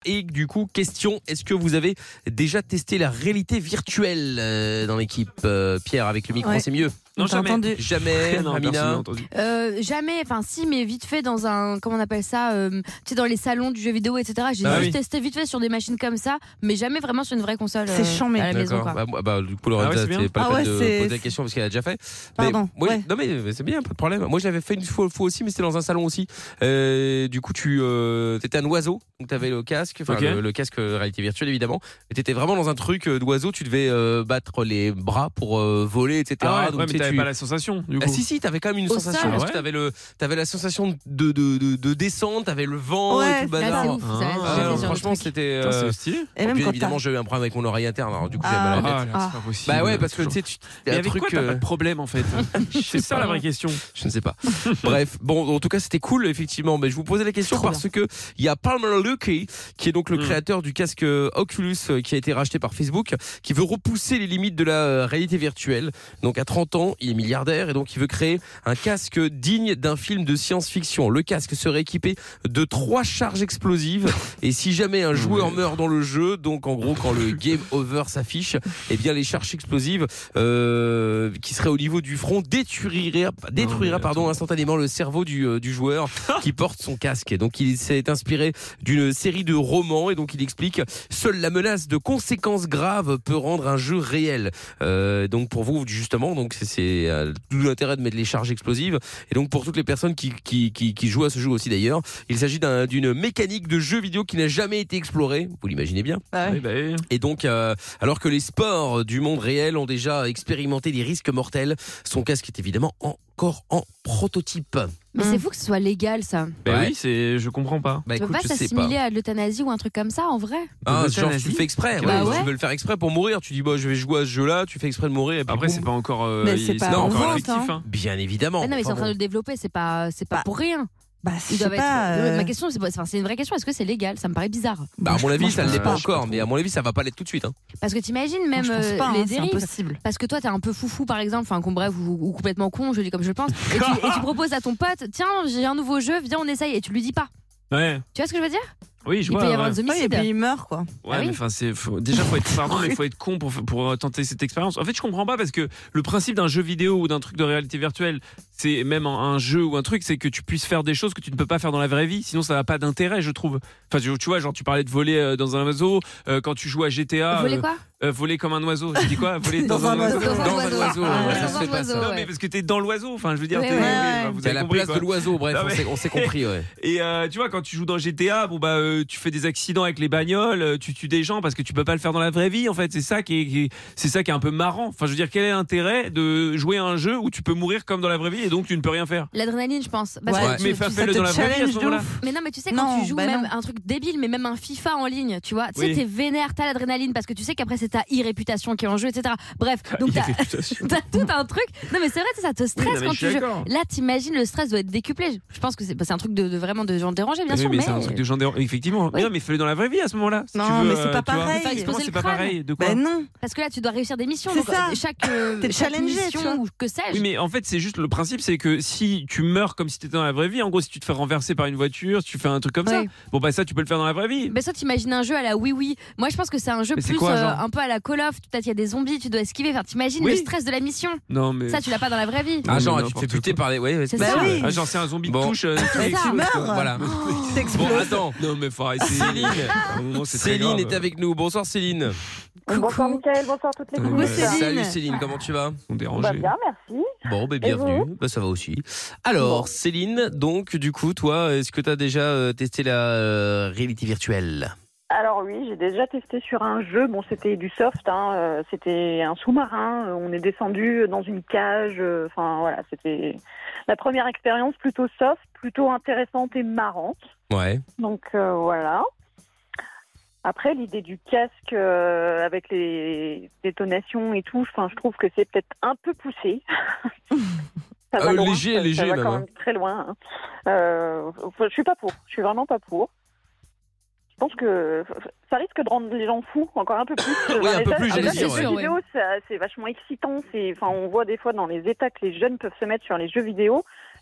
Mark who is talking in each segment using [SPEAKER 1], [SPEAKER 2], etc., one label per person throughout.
[SPEAKER 1] Et du coup, question, est-ce que vous avez déjà testé la réalité virtuelle dans l'équipe Pierre, avec le micro, c'est mieux?
[SPEAKER 2] Non, jamais.
[SPEAKER 1] Jamais,
[SPEAKER 3] Non,
[SPEAKER 1] Amina.
[SPEAKER 4] Jamais, enfin si, mais vite fait dans un, comment on appelle ça, tu sais, dans les salons du jeu vidéo, etc. J'ai juste testé vite fait sur des machines comme ça, mais jamais vraiment sur une vraie console.
[SPEAKER 2] C'est chambé.
[SPEAKER 4] À la maison, quoi.
[SPEAKER 1] Du coup, Lorenza, c'est pas la peine de poser la question parce qu'elle a déjà fait.
[SPEAKER 2] Pardon.
[SPEAKER 1] Mais, non mais c'est bien, pas de problème. Moi, je l'avais fait une fois aussi, mais c'était dans un salon aussi. Du coup, tu étais un oiseau, donc t'avais le casque, le casque réalité virtuelle évidemment. Et t'étais vraiment dans un truc d'oiseau, tu devais battre les bras pour voler, etc.
[SPEAKER 3] Donc, mais t'avais pas la sensation. Du coup.
[SPEAKER 1] Si, t'avais quand même une sensation. Parce que t'avais la sensation de descente, t'avais le vent et tout le bazar.
[SPEAKER 4] C'est ouf,
[SPEAKER 1] franchement, c'était.
[SPEAKER 3] C'est stylé.
[SPEAKER 2] Et même quand
[SPEAKER 1] évidemment, j'ai eu un problème avec mon oreille interne. Alors, du coup, j'ai mal à la tête.
[SPEAKER 3] C'est pas possible.
[SPEAKER 1] Bah ouais, parce que tu sais,
[SPEAKER 3] mais avec quoi t'as pas de problème en fait? C'est ça la vraie question.
[SPEAKER 1] Je ne sais pas. Bref, bon, en tout cas, c'était cool, effectivement. Mais je vous posais la question parce que il y a Palmer Luckey, qui est donc le créateur du casque Oculus, qui a été racheté par Facebook, qui veut repousser les limites de la réalité virtuelle. Donc, à 30 ans, il est milliardaire et donc il veut créer un casque digne d'un film de science-fiction. Le casque serait équipé de 3 charges explosives et si jamais un joueur meurt dans le jeu, donc en gros quand le game over s'affiche, eh bien les charges explosives qui seraient au niveau du front détruira instantanément le cerveau du joueur qui porte son casque. Et donc il s'est inspiré d'une série de romans et donc il explique: seule la menace de conséquences graves peut rendre un jeu réel. Donc pour vous justement, donc c'est tout l'intérêt de mettre les charges explosives. Et donc pour toutes les personnes qui jouent à ce jeu aussi d'ailleurs, il s'agit d'une mécanique de jeu vidéo qui n'a jamais été explorée, vous l'imaginez bien. Et donc alors que les sports du monde réel ont déjà expérimenté des risques mortels, son casque est évidemment encore en prototype.
[SPEAKER 4] Mais c'est fou que ce soit légal, ça.
[SPEAKER 3] Oui, je comprends pas.
[SPEAKER 4] Tu peux pas s'assimiler à de l'euthanasie ou un truc comme ça en vrai?
[SPEAKER 1] Genre tu fais exprès, tu veux le faire exprès pour mourir, tu dis je vais jouer à ce jeu-là, tu fais exprès de mourir et puis
[SPEAKER 3] après c'est pas encore
[SPEAKER 2] c'est pas
[SPEAKER 3] encore effectif.
[SPEAKER 1] Bien évidemment.
[SPEAKER 4] Non mais ils sont en train de le développer, c'est pas pour rien. Ma question, c'est une vraie question. Est-ce que c'est légal? Ça me paraît bizarre.
[SPEAKER 1] À mon avis, ça ne l'est pas encore, mais à mon avis, ça va pas l'être tout de suite.
[SPEAKER 4] Parce que t'imagines même les dérives.
[SPEAKER 2] Impossible.
[SPEAKER 4] Parce que toi, t'es un peu foufou, par exemple, ou complètement con, je dis comme je le pense. Et tu proposes à ton pote, tiens, j'ai un nouveau jeu, viens, on essaye, et tu lui dis pas.
[SPEAKER 3] Ouais.
[SPEAKER 4] Tu vois ce que je veux dire?
[SPEAKER 3] Oui, je
[SPEAKER 4] vois. Il peut y avoir des homicides.
[SPEAKER 2] Et puis il meurt, quoi.
[SPEAKER 3] Ouais, mais enfin, faut être con pour tenter cette expérience. En fait, je comprends pas parce que le principe d'un jeu vidéo ou d'un truc de réalité virtuelle, c'est même un jeu ou un truc, c'est que tu puisses faire des choses que tu ne peux pas faire dans la vraie vie. Sinon, ça n'a pas d'intérêt, je trouve. Enfin, tu vois, genre, tu parlais de voler dans un oiseau. Quand tu joues à GTA.
[SPEAKER 4] Voler quoi?
[SPEAKER 3] Voler comme un oiseau. Je dis quoi? Voler
[SPEAKER 2] dans un oiseau.
[SPEAKER 1] Dans un oiseau. Ça se fait pas ça.
[SPEAKER 3] Non, mais parce que t'es dans l'oiseau. Enfin, je veux dire,
[SPEAKER 1] vous avez la place de l'oiseau. Bref, on s'est compris. Ouais.
[SPEAKER 3] Et tu vois, quand tu joues dans GTA, tu fais des accidents avec les bagnoles, tu tues des gens parce que tu peux pas le faire dans la vraie vie. En fait, c'est ça qui est un peu marrant. Enfin, je veux dire, quel est l'intérêt de jouer à un jeu où tu peux mourir comme dans la vraie vie et donc tu ne peux rien faire?
[SPEAKER 4] L'adrénaline, je pense.
[SPEAKER 3] Mais fais-le dans la vraie vie à ce moment-là.
[SPEAKER 4] Mais non, mais tu sais, quand tu joues même un truc débile, mais même un FIFA en ligne, tu vois, tu sais, t'es vénère, t'as l'adrénaline parce que tu sais qu'après c'est ta e-réputation qui est en jeu, etc. Bref, donc t'as tout un truc. Non, mais c'est vrai, ça te stresse quand tu joues. Là, t'imagines, le stress doit être décuplé. Je pense que c'est un truc de vraiment de gens dérangés, bien sûr.
[SPEAKER 3] Mais c'est un truc de gens dérangés, effectivement. Mais non, mais fais-le dans la vraie vie à ce moment-là.
[SPEAKER 2] Non, mais c'est pas pareil.
[SPEAKER 3] C'est pas pareil. De quoi?
[SPEAKER 2] Non.
[SPEAKER 4] Parce que là, tu dois réussir des missions.
[SPEAKER 2] C'est ça.
[SPEAKER 4] Chaque
[SPEAKER 2] challengé,
[SPEAKER 4] mission ou que sais-je.
[SPEAKER 3] Oui, mais en fait, c'est juste le principe, c'est que si tu meurs comme si t'étais dans la vraie vie, en gros, si tu te fais renverser par une voiture, si tu fais un truc comme ça, bon bah ça, tu peux le faire dans la vraie vie.
[SPEAKER 4] Mais ça, t'imagines un jeu à la oui. Moi, je pense que c'est un jeu plus un peu à la Call of. Peut-être il y a des zombies, tu dois esquiver. Enfin, t'imagines le stress de la mission.
[SPEAKER 3] Non, mais
[SPEAKER 4] ça, tu l'as pas dans la vraie vie.
[SPEAKER 1] Genre, tu te fais buter par les.
[SPEAKER 4] C'est ça.
[SPEAKER 3] Genre, c'est un zombie de touche.
[SPEAKER 2] Tu meurs.
[SPEAKER 1] Voilà. Bon, attends.
[SPEAKER 3] Non, mais faut arrêter.
[SPEAKER 1] Céline est avec nous. Bonsoir, Céline.
[SPEAKER 5] Bonsoir Mickaël, bonsoir toutes les filles.
[SPEAKER 1] Salut Céline, comment tu vas?
[SPEAKER 3] Bien,
[SPEAKER 5] merci.
[SPEAKER 1] Bon, bienvenue. Ça va aussi. Alors, Céline, donc, du coup, toi, est-ce que tu as déjà testé la réalité virtuelle?
[SPEAKER 5] Alors oui, j'ai déjà testé sur un jeu. Bon, c'était du soft, c'était un sous-marin. On est descendu dans une cage. Enfin, voilà, c'était la première expérience plutôt soft, plutôt intéressante et marrante.
[SPEAKER 1] Ouais.
[SPEAKER 5] Donc, voilà. Après, l'idée du casque avec les détonations et tout, je trouve que c'est peut-être un peu poussé. Ça va loin,
[SPEAKER 1] léger
[SPEAKER 5] ça va
[SPEAKER 1] même.
[SPEAKER 5] quand même très loin. Je suis pas pour. Je suis vraiment pas pour. Je pense que ça risque de rendre les gens fous encore un peu plus.
[SPEAKER 1] Oui, un peu plus, j'allais
[SPEAKER 5] dire.
[SPEAKER 1] dire.
[SPEAKER 5] Les jeux vidéo, c'est vachement excitant. On voit des fois dans les états que les jeunes peuvent se mettre sur les jeux vidéo.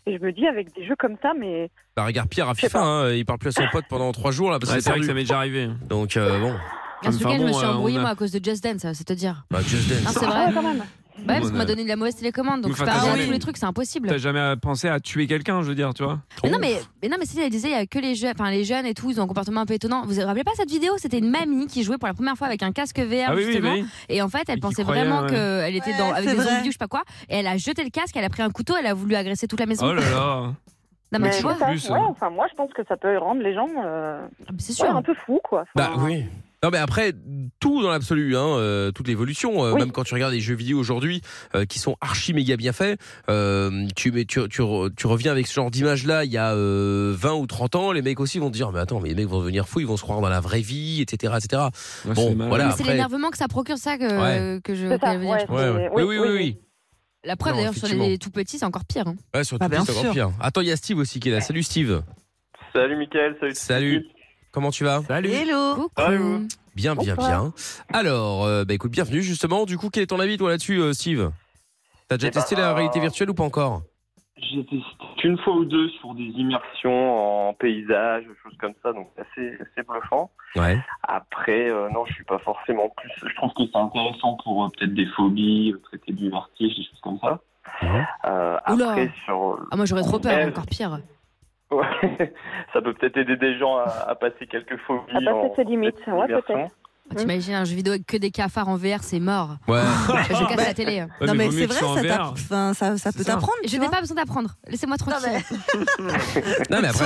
[SPEAKER 5] Et je me dis, avec des jeux comme ça, mais.
[SPEAKER 1] Bah, regarde Pierre à FIFA, hein, il parle plus à son pote pendant 3 jours là. Parce que
[SPEAKER 3] c'est vrai que ça m'est déjà arrivé.
[SPEAKER 1] Donc bon.
[SPEAKER 4] Ce week-end, je me suis embrouillée moi à cause de Just Dance, c'est te dire.
[SPEAKER 1] Bah, Just Dance.
[SPEAKER 4] Non, c'est vrai. Quand même. Ouais, parce qu'on m'a donné de la mauvaise télécommande, donc je peux pas tous les trucs, c'est impossible.
[SPEAKER 3] T'as jamais pensé à tuer quelqu'un, je veux dire, tu vois?
[SPEAKER 4] Mais non, mais c'est elle disait, il y a que les jeunes et tout, ils ont un comportement un peu étonnant. Vous vous rappelez pas cette vidéo? C'était une mamie qui jouait pour la première fois avec un casque VR, justement. Oui. Et en fait, elle pensait vraiment qu'elle était avec des zombies ou je sais pas quoi. Et elle a jeté le casque, elle a pris un couteau, elle a voulu agresser toute la maison.
[SPEAKER 3] Oh là là.
[SPEAKER 4] Non, mais tu vois.
[SPEAKER 5] Enfin, moi, je pense que ça peut rendre les gens
[SPEAKER 4] c'est sûr.
[SPEAKER 5] Un peu fous, quoi.
[SPEAKER 1] Bah oui. Non mais après tout dans l'absolu, toute l'évolution, même quand tu regardes les jeux vidéo aujourd'hui qui sont archi méga bien faits, tu reviens avec ce genre d'image là il y a 20 ou 30 ans, les mecs aussi vont te dire mais attends, mais les mecs vont devenir fous, ils vont se croire dans la vraie vie, etc.
[SPEAKER 3] Ouais, bon
[SPEAKER 1] voilà.
[SPEAKER 4] Mais c'est l'énervement que ça procure, ça que je veux dire.
[SPEAKER 1] Oui.
[SPEAKER 4] La preuve d'ailleurs sur les tout petits c'est encore pire.
[SPEAKER 1] Ouais, sur tout petit c'est encore pire. Attends, il y a Steve aussi qui est là. Salut Steve.
[SPEAKER 6] Salut Mickaël,
[SPEAKER 1] salut. Comment tu vas?
[SPEAKER 3] Salut.
[SPEAKER 4] Hello.
[SPEAKER 1] Bien. Alors, écoute, bienvenue justement. Du coup, quel est ton avis toi là-dessus, Steve? T'as déjà testé la réalité virtuelle ou pas encore?
[SPEAKER 6] J'ai testé une fois ou deux sur des immersions en paysage, choses comme ça, donc c'est assez bluffant.
[SPEAKER 1] Ouais.
[SPEAKER 6] Après, non, je suis pas forcément plus. Je trouve que c'est intéressant pour peut-être des phobies, traiter du vertige, des choses comme ça. Après,
[SPEAKER 4] moi j'aurais trop peur, encore pire.
[SPEAKER 6] Ouais, ça peut peut-être aider des gens à passer quelques phobies.
[SPEAKER 5] À passer ses limites, peut-être.
[SPEAKER 4] T'imagines un jeu vidéo avec que des cafards en VR, c'est mort.
[SPEAKER 1] Ouais.
[SPEAKER 4] Je casse la télé.
[SPEAKER 2] Non mais c'est vrai, ça peut t'apprendre.
[SPEAKER 4] Je n'ai pas besoin d'apprendre. Laissez-moi tranquille.
[SPEAKER 1] Non mais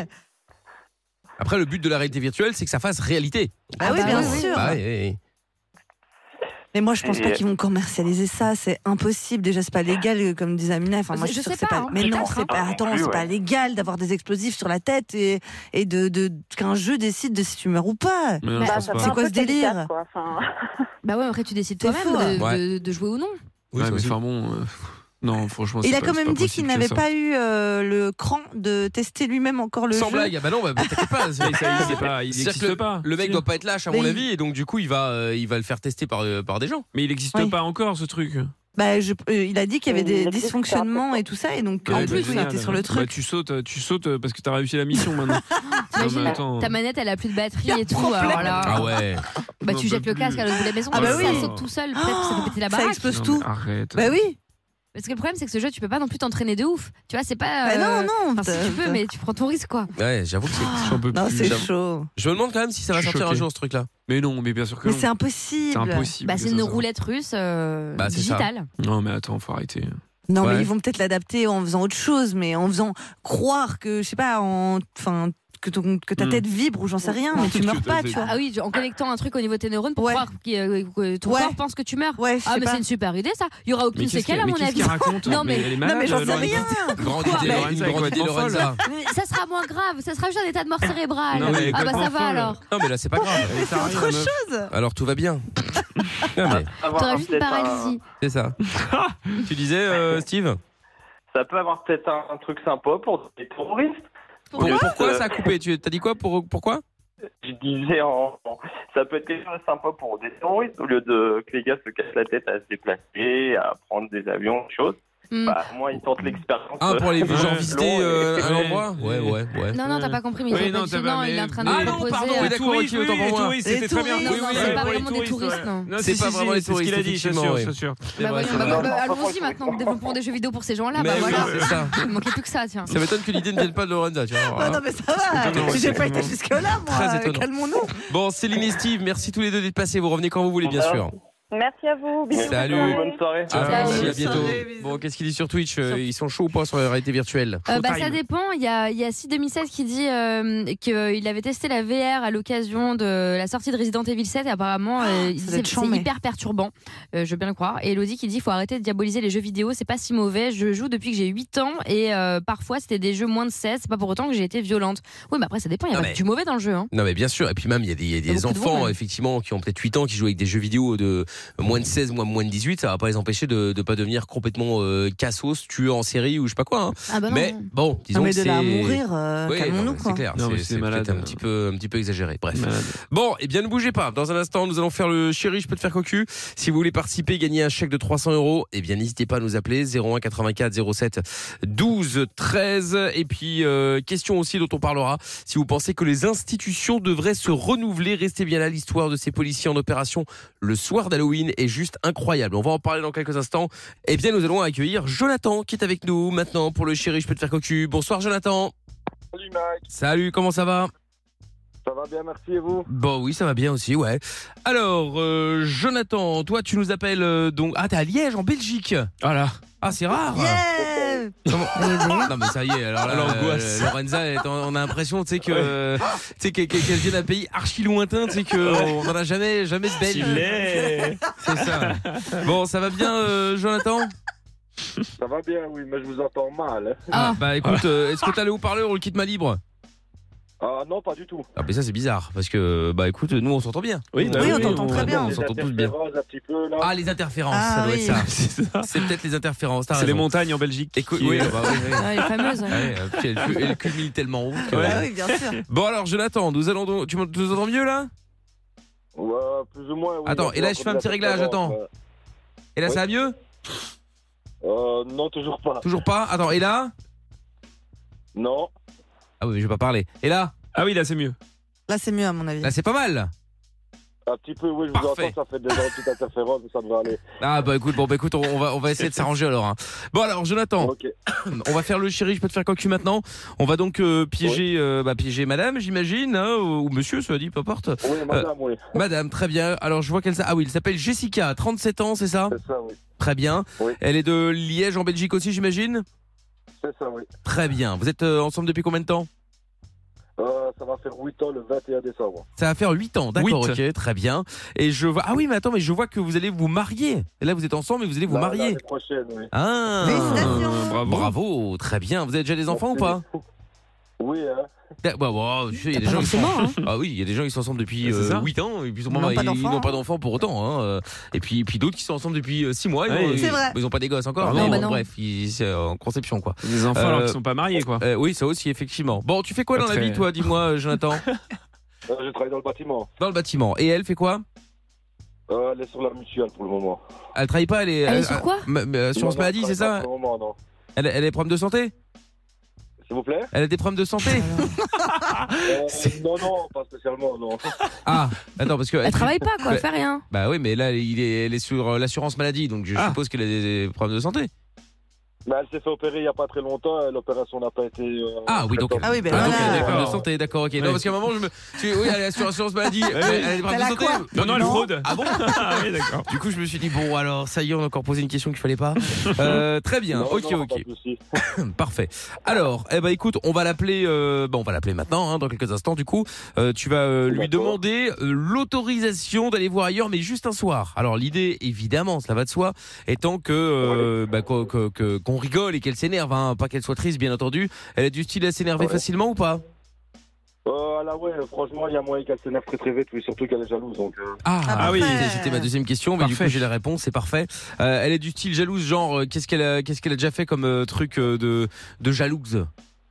[SPEAKER 1] après le but de la réalité virtuelle, c'est que ça fasse réalité.
[SPEAKER 2] Ah oui, bien sûr.
[SPEAKER 1] Oui.
[SPEAKER 2] Mais moi, je pense pas qu'ils vont commercialiser ça. C'est impossible. Déjà, c'est pas légal, comme disait Amina. Enfin, moi, je sais pas. Mais non, c'est pas. Attends, c'est pas légal d'avoir des explosifs sur la tête et qu'un jeu décide de si tu meurs ou pas. C'est quoi ce délire?
[SPEAKER 4] Bah ouais, après tu décides toi-même de jouer ou non.
[SPEAKER 3] Ouais, mais enfin bon. Non, franchement.
[SPEAKER 2] Il a quand même dit qu'il n'avait pas eu le cran de tester lui-même encore le jeu.
[SPEAKER 1] Sans blague, bah non, t'inquiète pas.
[SPEAKER 3] Il n'existe pas.
[SPEAKER 1] Le mec doit pas être lâche à mon avis, et donc du coup il va le faire tester par des gens.
[SPEAKER 3] Mais il n'existe pas encore ce truc.
[SPEAKER 2] Bah, il a dit qu'il y avait des dysfonctionnements et tout ça, et donc
[SPEAKER 4] en plus
[SPEAKER 2] il était sur le truc.
[SPEAKER 3] Bah, tu sautes parce que t'as réussi la mission maintenant.
[SPEAKER 4] Ta manette elle a plus de batterie et tout. Alors là,
[SPEAKER 1] ah ouais.
[SPEAKER 4] Bah tu jettes le casque à l'autre bout de la maison. Ça saute tout seul. Peut-être que ça peut péter la baraque.
[SPEAKER 2] Ça explose tout.
[SPEAKER 3] Arrête.
[SPEAKER 2] Bah oui.
[SPEAKER 4] Parce que le problème c'est que ce jeu tu peux pas non plus t'entraîner de ouf. Tu vois c'est pas.
[SPEAKER 2] Non.
[SPEAKER 4] Si tu peux mais tu prends ton risque quoi.
[SPEAKER 1] Ouais, j'avoue que
[SPEAKER 2] c'est chaud.
[SPEAKER 1] Je me demande quand même si ça va sortir un jour ce truc là.
[SPEAKER 3] Mais non, mais bien sûr que
[SPEAKER 2] non.
[SPEAKER 3] non.
[SPEAKER 2] C'est impossible.
[SPEAKER 4] Bah c'est une roulette russe digitale.
[SPEAKER 3] Non mais attends, faut arrêter.
[SPEAKER 2] Non mais ils vont peut-être l'adapter en faisant autre chose, mais en faisant croire que je sais pas, que ta tête vibre ou j'en sais rien, mais tu meurs pas, tu vois.
[SPEAKER 4] Ah oui, en connectant un truc au niveau de tes neurones pour croire que ton corps pense que tu meurs.
[SPEAKER 2] Ouais,
[SPEAKER 4] mais c'est une super idée ça. Il y aura aucune séquelle à mon avis.
[SPEAKER 3] Non
[SPEAKER 2] mais j'en sais rien.
[SPEAKER 1] Grande idée Lorenza.
[SPEAKER 4] Ça sera moins grave, ça sera juste un état de mort cérébrale. Ah bah ça va alors.
[SPEAKER 1] Non mais là c'est pas grave.
[SPEAKER 2] C'est autre chose.
[SPEAKER 1] Alors tout va bien.
[SPEAKER 4] T'auras juste une paralysie.
[SPEAKER 1] C'est ça. Tu disais Steve?
[SPEAKER 6] Ça peut avoir peut-être un truc sympa pour les terroristes.
[SPEAKER 1] Pourquoi ça a coupé? T'as dit quoi? Pourquoi?
[SPEAKER 6] Je disais, ça peut être quelque chose de sympa pour des terroristes, au lieu que les gars se cassent la tête à se déplacer, à prendre des avions, des choses. Bah, moi, ils tentent l'expérience.
[SPEAKER 1] Pour les gens visiter un endroit? Ouais.
[SPEAKER 4] Non, t'as pas compris, mais il est en train de proposer.
[SPEAKER 3] Les touristes, c'était très bien.
[SPEAKER 4] C'est pas vraiment des touristes, non.
[SPEAKER 1] C'est pas vraiment les touristes,
[SPEAKER 3] ce qu'il a dit, c'est sûr.
[SPEAKER 4] Allons-y maintenant, développons des jeux vidéo pour ces gens-là. Bah voilà, il manquait plus que ça, tiens.
[SPEAKER 1] Ça m'étonne que l'idée ne vienne pas de Lorenza, tu vois.
[SPEAKER 2] Non mais ça va, j'ai pas été jusque-là, moi. Calmons-nous.
[SPEAKER 1] Bon, Céline et Steve, merci tous les deux d'être passés. Vous revenez quand vous voulez, bien sûr.
[SPEAKER 5] Merci à vous. Bisous.
[SPEAKER 1] Salut.
[SPEAKER 6] Bonne soirée.
[SPEAKER 1] À bientôt. Bon, qu'est-ce qu'il dit sur Twitch? Ils sont chauds ou pas sur la réalité virtuelle?
[SPEAKER 4] Ça dépend. Il y a Sid 2016 qui dit qu'il avait testé la VR à l'occasion de la sortie de Resident Evil 7 et apparemment c'est hyper perturbant. Je veux bien le croire. Et Elodie qui dit faut arrêter de diaboliser les jeux vidéo, c'est pas si mauvais. Je joue depuis que j'ai 8 ans et parfois c'était des jeux moins de 16. C'est pas pour autant que j'ai été violente. Oui, mais après ça dépend. Il y a pas du mauvais dans le jeu. Hein.
[SPEAKER 1] Non, mais bien sûr. Et puis même il y a des enfants effectivement qui ont peut-être 8 ans qui jouent avec des jeux vidéo moins de 16, moins de 18, ça va pas les empêcher de pas devenir complètement cassos, tueux en série ou je sais pas quoi. Hein.
[SPEAKER 4] Ah bah
[SPEAKER 1] mais bon, disons
[SPEAKER 2] mais
[SPEAKER 1] que
[SPEAKER 2] de
[SPEAKER 1] c'est...
[SPEAKER 2] là à mourir, calmons-nous
[SPEAKER 1] c'est
[SPEAKER 2] quoi.
[SPEAKER 1] clair,
[SPEAKER 3] Non,
[SPEAKER 1] c'est
[SPEAKER 3] malade.
[SPEAKER 1] peut-être un petit peu exagéré. Bref. Bon, et bien ne bougez pas. Dans un instant, nous allons faire le chéri, je peux te faire cocu. Si vous voulez participer, gagner un chèque de 300 €, eh bien n'hésitez pas à nous appeler 01 84 07 12 13. Et puis question aussi dont on parlera. Si vous pensez que les institutions devraient se renouveler, restez bien là. L'histoire de ces policiers en opération le soir d'Halloween est juste incroyable. On va en parler dans quelques instants. Eh bien, nous allons accueillir Jonathan qui est avec nous maintenant pour le chéri, je peux te faire cocu. Bonsoir Jonathan.
[SPEAKER 7] Salut Mike.
[SPEAKER 1] Salut, comment ça va?
[SPEAKER 7] Ça va bien, merci, et vous?
[SPEAKER 1] Bon, oui, ça va bien aussi, ouais. Alors, Jonathan, toi, tu nous appelles donc... Ah, t'es à Liège, en Belgique.
[SPEAKER 3] Voilà.
[SPEAKER 1] Ah, c'est rare.
[SPEAKER 2] Yeah.
[SPEAKER 1] Non, mais ça y est, alors là,
[SPEAKER 3] l'angoisse.
[SPEAKER 1] Lorenza, on a l'impression, tu sais, qu'elle vient d'un pays archi lointain, tu sais, qu'on n'en a jamais de belge. C'est ça. Bon, ça va bien, Jonathan?
[SPEAKER 7] Ça va bien, oui, mais je vous entends mal. Hein.
[SPEAKER 1] Ah, bah écoute, est-ce que t'as le haut-parleur ou le kit main libre?
[SPEAKER 7] Ah non, pas du tout.
[SPEAKER 1] Ah, mais ça, c'est bizarre, parce que, bah écoute, nous, on s'entend bien.
[SPEAKER 2] Oui, on t'entend très bien.
[SPEAKER 1] On s'entend tous bien.
[SPEAKER 7] Un petit peu, là.
[SPEAKER 1] Ah, les interférences, ça doit être ça. C'est peut-être les interférences.
[SPEAKER 3] C'est les montagnes en Belgique.
[SPEAKER 1] Écoute, oui, bah, oui.
[SPEAKER 4] Les fameuses.
[SPEAKER 1] Ouais, elle culmine tellement haut. Que...
[SPEAKER 2] oui, bien sûr.
[SPEAKER 1] Bon, alors, Jonathan, tu nous entends mieux là?
[SPEAKER 7] Ouais, plus ou moins. Oui,
[SPEAKER 1] attends, et là, je fais un petit réglage, attends. Et là, ça va mieux?
[SPEAKER 7] Non, toujours pas.
[SPEAKER 1] Toujours pas? Attends, et là?
[SPEAKER 7] Non.
[SPEAKER 1] Ah oui, mais je vais pas parler. Et là?
[SPEAKER 3] Ah oui, là, c'est mieux.
[SPEAKER 2] Là, c'est mieux à mon avis.
[SPEAKER 1] Là, c'est pas mal.
[SPEAKER 7] Un petit peu, oui, je vous entends, ça fait déjà une petite interférence, mais ça devrait aller.
[SPEAKER 1] Ah bah écoute, on va essayer de s'arranger alors. Hein. Bon alors, Jonathan, okay. On va faire le chéri, je peux te faire cocu maintenant. On va donc piéger, piéger madame, j'imagine, hein, ou monsieur, cela dit, peu importe.
[SPEAKER 7] Oui, madame, oui.
[SPEAKER 1] Madame, très bien. Alors, je vois qu'elle s'appelle Jessica, 37 ans, c'est ça?
[SPEAKER 7] C'est ça, oui.
[SPEAKER 1] Très bien.
[SPEAKER 7] Oui.
[SPEAKER 1] Elle est de Liège, en Belgique aussi, j'imagine?
[SPEAKER 7] C'est ça, oui.
[SPEAKER 1] Très bien. Vous êtes ensemble depuis combien de temps?
[SPEAKER 7] Ça va faire 8 ans le 21 décembre.
[SPEAKER 1] Ça va faire 8 ans, d'accord, ok, très bien. Et je vois... Ah oui, mais attends, mais je vois que vous allez vous marier. Et là, vous êtes ensemble et vous allez vous marier.
[SPEAKER 7] L'année prochaine, oui.
[SPEAKER 1] Ah,
[SPEAKER 2] félicitations.
[SPEAKER 1] Bravo, très bien. Vous avez déjà des enfants ou pas?
[SPEAKER 7] Oui, hein.
[SPEAKER 1] Il y a des gens qui sont... Ah oui, il y a des gens qui sont ensemble depuis 8 ans et puis ils n'ont pas d'enfants pour autant. Hein. Et puis d'autres qui sont ensemble depuis 6 mois. Ils n'ont pas des gosses encore.
[SPEAKER 4] Non,
[SPEAKER 1] bref, c'est en conception quoi.
[SPEAKER 3] Des enfants alors qu'ils sont pas mariés quoi.
[SPEAKER 1] Oui, ça aussi effectivement. Bon, tu fais quoi dans la vie toi? Dis-moi, Jonathan.
[SPEAKER 7] Je travaille dans le bâtiment.
[SPEAKER 1] Dans le bâtiment. Et elle fait quoi?
[SPEAKER 7] Elle est sur la mutuelle pour le moment.
[SPEAKER 1] Elle travaille pas, elle est
[SPEAKER 4] sur quoi?
[SPEAKER 1] Assurance maladie, c'est ça?
[SPEAKER 7] Pour le moment, non.
[SPEAKER 1] Elle a des problèmes de santé?
[SPEAKER 7] S'il vous plaît?
[SPEAKER 1] Elle a des problèmes de santé?
[SPEAKER 7] Non, pas spécialement, non.
[SPEAKER 1] Ah, attends, parce que...
[SPEAKER 4] Elle travaille pas, quoi, elle fait rien.
[SPEAKER 1] Bah oui, mais là, elle est sur l'assurance maladie, donc je suppose qu'elle a des problèmes de santé.
[SPEAKER 7] Mais elle s'est fait opérer il n'y a pas très longtemps, l'opération n'a pas été...
[SPEAKER 1] Ah oui, donc...
[SPEAKER 2] Ah oui, ben
[SPEAKER 1] donc
[SPEAKER 2] voilà.
[SPEAKER 1] elle a des problèmes de santé, d'accord, ok. Non, parce qu'à un moment, oui, elle est sur l'assurance maladie, elle a des problèmes de santé.
[SPEAKER 3] Non, elle fraude.
[SPEAKER 1] Ah bon? Ah oui, d'accord. Du coup, je me suis dit, bon, alors, ça y est, on a encore posé une question qu'il fallait pas. Très bien,
[SPEAKER 7] non,
[SPEAKER 1] ok. Parfait. Alors, écoute, on va l'appeler maintenant, hein, dans quelques instants, du coup. Tu vas lui demander l'autorisation d'aller voir ailleurs, mais juste un soir. Alors, l'idée, évidemment, cela va de soi, étant que, qu'on rigole et qu'elle s'énerve, hein, pas qu'elle soit triste, bien entendu. Elle a du style à s'énerver facilement ou pas?
[SPEAKER 7] Là, ouais, franchement, il y a moyen qu'elle s'énerve très très vite, oui, surtout qu'elle est jalouse. Donc,
[SPEAKER 1] Ah oui, c'était ma deuxième question, mais du coup j'ai la réponse, c'est parfait. Elle est du style jalouse, genre qu'est-ce qu'elle a déjà fait comme truc de jalouse?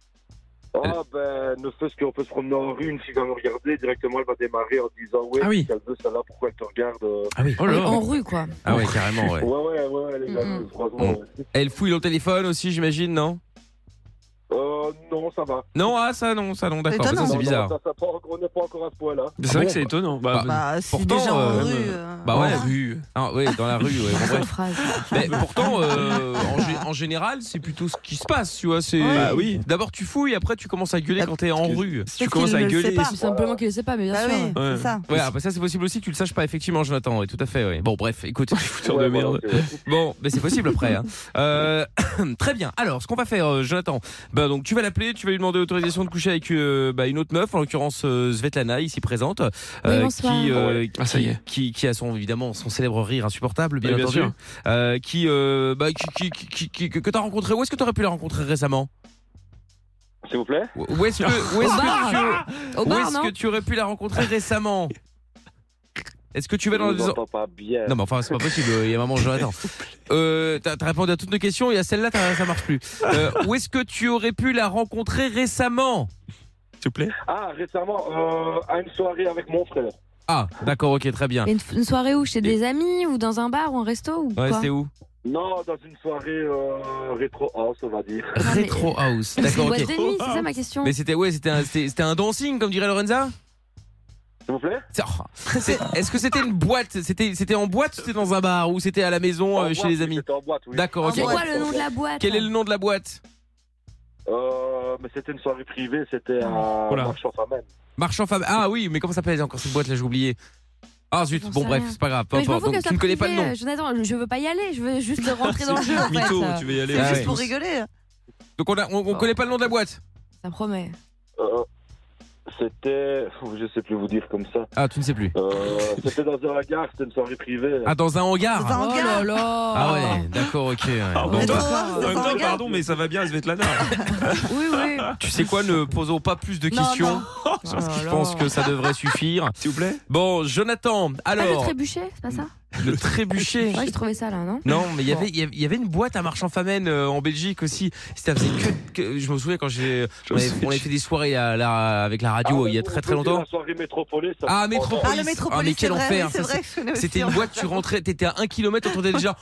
[SPEAKER 7] Ne fait-ce qu'on peut se promener en rue, une fille va me regarder, directement elle va démarrer en disant si elle veut celle-là, pourquoi elle te regarde
[SPEAKER 1] Ah oui,
[SPEAKER 4] en rue quoi.
[SPEAKER 1] Ah ouais, carrément, ouais.
[SPEAKER 7] Ouais, elle est jalouse, franchement.
[SPEAKER 1] Elle fouille dans le téléphone aussi, j'imagine, non?
[SPEAKER 7] Non, ça va.
[SPEAKER 1] Non, ça non, d'accord, ça c'est bizarre.
[SPEAKER 7] On n'est pas encore à ce point-là.
[SPEAKER 3] C'est vrai que c'est étonnant.
[SPEAKER 2] Si déjà en rue.
[SPEAKER 1] Oui, dans la rue, ouais. Mais pourtant, en général, c'est plutôt ce qui se passe, tu vois. Oui. D'abord tu fouilles, après tu commences à gueuler quand t'es en rue.
[SPEAKER 3] Si tu commences à gueuler,
[SPEAKER 4] c'est simplement qu'il le sait pas, mais bien sûr.
[SPEAKER 2] Oui, c'est ça.
[SPEAKER 1] Ouais, après ça c'est possible aussi que tu le saches pas, effectivement, Jonathan. Oui, tout à fait. Ouais. Bon, bref, écoute,
[SPEAKER 3] fouteur de merde.
[SPEAKER 1] Bon, mais c'est possible après. Hein. Très bien. Alors, ce qu'on va faire, Jonathan. Donc tu vas l'appeler, tu vas lui demander l'autorisation de coucher avec une autre meuf, en l'occurrence Svetlana ici présente, qui a évidemment son célèbre rire insupportable, bien entendu, que t'as rencontré. Où est-ce que t'aurais pu la rencontrer récemment?
[SPEAKER 7] S'il vous plaît?
[SPEAKER 1] Où est-ce que tu aurais pu la rencontrer récemment? Est-ce que tu vas dans
[SPEAKER 7] Je vous entends pas bien.
[SPEAKER 1] Non mais enfin c'est pas possible, il y a maman Jonathan. T'as répondu à toutes nos questions et à celle-là ça marche plus. Où est-ce que tu aurais pu la rencontrer récemment? S'il te plaît.
[SPEAKER 7] Ah, récemment, à une soirée avec mon frère.
[SPEAKER 1] Ah, d'accord, ok, très bien.
[SPEAKER 4] Et une soirée où? Chez des amis ou dans un bar ou un resto ou
[SPEAKER 1] Ouais,
[SPEAKER 4] quoi?
[SPEAKER 1] c'était où?
[SPEAKER 7] Non, dans une soirée rétro house, on va dire.
[SPEAKER 1] Rétro house, d'accord, ok.
[SPEAKER 4] C'est une boîte de nuit, c'est ça ma question.
[SPEAKER 1] Mais c'était un dancing, comme dirait Lorenza?
[SPEAKER 7] S'il vous plaît?
[SPEAKER 1] Est-ce que c'était une boîte? C'était en boîte ou c'était dans un bar? Ou c'était à la maison chez les amis?
[SPEAKER 7] C'était en boîte, oui.
[SPEAKER 1] D'accord, ok.
[SPEAKER 4] C'est quoi le nom de la boîte?
[SPEAKER 1] Quel est le nom de la boîte?
[SPEAKER 7] Mais c'était une soirée privée, c'était à Marchand Famenne.
[SPEAKER 1] Marchand Famenne. Ah oui, mais comment ça s'appelle encore cette boîte là, j'ai oublié. Ah zut, bon bref, c'est pas grave.
[SPEAKER 4] Donc, tu ne connais pas le nom. Jonathan, je veux pas y aller, je veux juste rentrer dans le jeu.
[SPEAKER 3] Mytho, tu veux y aller.
[SPEAKER 2] C'est juste pour rigoler.
[SPEAKER 1] Donc on connaît pas le nom de la boîte.
[SPEAKER 4] Ça promet.
[SPEAKER 7] C'était, je sais plus vous dire comme ça.
[SPEAKER 1] Ah, tu ne sais plus.
[SPEAKER 7] C'était dans un hangar, c'était une soirée privée.
[SPEAKER 1] Ah, dans un hangar.
[SPEAKER 2] Dans un hangar.
[SPEAKER 4] Oh là là.
[SPEAKER 1] Ah ouais, d'accord, ok. Ouais.
[SPEAKER 3] En même temps, pardon, mais ça va bien, Svetlana.
[SPEAKER 4] Oui, oui.
[SPEAKER 1] Tu sais quoi, ne posons pas plus de questions. Je pense que ça devrait suffire.
[SPEAKER 3] S'il vous plaît.
[SPEAKER 1] Bon, Jonathan, alors.
[SPEAKER 4] Le trébuchet, c'est pas ça?
[SPEAKER 1] Le trébuchet.
[SPEAKER 4] Ouais, j'ai trouvé ça là, non?
[SPEAKER 1] Non, mais il y avait une boîte à Marchand Famenne en Belgique aussi. Ça faisait que je me souviens quand on avait fait des soirées avec la radio il y a très longtemps.
[SPEAKER 7] La soirée Métropolis.
[SPEAKER 1] Ah, Métropolis.
[SPEAKER 2] Ah, le Métropolis.
[SPEAKER 1] Ah, mais quel enfer. C'était une boîte, tu rentrais, t'étais à 1 km, t'entendais déjà.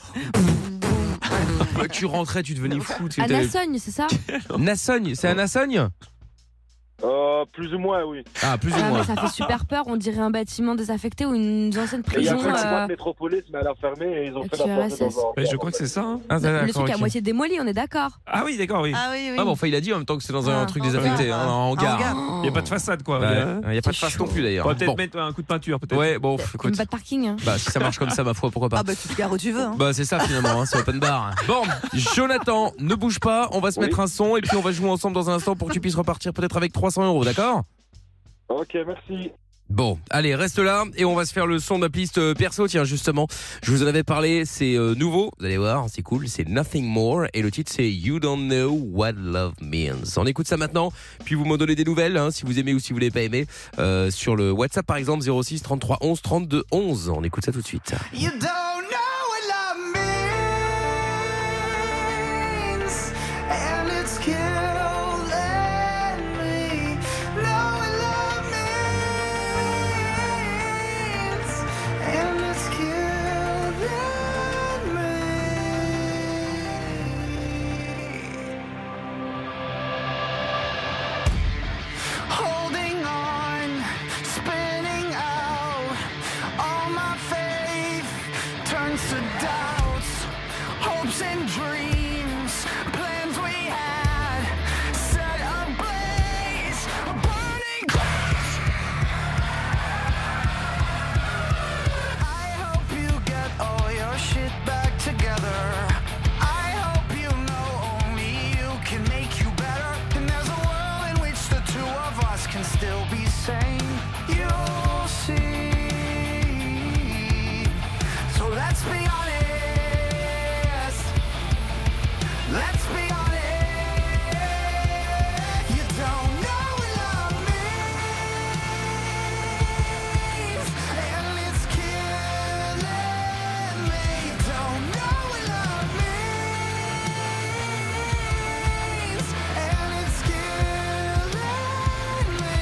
[SPEAKER 1] Tu rentrais, tu devenais fou.
[SPEAKER 4] À Nassogne, c'est ça?
[SPEAKER 1] Nassogne, c'est à Nassogne?
[SPEAKER 7] Plus ou moins, oui.
[SPEAKER 1] Ah, plus ou moins.
[SPEAKER 4] Mais ça fait super peur, on dirait un bâtiment désaffecté ou une ancienne prison.
[SPEAKER 7] Il y a une boîte Métropolis, mais elle a fermé et ils ont fait la porte dans un...
[SPEAKER 3] Je crois que c'est ça.
[SPEAKER 1] Ah,
[SPEAKER 4] le truc à moitié démoli, on est d'accord.
[SPEAKER 3] Ah oui, d'accord, oui.
[SPEAKER 2] Ah oui, oui.
[SPEAKER 1] Ah bon, enfin il a dit en même temps que c'est dans un truc désaffecté, un hangar.
[SPEAKER 3] Il n'y a pas de façade, quoi.
[SPEAKER 1] Il n'y a pas de face non plus d'ailleurs.
[SPEAKER 3] On va peut-être mettre un coup de peinture, peut-être.
[SPEAKER 1] Ouais, bon, écoute.
[SPEAKER 4] Pas de parking. Hein.
[SPEAKER 1] Bah, si ça marche comme ça, ma foi, pourquoi pas.
[SPEAKER 2] Ah bah tu te gares où tu veux. Hein.
[SPEAKER 1] Bah c'est ça finalement, c'est open bar. Bon, Jonathan, ne bouge pas, on va se mettre un son et puis on va jouer ensemble dans un instant pour que tu puisses repartir peut-être avec 300 €, d'accord?
[SPEAKER 7] Ok, merci.
[SPEAKER 1] Bon, allez, reste là et on va se faire le son de ma playlist perso. Tiens, justement, je vous en avais parlé, c'est nouveau, vous allez voir, c'est cool, c'est Nothing More et le titre c'est You Don't Know What Love Means. On écoute ça maintenant, puis vous m'en donnez des nouvelles, hein, si vous aimez ou si vous l'avez pas aimé, sur le WhatsApp par exemple, 06 33 11 32 11. On écoute ça tout de suite.
[SPEAKER 8] You don't know what love means, and it's killing me. Know what love means, and it's killing me. Holding on, spinning out, all my faith turns to doubts, hopes and dreams, plans we had, set ablaze, a burning cross. I hope you get all your shit back together. I hope you know only you can make you better, and there's a world in which the two of us can still be sane. You'll see. So let's be honest. Let's be honest. You don't know what love means, and it's killing me. You don't know what love means, and it's killing me.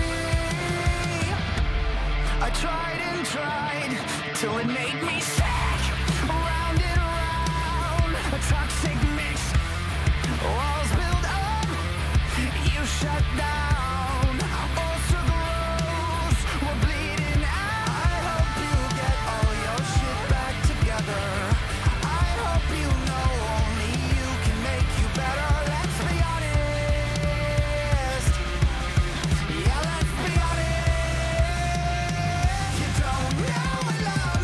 [SPEAKER 8] I tried and tried till it made me sick. Round and round, a toxic mix. Walls build up, you shut down. Also grows, we're bleeding out. I hope you get all your shit back together. I hope you know only you can make you better. Let's be honest. Yeah, let's be honest. You don't know what love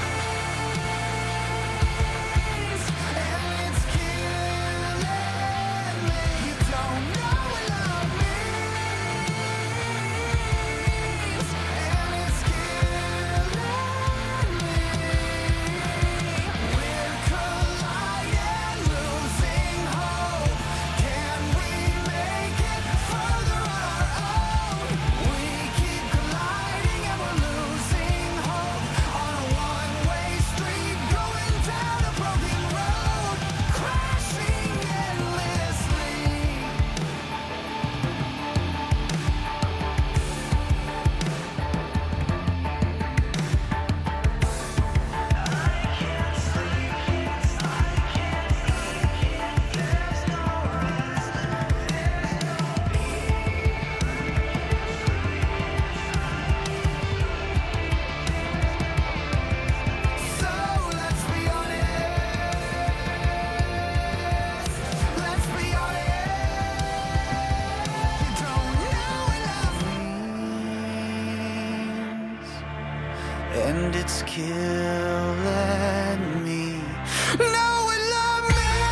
[SPEAKER 8] means, and it's killing me. You don't know what love means, and it's killing me. Know what love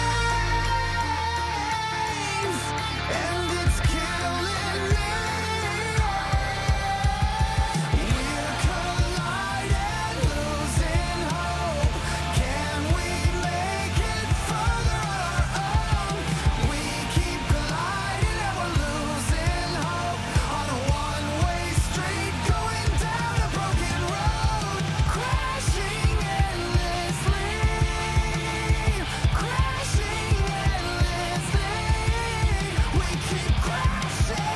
[SPEAKER 8] means, and it's killing me. We're colliding, losing hope. Can we make it further on our own? We keep colliding and we're losing hope on a one-way street going down a broken road, crashing endlessly, crashing endlessly. We keep crashing,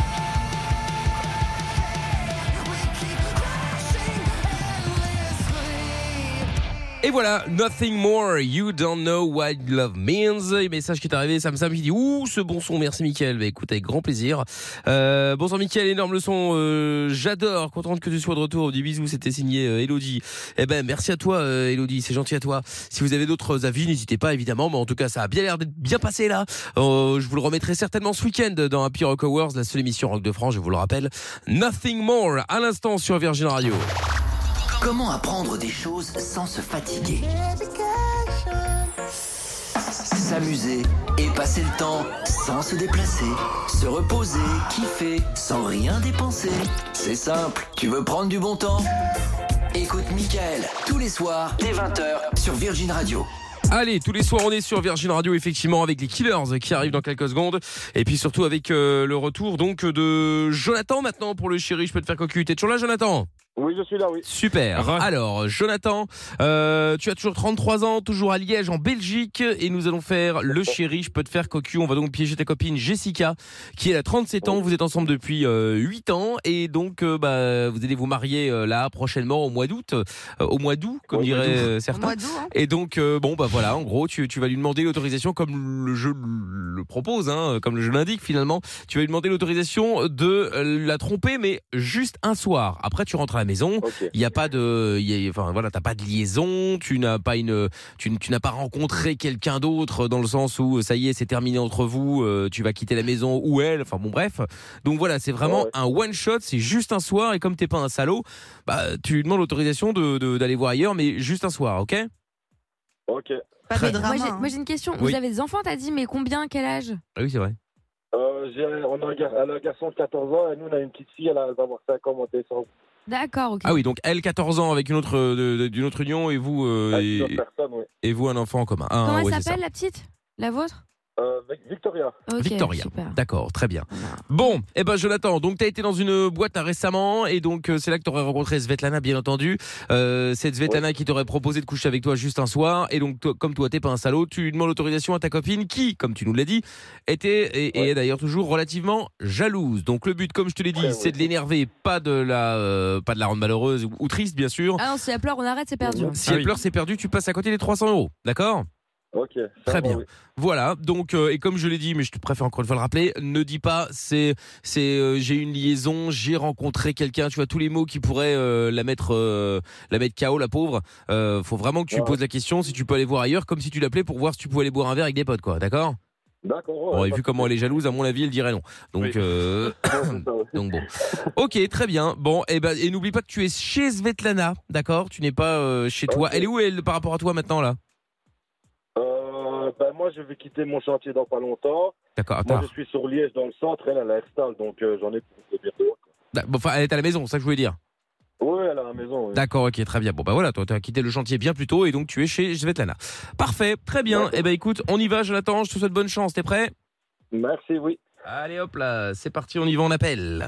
[SPEAKER 8] we keep crashing endlessly.
[SPEAKER 1] Et voilà, Nothing More, You Don't Know What Love Means. Et message qui est arrivé, Sam qui dit ouh, ce bon son, merci Mickaël. Bah écoute, avec grand plaisir. Bon sang Mickaël, énorme leçon, j'adore, contente que tu sois de retour. Dis bisous, c'était signé Elodie. Eh ben merci à toi Elodie, c'est gentil à toi. Si vous avez d'autres avis, n'hésitez pas évidemment, mais en tout cas ça a bien l'air d'être bien passé là. Je vous le remettrai certainement ce week-end dans Happy Rock Awards, la seule émission rock de France, je vous le rappelle. Nothing More, à l'instant sur Virgin Radio.
[SPEAKER 9] Comment apprendre des choses sans se fatiguer? S'amuser et passer le temps sans se déplacer. Se reposer, kiffer, sans rien dépenser. C'est simple, tu veux prendre du bon temps? Écoute Mickaël, tous les soirs, dès 20h, sur Virgin Radio.
[SPEAKER 1] Allez, tous les soirs on est sur Virgin Radio effectivement avec les Killers qui arrivent dans quelques secondes et puis surtout avec le retour donc de Jonathan maintenant pour le Chéri, je peux te faire cocu. T'es toujours là Jonathan?
[SPEAKER 7] Oui, je suis là, oui.
[SPEAKER 1] Super. Alors, Jonathan, tu as toujours 33 ans, toujours à Liège, en Belgique, et nous allons faire le Chéri, je peux te faire cocu. On va donc piéger ta copine Jessica, qui elle a 37 ans. Vous êtes ensemble depuis 8 ans, et donc vous allez vous marier là prochainement au mois d'août, comme diraient certains. Au mois d'août, hein. Et donc voilà, en gros, tu vas lui demander l'autorisation, comme le jeu le propose, hein, comme le jeu l'indique finalement. Tu vas lui demander l'autorisation de la tromper, mais juste un soir. Après, tu rentres à la maison. Il y a pas de, t'as pas de liaison. Tu n'as pas tu n'as pas rencontré quelqu'un d'autre dans le sens où ça y est, c'est terminé entre vous. Tu vas quitter la maison ou elle. Enfin bon, bref. Donc voilà, c'est vraiment un one shot. C'est juste un soir. Et comme t'es pas un salaud, tu lui demandes l'autorisation d'aller voir ailleurs, mais juste un soir, ok?
[SPEAKER 7] Ok.
[SPEAKER 4] Pas de drama. Moi j'ai une question. Oui. Vous avez des enfants, t'as dit, mais combien, quel âge?
[SPEAKER 1] Ah oui, c'est vrai.
[SPEAKER 7] Elle a un garçon de 14 ans et nous on a une petite fille, elle va avoir 5 ans en décembre.
[SPEAKER 4] D'accord, ok.
[SPEAKER 1] Ah oui, donc elle 14 ans avec une autre d'une autre union et vous et vous un enfant en commun.
[SPEAKER 4] Comment elle s'appelle la petite? La vôtre?
[SPEAKER 7] Victoria.
[SPEAKER 4] Okay,
[SPEAKER 1] Victoria.
[SPEAKER 4] Super.
[SPEAKER 1] D'accord, très bien. Bon, Jonathan, donc t'as été dans une boîte récemment et donc c'est là que t'aurais rencontré Svetlana, bien entendu. Cette Svetlana qui t'aurait proposé de coucher avec toi juste un soir et donc comme toi t'es pas un salaud, tu demandes l'autorisation à ta copine qui, comme tu nous l'as dit, était et est d'ailleurs toujours relativement jalouse. Donc le but, comme je te l'ai dit, c'est de l'énerver, pas de la rendre malheureuse ou triste, bien sûr.
[SPEAKER 4] Ah non, si elle pleure, on arrête, c'est perdu.
[SPEAKER 1] Si elle pleure, c'est perdu. Tu passes à côté des 300 €, d'accord?
[SPEAKER 7] Ok.
[SPEAKER 1] Très bien. Oui. Voilà. Donc et comme je l'ai dit, mais je te préfère encore une fois le rappeler, ne dis pas j'ai une liaison, j'ai rencontré quelqu'un. Tu vois tous les mots qui pourraient la mettre KO, la pauvre. Faut vraiment que tu lui poses la question si tu peux aller voir ailleurs, comme si tu l'appelais pour voir si tu pouvais aller boire un verre avec des potes, quoi. D'accord?
[SPEAKER 7] D'accord.
[SPEAKER 1] Bon, et vu comment elle est jalouse, à mon avis, elle dirait non. Donc donc bon. Ok, très bien. Bon, et n'oublie pas que tu es chez Svetlana, d'accord? Tu n'es pas chez toi. Elle est où elle par rapport à toi maintenant là?
[SPEAKER 7] Moi, je vais quitter mon chantier dans pas longtemps.
[SPEAKER 1] D'accord.
[SPEAKER 7] Moi, je suis sur Liège, dans le centre. Elle, a Herstal, donc j'en ai pour venir dehors.
[SPEAKER 1] Enfin, elle est à la maison, c'est ça que je voulais dire.
[SPEAKER 7] Oui, elle est à la maison. Oui.
[SPEAKER 1] D'accord, ok, très bien. Bon, voilà, toi, tu as quitté le chantier bien plus tôt et donc tu es chez Svetlana. Parfait, très bien. Écoute, on y va, Jonathan. Je te souhaite bonne chance. T'es prêt?
[SPEAKER 7] Merci, oui.
[SPEAKER 1] Allez, hop là, c'est parti, on y va, on appelle.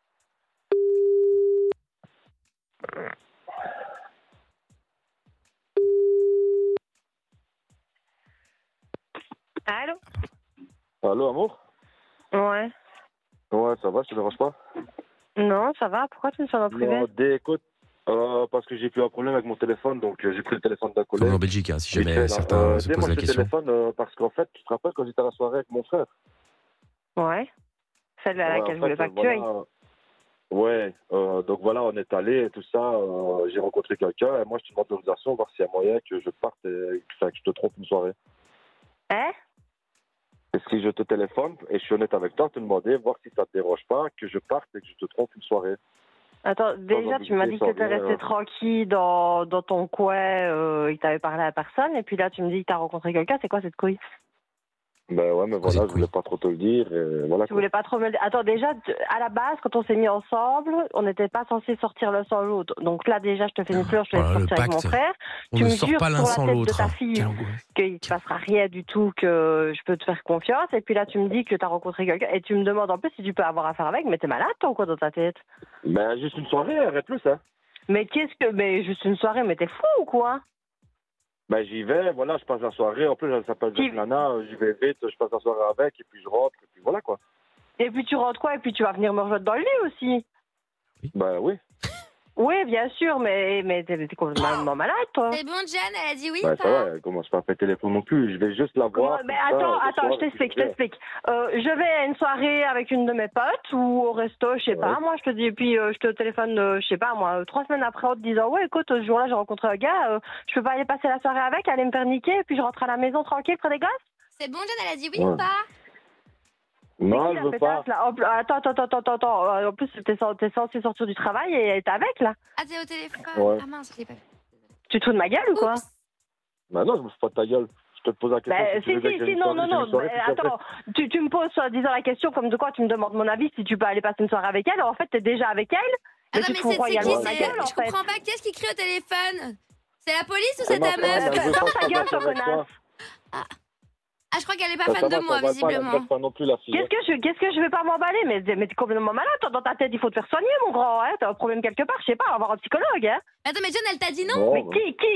[SPEAKER 5] Allô?
[SPEAKER 7] Allô, amour?
[SPEAKER 5] Ouais.
[SPEAKER 7] Ouais, ça va, je te dérange pas?
[SPEAKER 5] Non, ça va. Pourquoi tu me sonnes en privé?
[SPEAKER 7] Non, écoute, parce que j'ai eu un problème avec mon téléphone, donc j'ai pris le téléphone d'un collègue.
[SPEAKER 1] Comme en Belgique, hein, si jamais certains se posent la question.
[SPEAKER 7] J'ai pris le téléphone parce qu'en fait, tu te rappelles quand j'étais à la soirée avec mon frère?
[SPEAKER 5] Ouais. Celle à laquelle je voulais pas que tu ailles.
[SPEAKER 7] Ouais, donc voilà, on est allé et tout ça, j'ai rencontré quelqu'un et moi je te demande l'autorisation, voir s'il y a moyen que je parte et que je te trompe une soirée.
[SPEAKER 5] Hein?
[SPEAKER 7] Et si je te téléphone et je suis honnête avec toi, te demander, voir si ça te dérange pas, que je parte et que je te trompe une soirée.
[SPEAKER 10] Attends, déjà, tu m'as dit que t'étais resté tranquille dans ton coin et que t'avais parlé à personne. Et puis là, tu me dis que t'as rencontré quelqu'un. C'est quoi cette couille?
[SPEAKER 7] Ben ouais, mais voilà, je voulais pas trop te le dire. Voilà,
[SPEAKER 10] tu voulais pas trop me le dire. Attends, déjà, à la base, quand on s'est mis ensemble, on n'était pas censé sortir l'un sans l'autre. Donc là, déjà, je te fais une fleur, je te laisse sortir avec mon frère. Tu me jures sur la tête de ta fille qu'il ne se passera rien du tout, que je peux te faire confiance. Et puis là, tu me dis que tu as rencontré quelqu'un et tu me demandes en plus si tu peux avoir affaire avec. Mais t'es malade, toi, ou quoi, dans ta tête?
[SPEAKER 7] Ben, juste une soirée, arrête plus, hein.
[SPEAKER 10] Mais mais juste une soirée, mais t'es fou ou quoi?
[SPEAKER 7] Ben, j'y vais, voilà, je passe la soirée. En plus, elle s'appelle Nana, j'y vais vite, je passe la soirée avec, et puis je rentre, et puis voilà, quoi.
[SPEAKER 10] Et puis tu rentres quoi? Et puis tu vas venir me rejoindre dans le lit aussi?
[SPEAKER 7] Ben oui.
[SPEAKER 10] Oui, bien sûr, mais t'es complètement malade, toi.
[SPEAKER 4] C'est bon, Jeanne, elle a dit oui.
[SPEAKER 7] Ben, ça va, elle commence pas à péter les plombs non plus, je vais juste la voir.
[SPEAKER 10] Mais attends, je t'explique. Je vais à une soirée avec une de mes potes, ou au resto, je sais pas, moi, je te dis, et puis je te téléphone, je sais pas, moi, 3 semaines après, en te disant, ouais, écoute, ce jour-là, j'ai rencontré un gars, je peux pas aller passer la soirée avec, aller me faire niquer, et puis je rentre à la maison tranquille près des gosses?
[SPEAKER 4] C'est bon, Jeanne, elle a dit oui ou pas?
[SPEAKER 7] Non, je veux pas.
[SPEAKER 10] Attends. En plus, t'es censé sortir du travail et t'es avec, là.
[SPEAKER 4] Ah, t'es au téléphone?
[SPEAKER 7] Ouais.
[SPEAKER 4] Ah mince, je l'ai pas vu.
[SPEAKER 10] Tu te fous de ma gueule ou quoi?
[SPEAKER 7] Bah non, je me fous pas de ta gueule. Je te pose la question.
[SPEAKER 10] Non. Attends, tu me poses disant la question comme de quoi tu me demandes mon avis si tu peux aller passer une soirée avec elle. En fait, t'es déjà avec elle.
[SPEAKER 4] Mais tu te fous royalement de ma gueule, en fait. Je comprends pas. Qu'est-ce qui crie au téléphone? C'est la police ou c'est ta meuf?
[SPEAKER 10] Ferme ta gueule, toi, connasse.
[SPEAKER 4] Ah, je crois qu'elle est pas fan de moi, visiblement.
[SPEAKER 10] Qu'est-ce que je vais pas m'emballer? Mais t'es complètement malade, toi, dans ta tête, il faut te faire soigner, mon grand, hein. T'as un problème quelque part, je sais pas, on va voir un psychologue, hein.
[SPEAKER 4] Attends, mais John, elle t'a dit non?
[SPEAKER 10] Mais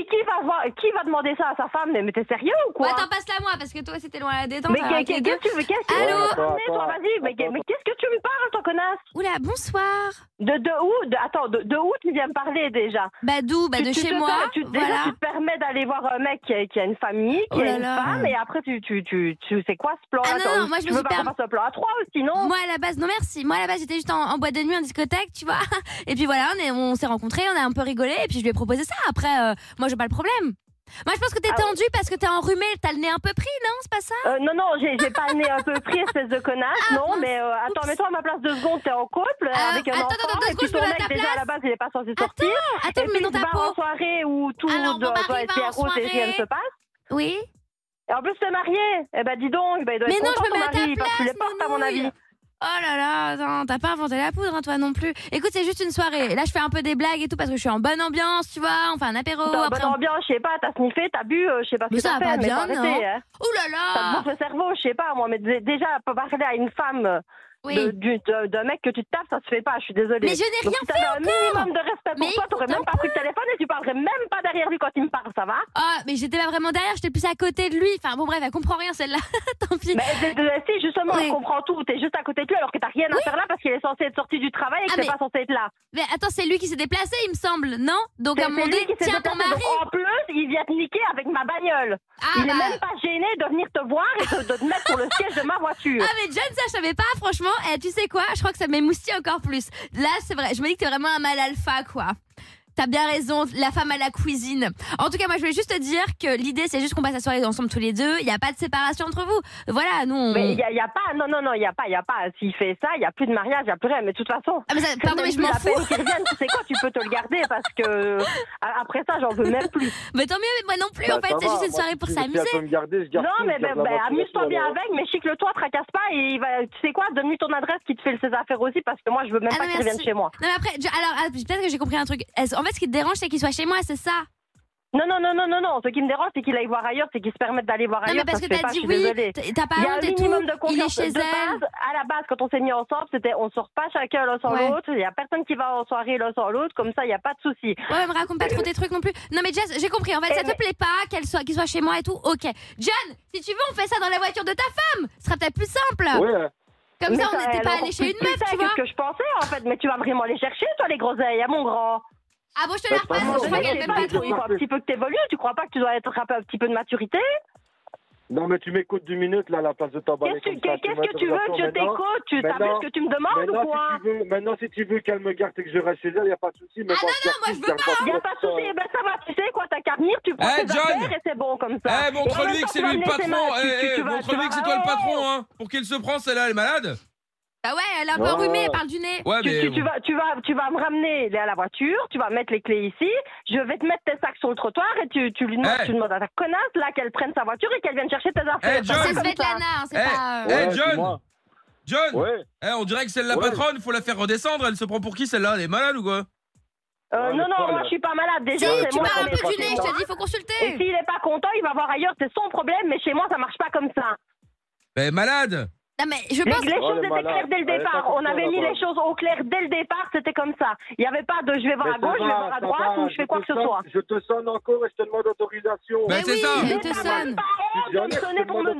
[SPEAKER 10] qui va demander ça à sa femme? Mais t'es sérieux ou quoi?
[SPEAKER 4] Attends, passe-la moi, parce que toi, c'était loin à la détente.
[SPEAKER 10] Mais qu'est-ce que tu veux?
[SPEAKER 4] Allô?
[SPEAKER 10] Toi, vas-y, mais qu'est-ce que tu me parles, toi, connasse?
[SPEAKER 4] Oula, bonsoir.
[SPEAKER 10] De où? Attends, de où tu viens me parler, déjà?
[SPEAKER 4] Bah d'où? Bah de chez moi.
[SPEAKER 10] Tu te permets d'aller voir un mec qui a une famille, qui a une femme, et après, tu sais quoi, ce plan-là?
[SPEAKER 4] Ah non, moi, je me suis permis.
[SPEAKER 10] Un plan à 3 aussi, non?
[SPEAKER 4] Moi, à la base, non merci. Moi, à la base, j'étais juste en boîte de nuit, en discothèque, tu vois. Et puis voilà, on s'est rencontrés, on a un peu rigolé, et puis je lui ai proposé ça. Après, moi, j'ai pas le problème. Moi, je pense que t'es tendue parce que t'es enrhumée, t'as le nez un peu pris, non? C'est pas ça?
[SPEAKER 10] Non, j'ai pas le nez un peu pris, espèce de connasse, non, mais attends, mets-toi à ma place 2 secondes, t'es en couple avec un enfant, et puis ton mec, déjà, à la base, il est pas censé sortir.
[SPEAKER 4] Attends,
[SPEAKER 10] et
[SPEAKER 4] mais dans ta peau.
[SPEAKER 10] Tu vas en soirée où tout doit être bien rose et rien ne se passe.
[SPEAKER 4] Oui.
[SPEAKER 10] Et en plus, t'es marié. Eh ben, dis donc, il doit être content, ton mari, parce que tu les portes, à mon avis.
[SPEAKER 4] Oh là là, attends, t'as pas inventé la poudre, hein, toi non plus. Écoute, c'est juste une soirée. Là, je fais un peu des blagues et tout parce que je suis en bonne ambiance, tu vois. On fait un apéro.
[SPEAKER 10] Bonne ambiance, je sais pas, t'as sniffé, t'as bu, je sais pas ce que t'as fait, mais
[SPEAKER 4] bien,
[SPEAKER 10] faut arrêter, hein.
[SPEAKER 4] Ouh là là.
[SPEAKER 10] Ça te bouffe le cerveau, je sais pas, moi, mais déjà, parler à une femme d'un mec que tu te tapes, ça se fait pas, je suis désolée.
[SPEAKER 4] Mais je n'ai rien fait
[SPEAKER 10] encore. Si t'avais un minimum de respect pour toi, t'aurais même pas pris le téléphone et tu parlerais même pas derrière lui quand il me parle, ça va?
[SPEAKER 4] Ah, mais j'étais pas vraiment derrière, j'étais plus à côté de lui. Enfin bon, bref, elle comprend rien celle-là. Tant pis.
[SPEAKER 10] Mais si, justement, elle comprend tout. T'es juste à côté de lui alors que t'as rien à faire là parce qu'il est censé être sorti du travail et que t'es pas censé être là.
[SPEAKER 4] Mais attends, c'est lui qui s'est déplacé, il me semble, non? Donc à un moment donné, tiens ton mari.
[SPEAKER 10] En plus, il vient te niquer avec ma bagnole. Il est même pas gêné de venir te voir et de te mettre sur le siège de ma voiture.
[SPEAKER 4] Ah mais John, ça je savais pas, franchement. Tu sais quoi? Je crois que ça m'émoustille encore plus. Là, c'est vrai, je me dis que t'es vraiment un mâle alpha, quoi. T'as bien raison, la femme à la cuisine. En tout cas, moi, je voulais juste te dire que l'idée, c'est juste qu'on passe la soirée ensemble tous les deux. Il n'y a pas de séparation entre vous. Voilà, nous,
[SPEAKER 10] Mais il y a pas, non, il y a pas. S'il fait ça, il n'y a plus de mariage, il n'y a plus rien. Mais de toute façon.
[SPEAKER 4] Ah, mais ça, pardon, mais je m'en fous.
[SPEAKER 10] Tu sais quoi, tu peux te le garder parce que après ça, j'en veux même plus.
[SPEAKER 4] Mais tant mieux, mais moi non plus, en fait, c'est juste une soirée pour s'amuser.
[SPEAKER 10] Non, mais amuse-toi bien avec, mais chicle-toi, tracasse pas et tu sais quoi, donne-lui ton adresse qui te fait ses affaires aussi parce que moi, je veux même pas qu'il revienne chez moi.
[SPEAKER 4] Non, mais après, alors, peut-être que j'ai compris un truc. En fait, ce qui te dérange, c'est qu'il soit chez moi, c'est ça?
[SPEAKER 10] Non. Ce qui me dérange, c'est qu'il aille voir ailleurs, c'est qu'il se permette d'aller voir ailleurs.
[SPEAKER 4] Non, mais parce que t'as dit oui, t'as pas honte et tout. Il est chez elle.
[SPEAKER 10] À la base, quand on s'est mis ensemble, c'était on sort pas chacun l'un sans l'autre. Il y a personne qui va en soirée l'un sans l'autre. Comme ça, il y a pas de souci.
[SPEAKER 4] Ouais, me raconte pas trop tes trucs non plus. Non, mais Jess, j'ai compris. En fait, ça te plaît pas qu'il soit chez moi et tout. Ok. John, si tu veux, on fait ça dans la voiture de ta femme. Ce sera peut-être plus simple.
[SPEAKER 7] Ouais.
[SPEAKER 4] Comme ça, on n'était pas allé chez une meuf, tu vois.
[SPEAKER 10] C'est ce que je pensais, en fait. Mais tu vas vraiment les chercher, toi, les groseilles, mon grand.
[SPEAKER 4] Ah bon, je te la repasse, je crois qu'elle m'aime pas trop.
[SPEAKER 10] Il faut un petit peu que t'évolues, tu crois pas que tu dois être un petit peu de maturité?
[SPEAKER 7] Non, mais tu m'écoutes 2 minutes, là, à la place de t'emballer comme ça.
[SPEAKER 10] Qu'est-ce que tu veux? Je t'écoute, tu as vu ce que tu me demandes ou quoi?
[SPEAKER 7] Maintenant, si tu veux qu'elle me garde et que je reste chez elle, il n'y a pas de souci.
[SPEAKER 4] Ah non, moi je veux pas!
[SPEAKER 10] Il n'y a pas de souci, ben ça va, tu sais quoi, t'as qu'à venir, tu prends tes affaires et c'est bon comme ça.
[SPEAKER 1] Montre-lui que c'est lui le patron, montre-lui que c'est toi le patron, hein, pour qu'il se prend, celle-là, elle est malade.
[SPEAKER 4] Ah ouais, elle est un peu enrhumée, elle parle du nez.
[SPEAKER 1] Ouais, mais...
[SPEAKER 10] tu vas me ramener à la voiture, tu vas mettre les clés ici, je vais te mettre tes sacs sur le trottoir et tu demandes à ta connasse là qu'elle prenne sa voiture et qu'elle vienne chercher tes affaires.
[SPEAKER 4] C'est Svetlana, c'est pas...
[SPEAKER 1] John on dirait que c'est la patronne, faut la faire redescendre, elle se prend pour qui celle-là? Elle est malade ou quoi?
[SPEAKER 10] Non, moi je suis pas malade déjà.
[SPEAKER 4] Si, tu parles un peu du nez, je te dis, il faut consulter.
[SPEAKER 10] Et s'il est pas content, il va voir ailleurs, c'est son problème, mais chez moi ça marche pas comme ça.
[SPEAKER 1] Mais malade.
[SPEAKER 4] Non mais je pense
[SPEAKER 10] les choses étaient claires dès le départ. On avait mis les choses au clair dès le départ, c'était comme ça. Il n'y avait pas de je vais voir à gauche, je vais voir à droite ou je fais quoi que ce soit.
[SPEAKER 7] Je te sonne encore et je te demande autorisation.
[SPEAKER 1] Ben c'est ça.
[SPEAKER 4] Je te sonne.
[SPEAKER 10] De me sonner pour me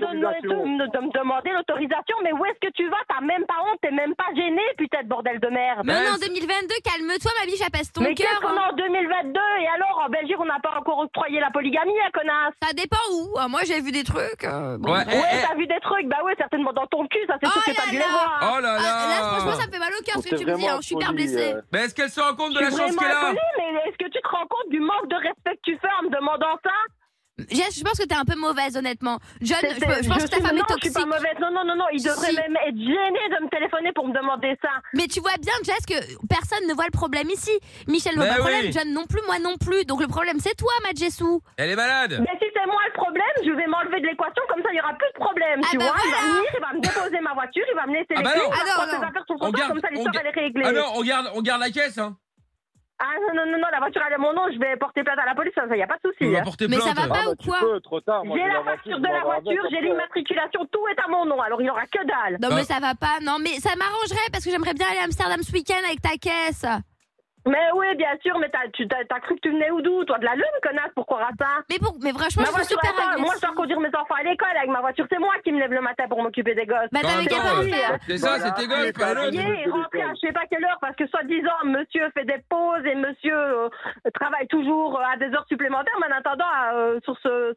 [SPEAKER 10] demander l'autorisation, mais où est-ce que tu vas? T'as même pas honte, t'es même pas gêné, putain de bordel de merde.
[SPEAKER 4] Mais en 2022, calme-toi ma biche, apaise ton cœur.
[SPEAKER 10] Mais qu'est-ce qu'on a en 2022? Et alors, en Belgique, on n'a pas encore octroyé la polygamie, connasse.
[SPEAKER 4] Ça dépend où. Moi j'ai vu des trucs.
[SPEAKER 10] Ouais, t'as vu des trucs, bah ouais, certainement dans ton cul, ça c'est sûr que t'as dû les voir.
[SPEAKER 1] Oh là là.
[SPEAKER 4] Là franchement ça me fait mal au cœur ce que tu me dis, je suis hyper blessée.
[SPEAKER 1] Mais est-ce qu'elle se rend compte de la chance qu'elle a?
[SPEAKER 10] Mais est-ce que tu te rends compte du manque de respect que tu fais en me demandant ça?
[SPEAKER 4] Jess, je pense que t'es un peu mauvaise, honnêtement. John, je pense que ta femme est toxique.
[SPEAKER 10] Je suis pas mauvaise. Non, il devrait même être gêné de me téléphoner pour me demander ça.
[SPEAKER 4] Mais tu vois bien, Jess, que personne ne voit le problème ici. Michel voit pas le problème, John non plus, moi non plus. Donc le problème, c'est toi, ma Jessou.
[SPEAKER 1] Elle est malade.
[SPEAKER 10] Mais si c'est moi le problème, je vais m'enlever de l'équation, comme ça il y aura plus de problème. Tu vois, il va venir, il va me déposer ma voiture, il va me laisser les clés, il va prendre ses affaires sur son compte, comme ça l'histoire elle est réglée.
[SPEAKER 1] Ah non, on garde la caisse, hein.
[SPEAKER 10] Ah non, la voiture elle est mon nom, je vais porter plainte à la police, ça y a pas de souci.
[SPEAKER 4] Mais ça va pas ou quoi?
[SPEAKER 7] Trop tard.
[SPEAKER 10] J'ai la facture de la voiture, j'ai l'immatriculation, tout est à mon nom, alors il y aura que dalle.
[SPEAKER 4] Non mais ça va pas, non mais ça m'arrangerait parce que j'aimerais bien aller à Amsterdam ce week-end avec ta caisse.
[SPEAKER 10] Mais oui, bien sûr, mais t'as cru que tu venais où d'où? Toi, de la lune, connasse, pour croire à ça?
[SPEAKER 4] Mais franchement, je suis super agressive.
[SPEAKER 10] Moi, je dois conduire mes enfants à l'école avec ma voiture. C'est moi qui me lève le matin pour m'occuper des gosses.
[SPEAKER 4] Bah, t'avais qu'à pas en faire.
[SPEAKER 1] C'est ça, c'est tes gosses, pas l'autre.
[SPEAKER 10] Et rentrer à je sais pas quelle heure, parce que soi-disant, monsieur fait des pauses et monsieur travaille toujours à des heures supplémentaires. Mais en attendant, sur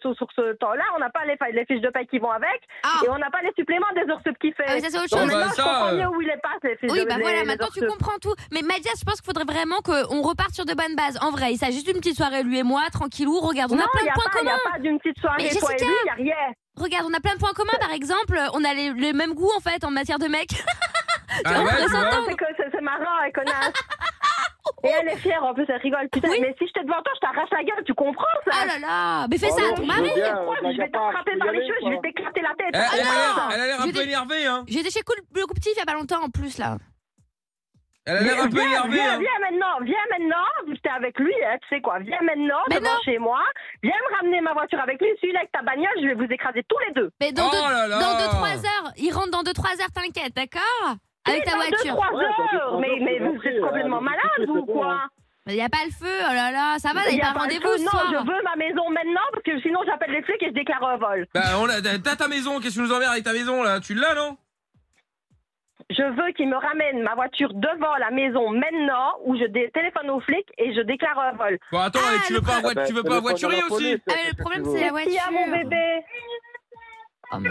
[SPEAKER 10] ce temps-là, on n'a pas les fiches de paye qui vont avec. Et on n'a pas les suppléments des heures sup qu'il fait.
[SPEAKER 4] Ah oui, ça, c'est autre chose.
[SPEAKER 10] Maintenant, je comprends mieux où il est passé, les fiches de paye.
[SPEAKER 4] Oui, bah voilà, maintenant tu comprends tout. Mais Madia, je pense qu'il faudrait vraiment qu'on reparte sur de bonnes bases. En vrai, il s'agit juste d'une petite soirée, lui et moi, tranquillou. Regarde, on a plein de points communs.
[SPEAKER 10] Il n'y a pas d'une petite soirée,
[SPEAKER 4] mais
[SPEAKER 10] toi et lui, il n'y a rien.
[SPEAKER 4] Regarde, on a plein de points communs, par exemple, on a les mêmes goûts en fait en matière de mecs.
[SPEAKER 1] Ah ouais,
[SPEAKER 10] c'est marrant, elle connasse. Et elle est fière, en plus, elle rigole. Putain, mais si j'étais devant toi, je t'arrache la gueule, tu comprends ça?
[SPEAKER 4] Oh là là, mais fais ça à ton mari.
[SPEAKER 10] Je vais t'attraper par les cheveux, je vais t'éclater la tête.
[SPEAKER 1] Elle a l'air un peu énervée, hein.
[SPEAKER 4] J'étais chez le Couptif il y a pas longtemps en plus, là.
[SPEAKER 1] Elle a l'air un peu énervée.
[SPEAKER 10] Viens maintenant, j'étais avec lui, tu sais quoi, viens maintenant, devant chez moi, viens me ramener ma voiture avec lui, celui-là avec ta bagnole, je vais vous écraser tous les deux.
[SPEAKER 4] Mais dans 2-3 heures, il rentre dans 2-3 heures, t'inquiète, d'accord? Avec ta voiture.
[SPEAKER 10] 2-3 heures, mais vous êtes complètement malade ou quoi?
[SPEAKER 4] Il n'y a pas le feu, oh là là, ça va, il n'y a pas rendez-vous ce soir.
[SPEAKER 10] Non, je veux ma maison maintenant, parce que sinon j'appelle les flics et je déclare un vol.
[SPEAKER 1] Bah, t'as ta maison, qu'est-ce que tu nous emmerdes avec ta maison là? Tu l'as, non?
[SPEAKER 10] Je veux qu'il me ramène ma voiture devant la maison maintenant, où je téléphone aux flics et je déclare un vol.
[SPEAKER 1] Bon, attends, tu veux pas un voiturier aussi?
[SPEAKER 4] Le problème, c'est la voiture.
[SPEAKER 10] Qui a mon bébé? Non.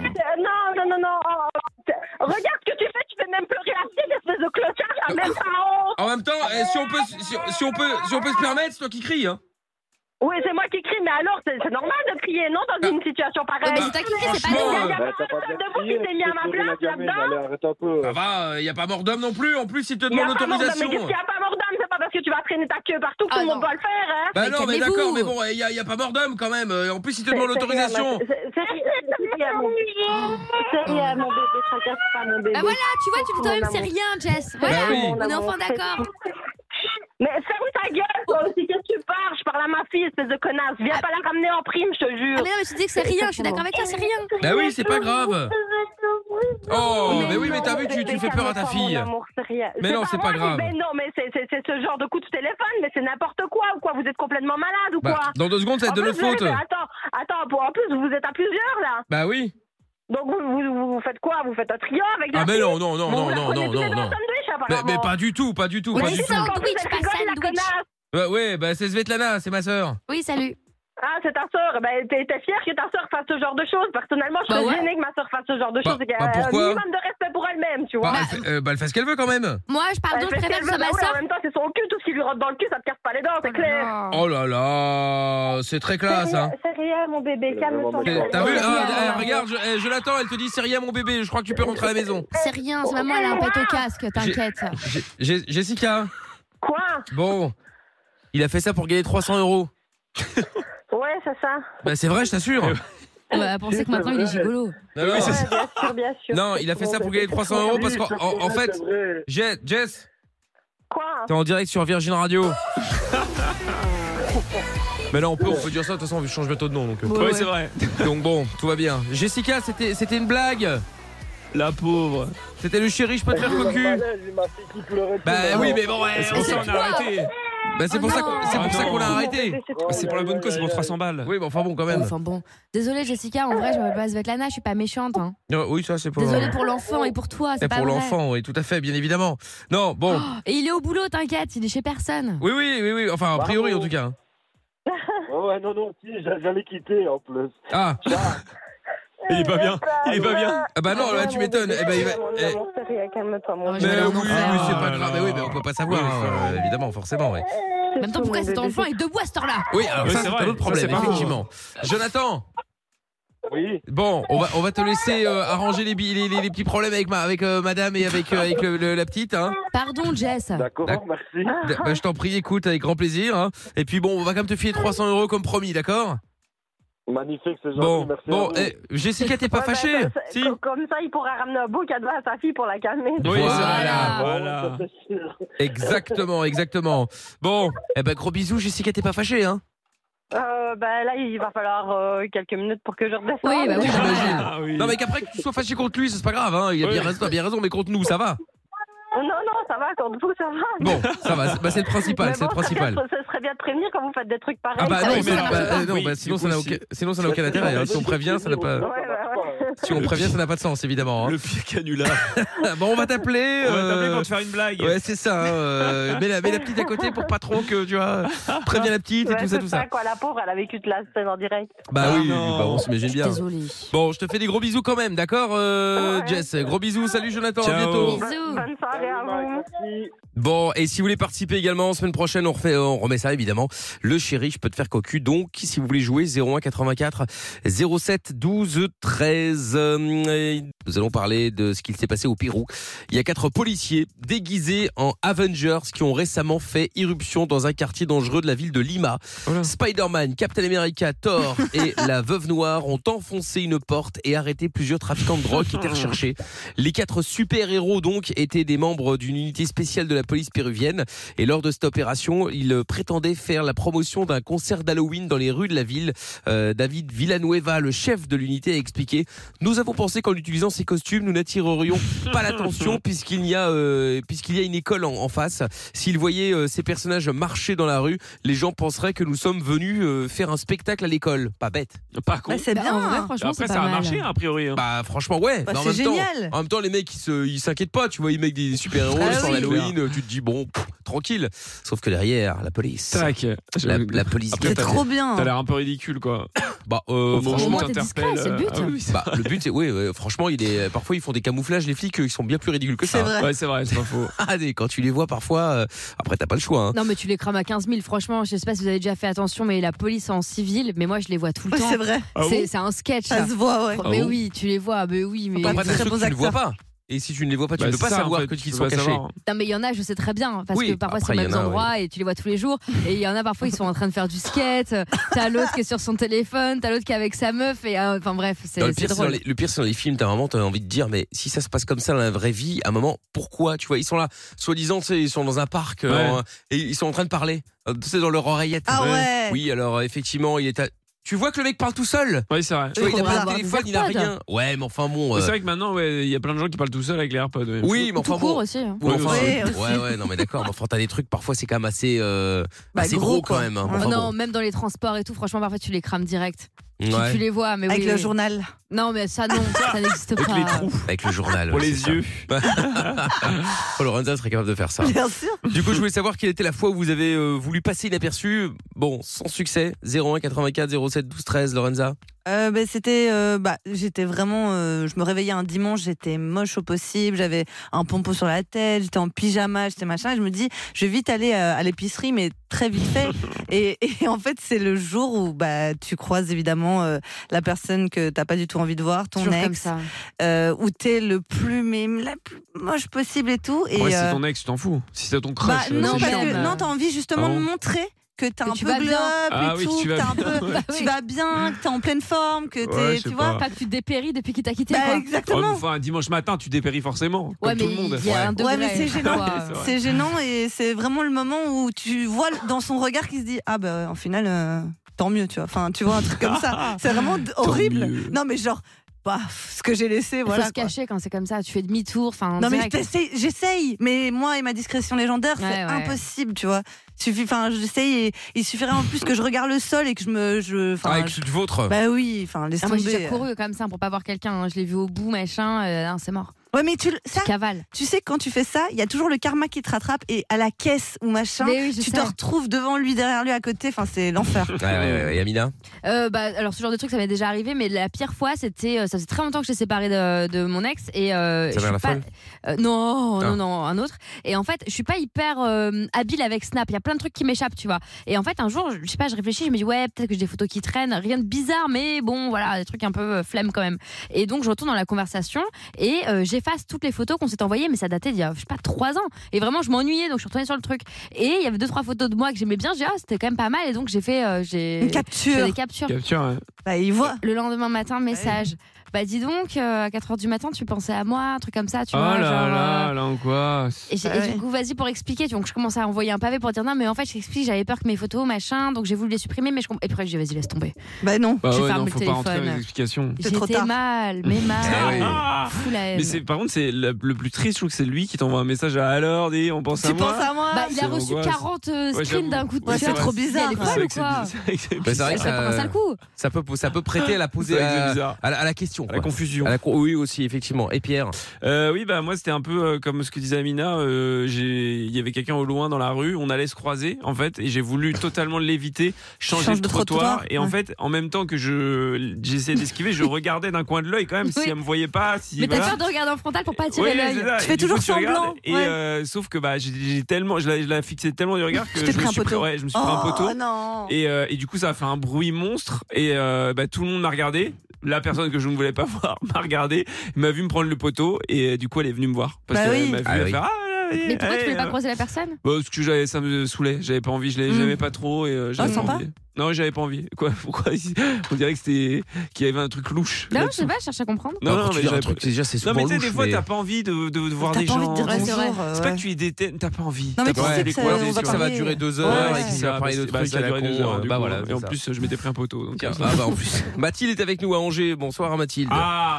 [SPEAKER 10] Regarde ce que tu fais, tu fais même pleurer la petite espèce de clochard, j'ai même pas honte.
[SPEAKER 1] En même temps, si on peut se permettre, c'est toi qui crie, hein.
[SPEAKER 10] Oui, c'est moi qui crie, mais alors, c'est normal de crier, non, dans une situation pareille?
[SPEAKER 4] Mais c'est toi qui crie, c'est pas nous.
[SPEAKER 10] Il y a pas de vous qui s'est mis à ma place, là-dedans.
[SPEAKER 7] Arrête un peu.
[SPEAKER 1] Ça va, il n'y a pas mort d'homme non plus. En plus, il te demande l'autorisation.
[SPEAKER 10] Mais qu'est-ce qu'il n'y a pas mort d'homme? C'est pas parce que tu vas traîner ta queue partout que tout le monde doit le faire, hein?
[SPEAKER 1] Bah non, mais d'accord, mais bon, il n'y a pas mort d'homme quand même. En plus, il te demande l'autorisation.
[SPEAKER 10] C'est rien, mon bébé, tracasse pas mon bébé.
[SPEAKER 4] Bah voilà, tu vois, tu dis toi-même c'est rien, Jess. Voilà, on est enfin d'accord.
[SPEAKER 10] Mais ferme ta gueule, toi aussi, qu'est-ce que tu parles? Je parle à ma fille, espèce de connasse. Viens pas la ramener en prime, je te jure.
[SPEAKER 4] Ah mais non, mais tu dis que c'est rien, je suis d'accord avec toi, c'est rien.
[SPEAKER 1] Bah oui, c'est pas grave. Oh, mais oui, mais t'as vu, tu fais peur à ta fille. Mais non, c'est pas grave.
[SPEAKER 10] Mais non, mais c'est ce genre de coup de téléphone, mais c'est n'importe quoi ou quoi? Vous êtes complètement malade ou quoi?
[SPEAKER 1] Dans 2 secondes, ça va être de notre faute.
[SPEAKER 10] Attends, en plus, vous êtes à plusieurs là.
[SPEAKER 1] Bah oui.
[SPEAKER 10] Donc vous faites quoi? Vous faites un trio avec la
[SPEAKER 1] fille?
[SPEAKER 10] Ah
[SPEAKER 1] mais non. Mais pas du tout.
[SPEAKER 4] Mais c'est sandwich, pas sandwich.
[SPEAKER 1] Ouais, bah c'est Svetlana, c'est ma sœur.
[SPEAKER 4] Oui, salut.
[SPEAKER 10] Ah, c'est ta sœur. Ben, t'es fière que ta sœur fasse ce genre de choses. Personnellement, je suis gênée que ma sœur fasse ce genre de choses. Il y a un minimum de respect pour elle-même, tu vois.
[SPEAKER 1] Elle fait ce qu'elle veut quand même.
[SPEAKER 4] Moi, je parle d'eau, je préfère que ce soit ma sœur.
[SPEAKER 10] En même temps, c'est son cul. Tout ce qui lui rentre dans le cul, ça te casse pas les dents, c'est clair.
[SPEAKER 1] Oh là là, c'est très classe, hein.
[SPEAKER 10] C'est rien. rien, mon bébé, calme-toi.
[SPEAKER 1] T'as vu regarde, Jonathan, elle te dit c'est rien, mon bébé. Je crois que tu peux rentrer à la maison.
[SPEAKER 4] C'est rien, c'est maman, elle a un pet au casque, t'inquiète.
[SPEAKER 1] Jessica.
[SPEAKER 10] Quoi?
[SPEAKER 1] Bon, il a fait ça pour gagner 300 €.
[SPEAKER 10] Ouais, c'est ça.
[SPEAKER 1] Bah c'est vrai, je t'assure.
[SPEAKER 4] Ouais, elle pensait que maintenant il est gigolo.
[SPEAKER 1] Non,
[SPEAKER 10] bien sûr.
[SPEAKER 1] Non, il a fait ça pour gagner 300 € parce qu'en fait, Jess.
[SPEAKER 10] Quoi?
[SPEAKER 1] T'es en direct sur Virgin Radio. Mais là on peut dire ça, de toute façon on change bientôt de nom donc.
[SPEAKER 3] Oui, c'est vrai.
[SPEAKER 1] Donc bon, tout va bien. Jessica, c'était une blague.
[SPEAKER 3] La pauvre.
[SPEAKER 1] C'était le chéri, je peux te faire cocu. Bah oui, mais bon,
[SPEAKER 3] c'est pour ça qu'on a arrêté.
[SPEAKER 1] Bah c'est pour ça qu'on l'a arrêté.
[SPEAKER 3] C'est pour la bonne cause, c'est pour 300 balles.
[SPEAKER 1] Oui, mais enfin bon quand même.
[SPEAKER 4] Enfin bon. Désolée Jessica, en vrai je m'appelle pas Svetlana, je suis pas méchante hein.
[SPEAKER 1] Oui, ça c'est pour.
[SPEAKER 4] Désolée pour l'enfant et pour toi, c'est pas
[SPEAKER 1] pour
[SPEAKER 4] vrai.
[SPEAKER 1] l'enfant, oui, tout à fait, bien évidemment. Non, bon.
[SPEAKER 4] Et il est au boulot, t'inquiète, il est chez personne.
[SPEAKER 1] Oui, enfin a priori en tout cas.
[SPEAKER 7] Ouais, non, si, j'allais quitter en plus.
[SPEAKER 1] Ah.
[SPEAKER 3] Il est pas bien.
[SPEAKER 1] Ah bah non, là tu m'étonnes.
[SPEAKER 10] Calme-toi, mon
[SPEAKER 1] mais oui, c'est pas grave. Mais oui, mais on peut pas savoir, évidemment, forcément, ouais.
[SPEAKER 4] En même temps, pourquoi cet enfant est debout à cette heure-là?
[SPEAKER 1] Oui, alors ça c'est un autre problème, effectivement. Jonathan.
[SPEAKER 7] Oui.
[SPEAKER 1] Bon, on va te laisser arranger les petits problèmes avec madame et avec la petite, hein.
[SPEAKER 4] Pardon, Jess.
[SPEAKER 7] D'accord, merci.
[SPEAKER 1] Bah, je t'en prie, écoute, avec grand plaisir. Hein. Et puis bon, on va quand même te filer 300 € comme promis, d'accord?
[SPEAKER 7] Magnifique, c'est gentil, merci.
[SPEAKER 1] Bon, Jessica, t'es pas fâchée? Si.
[SPEAKER 10] Comme ça, il pourra ramener un beau cadeau à sa fille pour la calmer.
[SPEAKER 1] Oui, voilà. Exactement. Bon, gros bisous, Jessica, t'es pas fâchée, hein?
[SPEAKER 10] Là, il va falloir quelques minutes pour que je redescende.
[SPEAKER 4] Oui, bah oui,
[SPEAKER 1] j'imagine.
[SPEAKER 3] Ah, oui.
[SPEAKER 1] Non, mais qu'après que tu sois fâché contre lui, c'est pas grave, hein. Il a bien raison, mais contre nous, ça va.
[SPEAKER 10] Non, ça va, contre vous, ça va.
[SPEAKER 1] Bon, ça va, c'est le principal,
[SPEAKER 10] Ce serait bien de prévenir quand vous faites des trucs pareils.
[SPEAKER 1] Ah bah non, sinon ça n'a aucun intérêt. Hein. Si on prévient, ça n'a pas. Si on prévient, ça n'a pas de sens, évidemment. Hein.
[SPEAKER 3] Le pied canular.
[SPEAKER 1] Bon, on va t'appeler.
[SPEAKER 3] On va t'appeler pour te faire une blague.
[SPEAKER 1] Ouais, c'est ça. Mets la petite à côté pour pas trop que tu vois. Préviens la petite et tout ça.
[SPEAKER 10] Quoi, la pauvre, elle a vécu de la scène en direct.
[SPEAKER 1] Bah oui, on s'imagine bien.
[SPEAKER 4] Désolée.
[SPEAKER 1] Bon, je te fais des gros bisous quand même, d'accord, Jess. Gros bisous. Salut Jonathan.
[SPEAKER 3] Ciao.
[SPEAKER 1] À bientôt.
[SPEAKER 4] Bisous.
[SPEAKER 10] Bonne soirée à vous.
[SPEAKER 1] Bon, et si vous voulez participer également, semaine prochaine, on remet ça évidemment. Le chéri, je peux te faire cocu. Donc, si vous voulez jouer, 01 84 07 12 13. Nous allons parler de ce qu'il s'est passé au Pérou. Il y a 4 policiers déguisés en Avengers qui ont récemment fait irruption dans un quartier dangereux de la ville de Lima. Voilà. Spider-Man, Captain America, Thor et la Veuve Noire ont enfoncé une porte et arrêté plusieurs trafiquants de drogue qui étaient recherchés. Les 4 super-héros donc étaient des membres d'une unité spéciale de la police péruvienne et lors de cette opération, ils prétendaient faire la promotion d'un concert d'Halloween dans les rues de la ville. David Villanueva, le chef de l'unité, a expliqué: nous avons pensé qu'en utilisant ces costumes, nous n'attirerions pas l'attention puisqu'il y a une école en face. S'ils voyaient ces personnages marcher dans la rue, les gens penseraient que nous sommes venus faire un spectacle à l'école. Pas bête.
[SPEAKER 3] Pas con.
[SPEAKER 2] Bah, c'est bien.
[SPEAKER 4] En vrai, franchement,
[SPEAKER 3] après,
[SPEAKER 4] c'est
[SPEAKER 3] ça
[SPEAKER 4] pas
[SPEAKER 3] a
[SPEAKER 4] mal.
[SPEAKER 3] marché, a priori. Hein.
[SPEAKER 1] Bah franchement ouais.
[SPEAKER 2] Bah,
[SPEAKER 1] mais
[SPEAKER 2] c'est génial.
[SPEAKER 1] En même temps, les mecs ils s'inquiètent pas. Tu vois, ils mettent des super héros sur Halloween. Tu te dis bon, tranquille. Sauf que derrière, la police.
[SPEAKER 3] Tac.
[SPEAKER 1] La police.
[SPEAKER 2] C'est trop bien.
[SPEAKER 3] T'as l'air un peu ridicule, quoi.
[SPEAKER 1] Bah
[SPEAKER 3] franchement,
[SPEAKER 4] t'es discret, c'est le but.
[SPEAKER 1] Le but c'est franchement, parfois ils font des camouflages, les flics, ils sont bien plus ridicules que ça.
[SPEAKER 2] C'est vrai.
[SPEAKER 3] Ouais, c'est vrai, c'est pas faux.
[SPEAKER 1] Quand tu les vois parfois, après t'as pas le choix. Hein.
[SPEAKER 4] Non mais tu les crames à 15 000, franchement, je sais pas si vous avez déjà fait attention, mais la police en civil, mais moi je les vois tout le temps.
[SPEAKER 2] C'est vrai.
[SPEAKER 4] C'est un sketch.
[SPEAKER 2] Ça se voit, ouais.
[SPEAKER 4] Mais oui, tu les vois, mais oui, mais.
[SPEAKER 1] Après, tu ne le vois pas. Et si tu ne les vois pas, tu ne peux pas savoir qu'ils sont cachés.
[SPEAKER 4] Non mais il y en a, je sais très bien, parce que parfois c'est aux mêmes endroits et tu les vois tous les jours. Et il y en a parfois ils sont en train de faire du skate. T'as l'autre qui est sur son téléphone, t'as l'autre qui est avec sa meuf et enfin bref, c'est drôle.
[SPEAKER 1] Le pire c'est dans les films, t'as envie de dire mais si ça se passe comme ça dans la vraie vie, à un moment pourquoi, tu vois, ils sont là, soi-disant, ils sont dans un parc et ils sont en train de parler, c'est dans leur oreillette.
[SPEAKER 2] Ah ouais.
[SPEAKER 1] Oui, alors effectivement, tu vois que le mec parle tout seul.
[SPEAKER 3] Oui, c'est vrai.
[SPEAKER 1] Tu vois, il a pas de téléphone, il a rien. Ouais, mais enfin bon.
[SPEAKER 3] C'est vrai que maintenant, il y a plein de gens qui parlent tout seul avec les AirPods.
[SPEAKER 1] Oui, mais enfin
[SPEAKER 4] tout
[SPEAKER 1] bon.
[SPEAKER 4] court aussi. Hein.
[SPEAKER 1] Ouais, non, mais d'accord. Mais enfin, t'as des trucs, parfois, c'est quand même assez gros quand même. Hein. Enfin,
[SPEAKER 4] non, même dans les transports et tout, franchement, parfois, tu les crames direct.
[SPEAKER 1] Ouais.
[SPEAKER 4] Tu les vois, mais
[SPEAKER 2] avec
[SPEAKER 4] oui,
[SPEAKER 2] le journal.
[SPEAKER 4] Non, mais ça, non, ça n'existe pas.
[SPEAKER 3] Avec les trous.
[SPEAKER 1] Avec le journal.
[SPEAKER 3] Pour les yeux.
[SPEAKER 1] Lorenza serait capable de faire ça.
[SPEAKER 2] Bien sûr.
[SPEAKER 1] Du coup, je voulais savoir quelle était la fois où vous avez voulu passer inaperçu. Bon, sans succès. 01 84 07 12 13, Lorenza.
[SPEAKER 2] J'étais vraiment, je me réveillais un dimanche, j'étais moche au possible, j'avais un pompon sur la tête, j'étais en pyjama, j'étais machin, et je me dis, je vais vite aller à l'épicerie, mais très vite fait. et en fait, c'est le jour où tu croises évidemment la personne que t'as pas du tout envie de voir, ton
[SPEAKER 4] toujours
[SPEAKER 2] ex, où t'es la plus moche possible et tout. Et
[SPEAKER 3] c'est ton ex, tu t'en fous. Si c'est ton crush.
[SPEAKER 2] Non, t'as envie justement de montrer que t'as un peu globe et tout, tu vas bien, que t'es en pleine forme, que tu vois.
[SPEAKER 4] Pas que tu dépéris depuis qu'il t'a quitté.
[SPEAKER 2] Exactement.
[SPEAKER 3] Enfin, dimanche matin, tu dépéris forcément. Comme tout le monde.
[SPEAKER 2] Mais c'est gênant. C'est gênant et c'est vraiment le moment où tu vois dans son regard qu'il se dit en final, tant mieux, tu vois. Enfin, tu vois, un truc comme ça. C'est vraiment horrible. Non, mais genre. Ce que j'ai laissé, voilà.
[SPEAKER 4] Faut se cacher quand c'est comme ça, tu fais demi-tour.
[SPEAKER 2] Non, mais j'essaye, mais moi et ma discrétion légendaire, c'est impossible, tu vois. J'essaye et il suffirait en plus que je regarde le sol et que
[SPEAKER 1] avec le vôtre.
[SPEAKER 2] Bah oui, laisse tomber.
[SPEAKER 4] Moi j'ai couru comme ça pour pas voir quelqu'un, je l'ai vu au bout, machin, c'est mort.
[SPEAKER 2] Ouais, mais tu
[SPEAKER 4] cavales.
[SPEAKER 2] Tu sais, quand tu fais ça, il y a toujours le karma qui te rattrape et à la caisse ou machin, tu te retrouves devant lui, derrière lui, à côté. Enfin, c'est l'enfer.
[SPEAKER 1] Et Amina
[SPEAKER 4] alors, ce genre de truc, ça m'est déjà arrivé, mais la pire fois, c'était. Ça faisait très longtemps que j'étais séparée de mon ex. Et,
[SPEAKER 1] ça
[SPEAKER 4] je
[SPEAKER 1] la folle
[SPEAKER 4] non, un autre. Et en fait, je suis pas hyper habile avec Snap. Il y a plein de trucs qui m'échappent, tu vois. Et en fait, un jour, je sais pas, je réfléchis, je me dis, peut-être que j'ai des photos qui traînent. Rien de bizarre, mais bon, voilà, des trucs un peu flemme quand même. Et donc, je retourne dans la conversation et j'efface toutes les photos qu'on s'est envoyées, mais ça datait d'il y a, je sais pas, 3 ans. Et vraiment, je m'ennuyais, donc je suis retournée sur le truc. Et il y avait 2-3 photos de moi que j'aimais bien. J'ai dit, c'était quand même pas mal. Et donc, j'ai fait
[SPEAKER 2] une capture.
[SPEAKER 4] Des captures.
[SPEAKER 2] Il voit.
[SPEAKER 4] Le lendemain matin, message. Dis donc, à 4h du matin, tu pensais à moi, un truc comme ça, tu vois.
[SPEAKER 3] Oh là là, quoi.
[SPEAKER 4] Et du coup, vas-y pour expliquer. Donc, je commence à envoyer un pavé pour dire non, mais en fait, je t'explique, j'avais peur que mes photos, machin, donc j'ai voulu les supprimer, mais et puis après, je dis vas-y, laisse tomber.
[SPEAKER 2] Non.
[SPEAKER 4] J'ai
[SPEAKER 3] fermé
[SPEAKER 4] le
[SPEAKER 3] faut
[SPEAKER 4] téléphone.
[SPEAKER 3] pas rentrer dans les explications.
[SPEAKER 4] J'étais mal, mais mal. Fou la haine.
[SPEAKER 3] Mais par contre, c'est le plus triste, je trouve que c'est lui qui t'envoie un message à alors, dis, on pense à moi.
[SPEAKER 2] Tu penses à moi
[SPEAKER 4] il a reçu 40 screens d'un coup de
[SPEAKER 2] c'est trop bizarre.
[SPEAKER 1] C'est vrai que ça peut prêter à la poser à la question,
[SPEAKER 3] à la confusion.
[SPEAKER 1] Oui, aussi, effectivement. Et Pierre
[SPEAKER 3] moi, c'était un peu comme ce que disait Amina. Il y avait quelqu'un au loin dans la rue. On allait se croiser, en fait, et j'ai voulu totalement l'éviter, changer de trottoir. Et en fait, en même temps que j'essayais d'esquiver, je regardais d'un coin de l'œil quand même si elle me voyait pas.
[SPEAKER 4] Mais t'as peur de regarder en frontal pour pas attirer l'œil.
[SPEAKER 2] Tu fais toujours semblant.
[SPEAKER 3] Et sauf que je la fixais tellement du regard que je me suis pris un poteau. Et du coup, ça a fait un bruit monstre. Et tout le monde m'a regardé. La personne que je ne voulais pas voir m'a regardé, m'a vu me prendre le poteau et du coup elle est venue me voir parce qu'elle m'a vu faire
[SPEAKER 4] mais pourquoi tu voulais pas croiser la personne?
[SPEAKER 3] Parce que ça me saoulait, j'avais pas envie, je l'aimais pas trop et j'avais pas envie. Non, j'avais pas envie. Pourquoi on dirait que qu'il y avait un truc louche.
[SPEAKER 4] Non, je sais pas, je cherche à comprendre.
[SPEAKER 3] Non, mais
[SPEAKER 1] un truc, déjà c'est souvent louche.
[SPEAKER 3] Non, mais tu sais, des fois t'as pas envie de voir des gens. C'est pas que tu y détestes, t'as pas envie.
[SPEAKER 2] Non, mais tu sais que
[SPEAKER 1] ça va durer 2 heures et qu'il va parler de trucs à la con.
[SPEAKER 3] Voilà. Et en plus, je m'étais pris un poteau.
[SPEAKER 1] En plus, Mathilde est avec nous à Angers. Bonsoir Mathilde.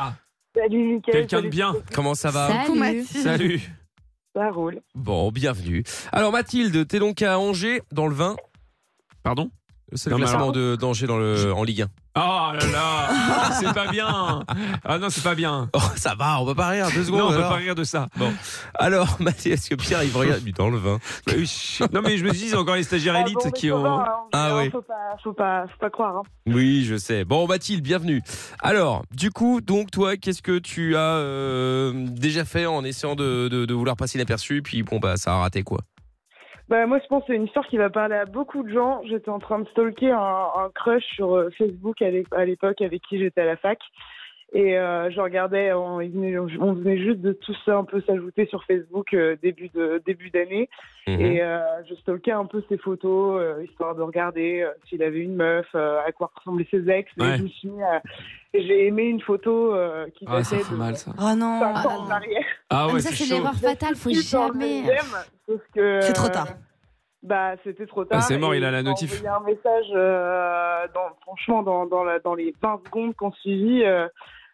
[SPEAKER 5] Salut Mickaël.
[SPEAKER 3] Quelqu'un de bien.
[SPEAKER 1] Comment ça va?
[SPEAKER 3] Salut.
[SPEAKER 5] Ça roule.
[SPEAKER 1] Bon, bienvenue. Alors Mathilde, t'es donc à Angers dans le 20.
[SPEAKER 3] Pardon?
[SPEAKER 1] C'est le classement d'Angers en Ligue 1.
[SPEAKER 3] Oh là là, c'est pas bien. Ah non, c'est pas bien.
[SPEAKER 1] Oh, ça va, on va pas rire 2 secondes.
[SPEAKER 3] Non, on va pas rire de ça.
[SPEAKER 1] Bon. Alors, Mathilde, est-ce que Pierre il regarde dans le 20?
[SPEAKER 3] Non, mais je me suis dit, c'est encore les stagiaires élites qui ont.
[SPEAKER 5] Oui. Faut pas croire. Hein.
[SPEAKER 1] Oui, je sais. Bon, Mathilde, bienvenue. Alors, du coup, donc toi, qu'est-ce que tu as déjà fait en essayant de vouloir passer inaperçu, puis ça a raté quoi?
[SPEAKER 5] Moi, je pense que c'est une histoire qui va parler à beaucoup de gens. J'étais en train de stalker un crush sur Facebook à l'époque avec qui j'étais à la fac. Et je regardais, on venait juste de tous un peu s'ajouter sur Facebook début d'année. Et je stalkais un peu ses photos, histoire de regarder s'il avait une meuf, à quoi ressemblaient ses ex. Et je me suis mis j'ai aimé une photo qui datait
[SPEAKER 3] ça fait mal, ça.
[SPEAKER 2] Oh non.
[SPEAKER 5] 5 ans en arrière.
[SPEAKER 3] Ah ouais,
[SPEAKER 4] ça, c'est l'erreur fatale, faut jamais.
[SPEAKER 5] Sauf que
[SPEAKER 2] c'est trop tard.
[SPEAKER 5] C'était trop tard.
[SPEAKER 3] C'est mort, il a la notif.
[SPEAKER 5] Il y a un message, franchement, dans les 20 secondes qu'on suivit,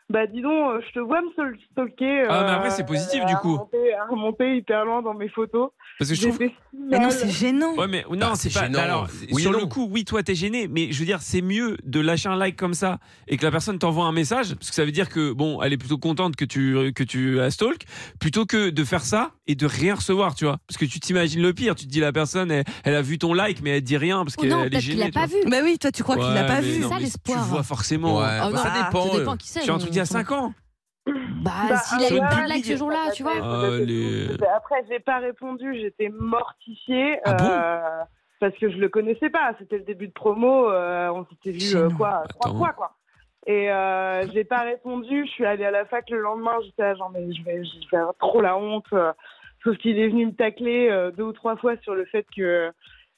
[SPEAKER 11] bah dis donc, je te vois me stalker.
[SPEAKER 3] Ah, mais après, c'est positif, du coup.
[SPEAKER 11] À remonter hyper loin dans mes photos.
[SPEAKER 3] Parce que je trouve...
[SPEAKER 2] Mais non, c'est gênant.
[SPEAKER 3] Ouais, mais non, c'est pas...
[SPEAKER 1] gênant.
[SPEAKER 3] Alors, sur le coup, oui, toi, t'es gêné, mais je veux dire, c'est mieux de lâcher un like comme ça et que la personne t'envoie un message, parce que ça veut dire que, bon, elle est plutôt contente que tu la stalk, plutôt que de faire ça et de rien recevoir, tu vois. Parce que tu t'imagines le pire, tu te dis, la personne, elle a vu ton like, mais elle dit rien, parce qu'elle est gênée.
[SPEAKER 4] Non, qu'il l'a pas vu.
[SPEAKER 2] Bah oui, toi, tu crois qu'il l'a pas vu.
[SPEAKER 4] C'est ça, l'espoir.
[SPEAKER 3] Tu vois forcément.
[SPEAKER 1] Ouais,
[SPEAKER 4] Oh, non,
[SPEAKER 1] ça dépend.
[SPEAKER 4] Ça dépend qui c'est.
[SPEAKER 3] Tu as un truc d'il y a 5 ans.
[SPEAKER 4] Bah, s'il a eu plein de likes ce jour-là, tu vois.
[SPEAKER 11] Après, j'ai pas répondu, j'étais mortifiée.
[SPEAKER 3] Ah bon
[SPEAKER 11] parce que je le connaissais pas. C'était le début de promo, on s'était vu 3 fois, quoi. Et j'ai pas répondu, je suis allée à la fac le lendemain, j'étais là, genre, mais je vais trop la honte. Sauf qu'il est venu me tacler 2 ou 3 fois sur le fait que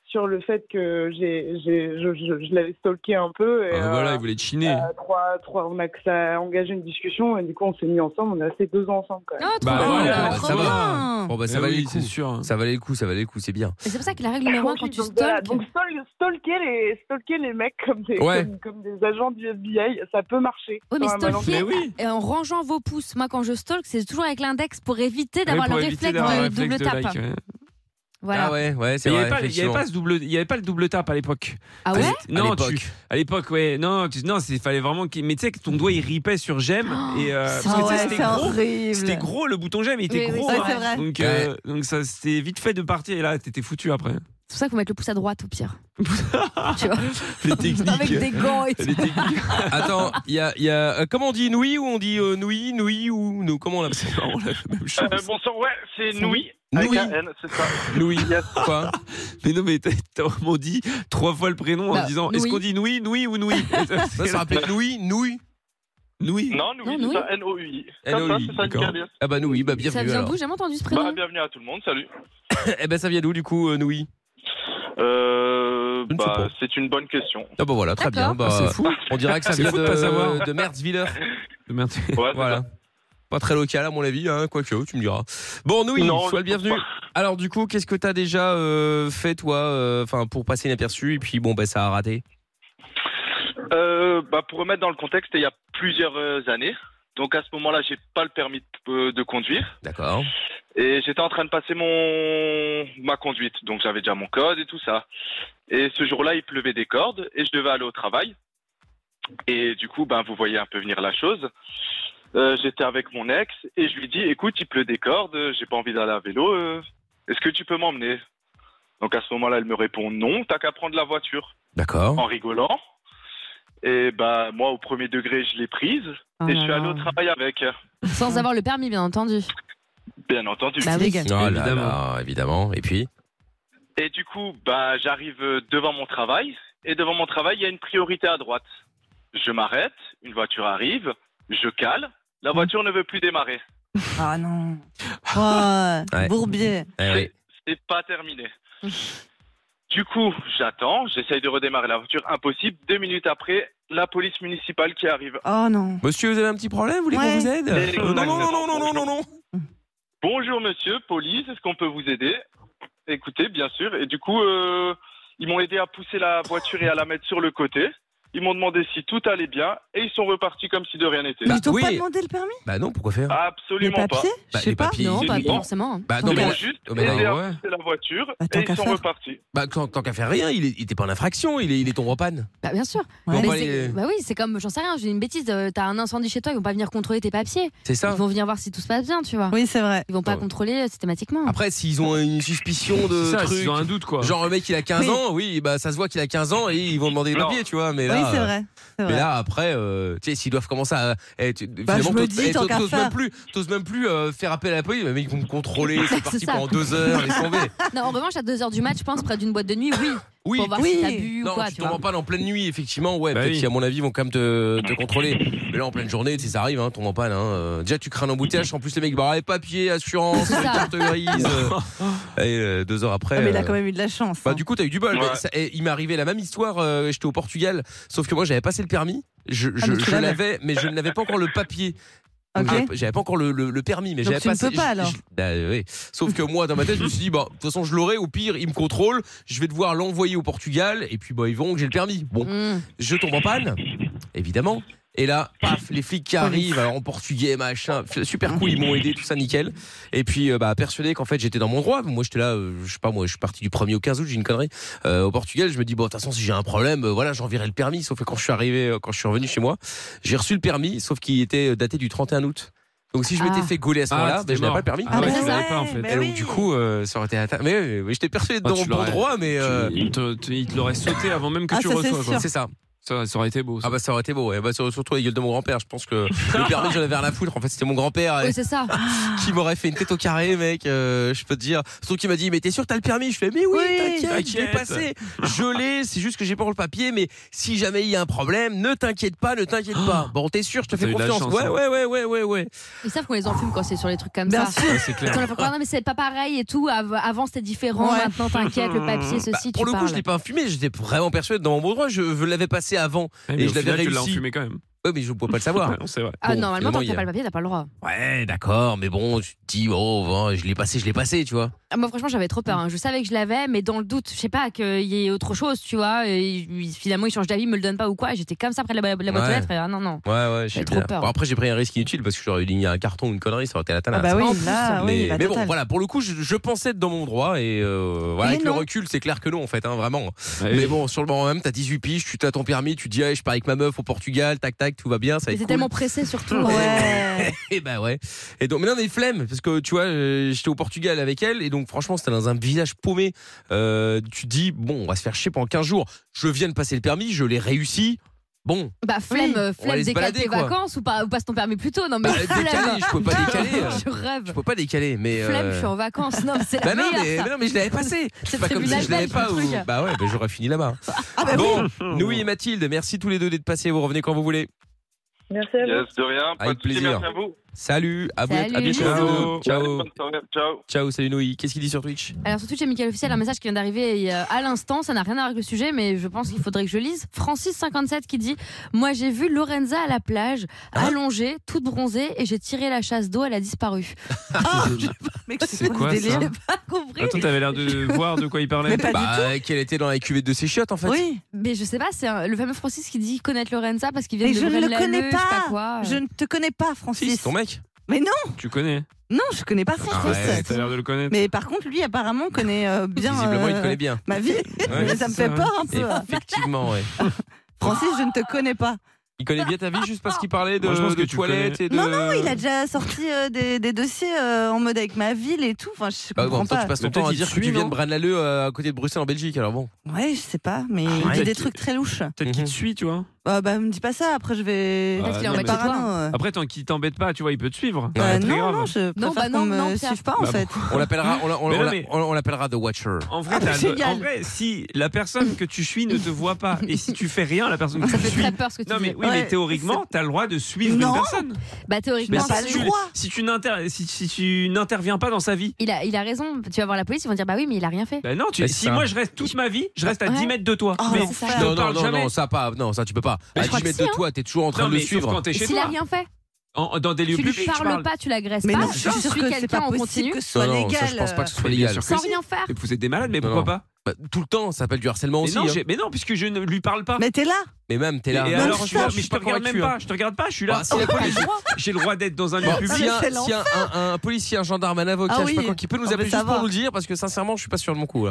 [SPEAKER 11] je l'avais stalké un peu. Et,
[SPEAKER 3] voilà, il voulait te chiner.
[SPEAKER 11] On a engagé une discussion et du coup on s'est mis ensemble, on a fait 2 ans ensemble quand même.
[SPEAKER 4] Oh,
[SPEAKER 1] ça va. Bon, bah, ça valait le coup,
[SPEAKER 3] c'est sûr.
[SPEAKER 1] Ça valait le coup, c'est bien.
[SPEAKER 4] Et c'est pour ça que la règle numéro 1 quand tu stalks.
[SPEAKER 11] Donc stalker les mecs comme des agents du FBI, ça peut marcher.
[SPEAKER 4] Oui, mais stalker en rangeant vos pouces. Moi, quand je stalk, c'est toujours avec l'index pour éviter d'avoir le réflexe de double tap. Voilà.
[SPEAKER 1] Ah ouais, c'est vrai.
[SPEAKER 3] Il y avait pas le double tap à l'époque.
[SPEAKER 4] Ah ouais?
[SPEAKER 3] Non, à l'époque, ouais. Non, fallait vraiment mais tu sais que ton doigt il ripait sur j'aime et parce que c'était gros. C'était gros, le bouton j'aime, il était gros.
[SPEAKER 2] Ouais, c'est vrai.
[SPEAKER 3] Donc ça c'était vite fait de partir et là t'étais foutu après.
[SPEAKER 4] C'est pour ça qu'il faut mettre le pouce à droite au pire. Tu vois.
[SPEAKER 3] Les techniques.
[SPEAKER 4] Avec des gants et tout.
[SPEAKER 1] Attends, il y a comment on dit nouilles ou on dit nouilles ou nous, comment on l'appelle?
[SPEAKER 3] On a la même chose.
[SPEAKER 12] Bon sang, ouais, c'est nouilles.
[SPEAKER 1] Nouilles.
[SPEAKER 12] C'est ça.
[SPEAKER 1] Nouilles. Quoi?
[SPEAKER 3] Mais non, mais t'as vraiment dit 3 fois le prénom en disant est-ce qu'on dit nouilles ou nouilles?
[SPEAKER 1] Ça rappelle nouilles.
[SPEAKER 12] Non, nouilles, c'est ça, N-O-U-I.
[SPEAKER 1] N-O-U-I, d'accord. Ah bah nouilles, bah bienvenue.
[SPEAKER 4] Ça vient
[SPEAKER 1] alors.
[SPEAKER 4] d'où? J'ai jamais entendu ce prénom.
[SPEAKER 12] Bah, bienvenue à tout le monde, salut.
[SPEAKER 1] Eh ben ça vient d'où du coup, nouilles?
[SPEAKER 12] C'est une bonne question.
[SPEAKER 1] Ah bah voilà, très bien. Bah,
[SPEAKER 3] c'est fou.
[SPEAKER 1] On dirait que ça vient de Merzwiller.
[SPEAKER 12] Ouais,
[SPEAKER 1] voilà. Pas très local à mon avis, hein, quoique, tu me diras. Bon, Nouille, sois le bienvenu. Alors du coup, qu'est-ce que t'as déjà fait toi, pour passer inaperçu et puis bon, bah ça a raté.
[SPEAKER 12] Pour remettre dans le contexte, il y a plusieurs années. Donc à ce moment-là, j'ai pas le permis de conduire.
[SPEAKER 1] D'accord.
[SPEAKER 12] Et j'étais en train de passer ma conduite, donc j'avais déjà mon code et tout ça. Et ce jour-là, il pleuvait des cordes et je devais aller au travail. Et du coup, vous voyez un peu venir la chose. J'étais avec mon ex et je lui dis, écoute, il pleut des cordes, j'ai pas envie d'aller à vélo, est-ce que tu peux m'emmener? Donc à ce moment-là, elle me répond non, t'as qu'à prendre la voiture.
[SPEAKER 1] D'accord.
[SPEAKER 12] En rigolant. Et moi, au premier degré, je l'ai prise et je suis allé au travail avec.
[SPEAKER 4] Sans avoir le permis, bien entendu.
[SPEAKER 12] Bien entendu.
[SPEAKER 4] Bah oui,
[SPEAKER 1] évidemment. Et puis?
[SPEAKER 12] Et du coup, j'arrive devant mon travail et devant mon travail, il y a une priorité à droite. Je m'arrête, une voiture arrive, je cale, la voiture ne veut plus démarrer.
[SPEAKER 2] Ah non. Bourbier.
[SPEAKER 12] C'est pas terminé. Du coup, j'attends, j'essaye de redémarrer la voiture, impossible. 2 minutes après, la police municipale qui arrive.
[SPEAKER 2] Oh non.
[SPEAKER 1] Monsieur, vous avez un petit problème? Vous voulez qu'on vous aide? Non.
[SPEAKER 12] Bonjour monsieur, police, est-ce qu'on peut vous aider? Écoutez, bien sûr. Et du coup, ils m'ont aidé à pousser la voiture et à la mettre sur le côté. Ils m'ont demandé si tout allait bien et ils sont repartis comme si de rien n'était.
[SPEAKER 2] Ils t'ont pas demandé le permis?
[SPEAKER 1] Bah non, pourquoi faire?
[SPEAKER 12] Absolument pas.
[SPEAKER 1] Les papiers?
[SPEAKER 4] Non, pas forcément.
[SPEAKER 12] Ils m'ont juste aidé à pousser la voiture et ils sont repartis.
[SPEAKER 1] Tant qu'à faire rien, il était pas en infraction, il est tombé en panne.
[SPEAKER 4] Bah bien sûr.
[SPEAKER 2] Ouais.
[SPEAKER 4] Bah oui, c'est comme, j'en sais rien, j'ai une bêtise, t'as un incendie chez toi, ils vont pas venir contrôler tes papiers.
[SPEAKER 1] C'est ça.
[SPEAKER 4] Ils vont venir voir si tout se passe bien, tu vois.
[SPEAKER 2] Oui, c'est vrai.
[SPEAKER 4] Ils vont pas contrôler systématiquement.
[SPEAKER 1] Après, s'ils ont une suspicion de truc,
[SPEAKER 3] s'ils ont un doute quoi.
[SPEAKER 1] Genre le mec il a 15 ans, oui, ça se voit qu'il a 15 ans et ils vont demander les papiers, tu vois. Mais là,
[SPEAKER 2] oui, c'est vrai.
[SPEAKER 1] Mais là après, tu sais, s'ils doivent commencer à,
[SPEAKER 2] je me dis, tant qu'à faire.
[SPEAKER 1] T'oses même plus faire appel à la police, mais ils vont me contrôler, c'est parti pendant 2 heures, laisse tomber.
[SPEAKER 4] Non, en revanche, à 2h du mat, je pense, près d'une boîte de nuit,
[SPEAKER 1] oui.
[SPEAKER 4] Pour voir si t'as bu ou quoi,
[SPEAKER 1] tu tombes en panne en pleine nuit, effectivement,
[SPEAKER 3] Bah
[SPEAKER 1] peut-être
[SPEAKER 3] oui.
[SPEAKER 1] qu'à mon avis, ils vont quand même te contrôler. Mais là, en pleine journée, tu sais, ça arrive, tombe en panne. Déjà, tu crains l'embouteillage, en plus, les mecs, papier, assurance, carte grise. Et 2 heures après.
[SPEAKER 2] Mais il a quand même eu de la chance.
[SPEAKER 1] Du coup, t'as eu du bol. Ouais. Il m'est arrivé la même histoire, j'étais au Portugal, sauf que moi, j'avais passé le permis. Je l'avais, mais je n'avais pas encore le papier.
[SPEAKER 2] Okay.
[SPEAKER 1] J'avais pas encore le permis, mais
[SPEAKER 2] donc
[SPEAKER 1] j'avais
[SPEAKER 2] tu
[SPEAKER 1] passé.
[SPEAKER 2] Ne peux pas alors.
[SPEAKER 1] Oui. Sauf que moi, dans ma tête, je me suis dit, de toute façon, je l'aurai. Au pire, ils me contrôlent. Je vais devoir l'envoyer au Portugal, et puis ils verront que j'ai le permis. Bon, je tombe en panne, évidemment. Et là, paf, les flics qui arrivent, alors en portugais, machin, super cool, ils m'ont aidé, tout ça nickel. Et puis, persuadé qu'en fait j'étais dans mon droit. Moi j'étais là, je sais pas, moi je suis parti du 1er au 15 août, j'ai une connerie. Au Portugal, je me dis bon, de toute façon, si j'ai un problème, voilà, j'enverrai le permis. Sauf que quand je suis revenu chez moi, j'ai reçu le permis, sauf qu'il était daté du 31 août. Donc si je m'étais fait gauler à ce moment-là, je n'avais pas le permis.
[SPEAKER 3] Tu l'avais pas en fait.
[SPEAKER 1] Et donc du coup, ça aurait été mais j'étais persuadé dans mon bon droit, mais
[SPEAKER 3] il te l'aurait sauté avant même que tu reçoives.
[SPEAKER 1] C'est ça.
[SPEAKER 3] Ça aurait été beau. Ça.
[SPEAKER 1] Ah bah ça aurait été beau. Et surtout la gueule de mon grand-père. Je pense que le permis j'en avais rien à foutre. En fait c'était mon grand-père.
[SPEAKER 4] Oui c'est ça.
[SPEAKER 1] Qui m'aurait fait une tête au carré, mec. Je peux te dire. Surtout qu'il m'a dit mais t'es sûr que t'as le permis? Je fais mais oui, t'inquiète, je l'ai passé. Je l'ai. C'est juste que j'ai pas le papier. Mais si jamais il y a un problème, ne t'inquiète pas. Bon t'es sûr, je te fais confiance. Ouais.
[SPEAKER 4] Ils savent qu'on les enfume quand c'est sur les trucs comme ça.
[SPEAKER 3] C'est clair.
[SPEAKER 4] Non mais c'est pas pareil et tout. Avant c'était différent. Maintenant t'inquiète, le papier ceci.
[SPEAKER 1] Pour le coup je l'ai pas infumé. J'étais vraiment persuadé dans mon bon droit. Je l'avais passé avant et je l'avais réussi.
[SPEAKER 3] Tu l'as enfumé quand même.
[SPEAKER 1] Ouais, mais je ne pouvais pas le savoir.
[SPEAKER 3] Non, c'est vrai.
[SPEAKER 4] Normalement, tant que t'as pas le papier, t'as pas le droit.
[SPEAKER 1] Ouais, d'accord, mais bon, tu te dis, je l'ai passé, tu vois.
[SPEAKER 4] Moi, franchement, j'avais trop peur. Je savais que je l'avais, mais dans le doute, je sais pas, qu'il y ait autre chose, tu vois. Et finalement, il change d'avis, il me le donne pas ou quoi. J'étais comme ça près de la boîte aux lettres. Et, non.
[SPEAKER 1] Ouais,
[SPEAKER 4] j'ai trop peur.
[SPEAKER 1] Bon, après, j'ai pris un risque inutile parce que j'aurais ligné un carton ou une connerie, ça aurait été la tanasse.
[SPEAKER 2] Ah bah oui, là,
[SPEAKER 1] mais bon, voilà, pour le coup, je pensais être dans mon droit et voilà, avec le recul, c'est clair que non, en fait, vraiment. Mais bon, sur le moment même, t'as 18 piges, tu as ton permis, tu te dis, je pars avec ma meuf au Portugal, tac, tout va bien, ça va être cool.
[SPEAKER 4] Tellement pressé surtout.
[SPEAKER 2] Ouais.
[SPEAKER 1] Et bah ouais. Et donc, mais non, mais flemme, parce que tu vois, j'étais au Portugal avec elle, et donc franchement, c'était dans un village paumé. Tu te dis, bon, on va se faire chier pendant 15 jours. Je viens de passer le permis, je l'ai réussi. Bon.
[SPEAKER 4] Flemme décaler tes vacances ou passe ton permis plus tôt. Non, mais
[SPEAKER 1] décaler, je peux pas décaler.
[SPEAKER 4] Je rêve.
[SPEAKER 1] Je peux pas décaler, mais.
[SPEAKER 4] Flemme, je suis en vacances. Non, c'est la meilleure.
[SPEAKER 1] mais je l'avais passé. C'est pas comme si je l'avais pas. Bah ouais, j'aurais fini là-bas. Bon, Louis et Mathilde, merci tous les deux d'être passés. Vous revenez quand vous voulez.
[SPEAKER 11] Merci à vous.
[SPEAKER 12] Yes, de rien.
[SPEAKER 1] Avec plaisir.
[SPEAKER 12] Merci à vous.
[SPEAKER 1] Salut, à bientôt. Ciao, salut Noï. Qu'est-ce qu'il dit sur Twitch?
[SPEAKER 4] Alors sur Twitch, il y a Mickaël Officiel, un message qui vient d'arriver à l'instant, ça n'a rien à voir avec le sujet, mais je pense qu'il faudrait que je lise. Francis57 qui dit: moi j'ai vu Lorenza à la plage, allongée, toute bronzée, et j'ai tiré la chasse d'eau, elle a disparu.
[SPEAKER 2] Mais
[SPEAKER 3] c'est quoi ça?
[SPEAKER 4] J'ai pas compris.
[SPEAKER 3] Attends, t'avais l'air de voir de quoi il parlait.
[SPEAKER 2] Mais pas du tout.
[SPEAKER 1] Qu'elle était dans la cuvette de ses chiottes en fait.
[SPEAKER 2] Oui.
[SPEAKER 4] Mais je sais pas, c'est le fameux Francis qui dit connaître Lorenza parce qu'il vient de
[SPEAKER 2] je ne le connais
[SPEAKER 4] je sais pas quoi.
[SPEAKER 2] Je ne te connais pas, Francis.
[SPEAKER 1] Si, c'est ton mec.
[SPEAKER 2] Mais non.
[SPEAKER 3] Tu connais?
[SPEAKER 2] Non, je connais pas Francis.
[SPEAKER 3] T'as l'air de le connaître.
[SPEAKER 2] Mais par contre, lui, apparemment, connaît bien.
[SPEAKER 1] Visiblement, il te connaît bien.
[SPEAKER 2] Ma vie. Mais ça me fait peur un peu.
[SPEAKER 1] Effectivement, ouais.
[SPEAKER 2] Francis, je ne te connais pas.
[SPEAKER 1] Il connaît bien ta vie juste parce qu'il parlait de toilettes et de.
[SPEAKER 2] Non, il a déjà sorti des dossiers en mode avec ma ville et tout. Enfin, je comprends pas.
[SPEAKER 1] Tu passes ton temps à dire que tu viens de Braine-l'Alleud à côté de Bruxelles en Belgique, alors bon.
[SPEAKER 2] Ouais, je sais pas, mais il dit des trucs très louches.
[SPEAKER 3] Peut-être qu'il te suit, tu vois.
[SPEAKER 2] Me dis pas ça, après je vais.
[SPEAKER 3] Après, tant qu'il t'embête pas, tu vois, il peut te suivre.
[SPEAKER 2] Non, je préfère qu'on me suive pas en fait.
[SPEAKER 1] On l'appellera The Watcher.
[SPEAKER 3] En vrai, si la personne que tu suis ne te voit pas et si tu fais rien, la personne que tu suis.
[SPEAKER 4] Ça fait très peur ce que tu dis.
[SPEAKER 3] Oui, mais théoriquement, t'as le droit de suivre une personne.
[SPEAKER 4] Bah théoriquement,
[SPEAKER 2] pas le droit.
[SPEAKER 3] Si tu n'interviens pas dans sa vie.
[SPEAKER 4] Il a raison. Tu vas voir la police, ils vont dire bah oui, mais il a rien fait.
[SPEAKER 3] Bah non, si moi je reste toute ma vie, je reste à 10 mètres de toi. Mais je te parle jamais.
[SPEAKER 1] Non, ça tu peux pas. À 10 mètres de toi, t'es toujours en train de le suivre.
[SPEAKER 4] S'il a rien fait.
[SPEAKER 3] Dans des lieux publics,
[SPEAKER 4] tu lui parles pas, tu l'agresses pas.
[SPEAKER 2] Non, je suis sûr que c'est pas possible que ce soit légal.
[SPEAKER 1] Je pense pas que ce soit légal.
[SPEAKER 4] Sans rien faire.
[SPEAKER 3] Vous êtes des malades, mais pourquoi pas?
[SPEAKER 1] Tout le temps, ça s'appelle du harcèlement aussi.
[SPEAKER 3] Mais non, puisque je ne lui parle pas.
[SPEAKER 2] Mais t'es là.
[SPEAKER 1] Mais même, t'es là.
[SPEAKER 3] Et alors, je te regarde même pas. Je te regarde pas, je suis là. J'ai le droit d'être dans un lieu public.
[SPEAKER 1] Si un policier, un gendarme, un avocat, je sais pas quoi, qui peut nous appeler juste pour nous le dire, parce que sincèrement, je suis pas sûr de mon coup.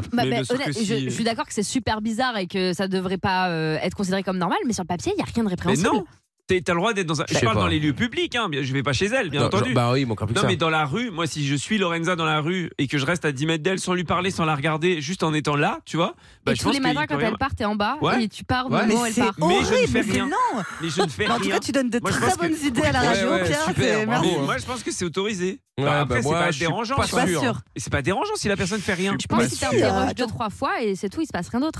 [SPEAKER 4] Je suis d'accord que c'est super bizarre et que ça devrait pas être considéré comme normal, mais sur le papier, il y a rien de répréhensible.
[SPEAKER 3] Mais non. T'as le droit d'être dans un. Je parle dans les lieux publics, hein. Je vais pas chez elle, bien entendu.
[SPEAKER 1] Bah oui, mon plus que ça.
[SPEAKER 3] Non, mais dans la rue, moi, si je suis Lorenza dans la rue et que je reste à 10 mètres d'elle sans lui parler, sans la regarder, juste en étant là, tu vois.
[SPEAKER 4] Et tous les matins, quand elle part, t'es en bas et tu pars au moment où elle part.
[SPEAKER 3] Mais je ne fais rien.
[SPEAKER 2] Mais en tout cas, tu donnes de très bonnes idées à la radio, Pierre.
[SPEAKER 3] Moi, je pense que c'est autorisé.
[SPEAKER 1] Après,
[SPEAKER 3] c'est pas dérangeant.
[SPEAKER 2] Je suis pas sûr.
[SPEAKER 3] Et c'est pas dérangeant si la personne fait rien.
[SPEAKER 4] Je pense que tu t'interroges 2-3 fois et c'est tout, il se passe rien d'autre.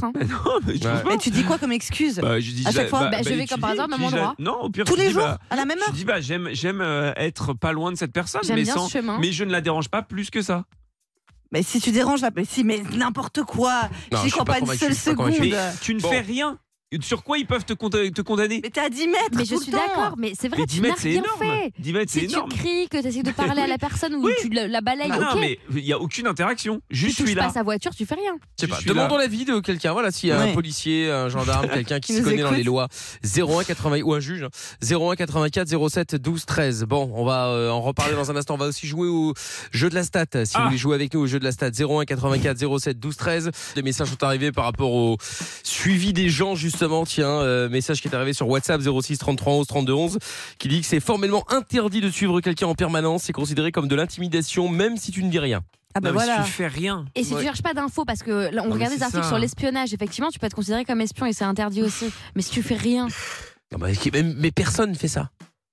[SPEAKER 2] Mais tu dis quoi comme excuse à chaque fois?
[SPEAKER 4] Je vais comme par hasard à mon endroit.
[SPEAKER 3] Non, au pire,
[SPEAKER 2] tous les jours à la même heure.
[SPEAKER 3] Je dis j'aime être pas loin de cette personne, mais je ne la dérange pas plus que ça.
[SPEAKER 2] Mais si tu déranges mais n'importe quoi. J'y crois pas une seule seconde.
[SPEAKER 3] Mais tu ne fais rien. Sur quoi ils peuvent te condamner?
[SPEAKER 2] Mais t'es à 10 mètres.
[SPEAKER 4] Mais je suis d'accord, mais c'est vrai,
[SPEAKER 3] mais 10 mètres,
[SPEAKER 4] tu n'as rien fait.
[SPEAKER 3] 10 mètres, c'est énorme.
[SPEAKER 4] Si tu cries, que tu essaies de parler à la personne ou tu la balayes,
[SPEAKER 3] bah
[SPEAKER 4] ok.
[SPEAKER 3] Non, mais il n'y a aucune interaction. Juste
[SPEAKER 4] tu touches
[SPEAKER 3] suis là.
[SPEAKER 4] pas sa voiture, tu fais rien.
[SPEAKER 1] Je sais pas. Demandons l'avis de quelqu'un. Voilà, s'il y a un policier, un gendarme, quelqu'un qui se connaît dans les lois. 01 80 ou un juge. 01 84 07 12 13. Bon, on va en reparler dans un instant. On va aussi jouer au jeu de la stat. Si vous voulez jouer avec nous au jeu de la stat, 01 84 07 12 13. Des messages sont arrivés par rapport au suivi des gens, justement. Tiens, message qui est arrivé sur WhatsApp 06 33 11 32 11 qui dit que c'est formellement interdit de suivre quelqu'un en permanence. C'est considéré comme de l'intimidation, même si tu ne dis rien.
[SPEAKER 2] Ah bah
[SPEAKER 3] voilà. Si tu fais rien.
[SPEAKER 4] Et si tu cherches pas d'infos, parce que là, on regarde des articles sur l'espionnage, effectivement, tu peux être considéré comme espion et c'est interdit aussi. Mais si tu fais rien.
[SPEAKER 1] Non, mais personne ne fait ça.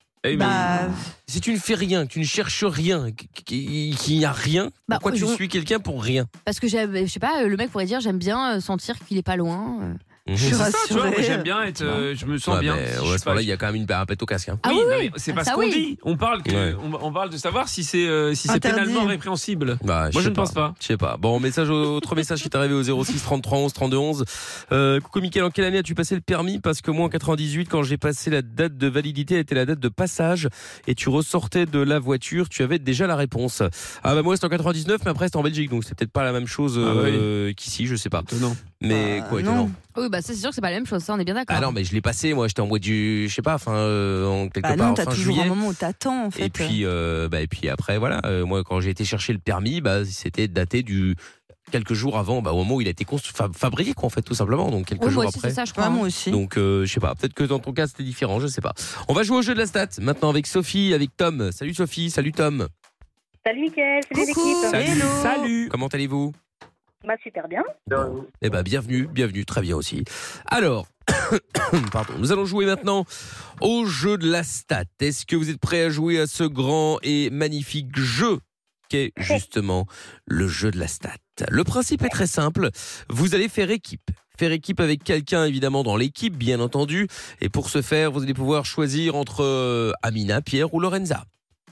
[SPEAKER 1] Si tu ne fais rien, que tu ne cherches rien, qu'il n'y a rien, pourquoi tu suis quelqu'un pour rien?
[SPEAKER 4] Parce que je sais pas, le mec pourrait dire j'aime bien sentir qu'il est pas loin.
[SPEAKER 2] Je suis rassurée.
[SPEAKER 3] J'aime bien être, je me sens bien.
[SPEAKER 1] Mais à ce moment-là, il y a quand même un pète au casque. Hein.
[SPEAKER 4] Ah oui,
[SPEAKER 3] c'est pas ce qu'on dit. On parle de savoir si c'est pénalement répréhensible.
[SPEAKER 1] Moi,
[SPEAKER 3] je ne pense pas.
[SPEAKER 1] Je sais pas. Bon, autre message qui est arrivé au 06 33 11 32 11. Coucou Mickaël, en quelle année as-tu passé le permis? Parce que moi, en 98, quand j'ai passé la date de validité, elle était la date de passage et tu ressortais de la voiture, tu avais déjà la réponse. Ah bah moi, c'était en 99, mais après, c'était en Belgique, donc c'est peut-être pas la même chose qu'ici, je sais pas.
[SPEAKER 3] Étonnant.
[SPEAKER 1] Mais quoi, étonnant?
[SPEAKER 4] Oui, bah c'est sûr que c'est pas la même chose, ça on est bien d'accord.
[SPEAKER 1] Ah non, mais je l'ai passé, moi j'étais en mois je sais pas, quelque part
[SPEAKER 2] non,
[SPEAKER 1] en
[SPEAKER 2] t'as
[SPEAKER 1] fin
[SPEAKER 2] toujours
[SPEAKER 1] juillet.
[SPEAKER 2] un moment où t'attends en fait.
[SPEAKER 1] Et puis après voilà, moi quand j'ai été chercher le permis, c'était daté du quelques jours avant, au moment où il a été fabriqué quoi en fait tout simplement, donc quelques jours après.
[SPEAKER 4] C'est ça, je crois.
[SPEAKER 2] Moi aussi.
[SPEAKER 1] Donc je sais pas, peut-être que dans ton cas c'était différent, je sais pas. On va jouer au jeu de la stat maintenant avec Sophie, avec Tom. Salut Sophie, salut Tom.
[SPEAKER 5] Salut Mickaël, salut l'équipe.
[SPEAKER 1] Salut. Comment allez-vous?
[SPEAKER 5] Bah super bien.
[SPEAKER 1] Bon. Eh ben bienvenue, très bien aussi. Alors, pardon, nous allons jouer maintenant au jeu de la stat. Est-ce que vous êtes prêts à jouer à ce grand et magnifique jeu qu'est justement le jeu de la stat? Le principe est très simple, vous allez faire équipe. Faire équipe avec quelqu'un évidemment dans l'équipe, bien entendu. Et pour ce faire, vous allez pouvoir choisir entre Amina, Pierre ou Lorenza.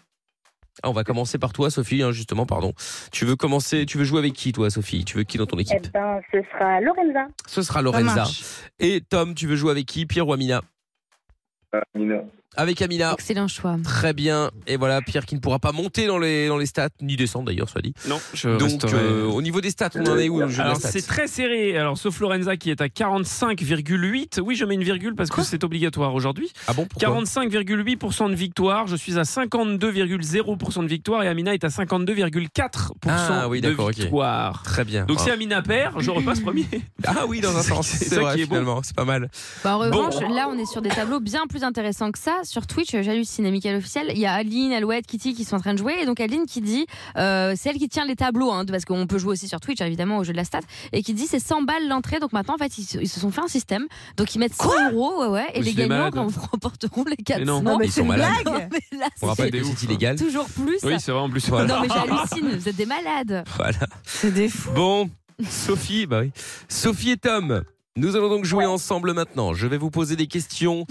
[SPEAKER 1] On va commencer par toi, Sophie, justement, pardon. Tu veux jouer avec qui, toi, Sophie? Tu veux qui dans ton équipe?
[SPEAKER 5] Ce sera Lorenza.
[SPEAKER 1] Ce sera Lorenza. Et Tom, tu veux jouer avec qui? Pierre ou Amina?
[SPEAKER 7] Amina.
[SPEAKER 1] Avec Amina.
[SPEAKER 4] Excellent choix.
[SPEAKER 1] Très bien. Et voilà, Pierre qui ne pourra pas monter dans les stats, ni descendre d'ailleurs, soit dit.
[SPEAKER 3] Non,
[SPEAKER 1] donc au niveau des stats, on en est où?
[SPEAKER 3] Alors c'est très serré. Alors sauf Lorenza qui est à 45,8. Oui, je mets une virgule parce que c'est obligatoire aujourd'hui.
[SPEAKER 1] Ah bon?
[SPEAKER 3] 45,8% de victoire. Je suis à 52,0% de victoire et Amina est à 52,4% de victoire.
[SPEAKER 1] Okay. Très bien.
[SPEAKER 3] Donc si Amina perd, je repasse premier.
[SPEAKER 1] Ah oui, dans un sens. C'est vrai, finalement, bon. C'est pas mal.
[SPEAKER 4] En revanche, là on est sur des tableaux bien plus intéressants que ça. Sur Twitch, j'hallucine, Mickaël officiel. Il y a Aline, Alouette, Kitty qui sont en train de jouer. Et donc Aline qui dit, c'est elle qui tient les tableaux, parce qu'on peut jouer aussi sur Twitch, évidemment, au jeu de la stat. Et qui dit, c'est 100 balles l'entrée. Donc maintenant, en fait, ils se sont fait un système. Donc ils mettent 100 €, et les gagnants remporteront les 400.
[SPEAKER 1] Non, mais ils sont malades.
[SPEAKER 4] On
[SPEAKER 1] rappelle que c'est illégal.
[SPEAKER 4] Toujours plus.
[SPEAKER 3] Oui, c'est vrai en plus.
[SPEAKER 4] Voilà. Non, mais j'hallucine. Vous êtes des malades.
[SPEAKER 1] Voilà.
[SPEAKER 2] C'est des fous.
[SPEAKER 1] Bon, Sophie, Sophie et Tom. Nous allons donc jouer ensemble maintenant. Je vais vous poser des questions.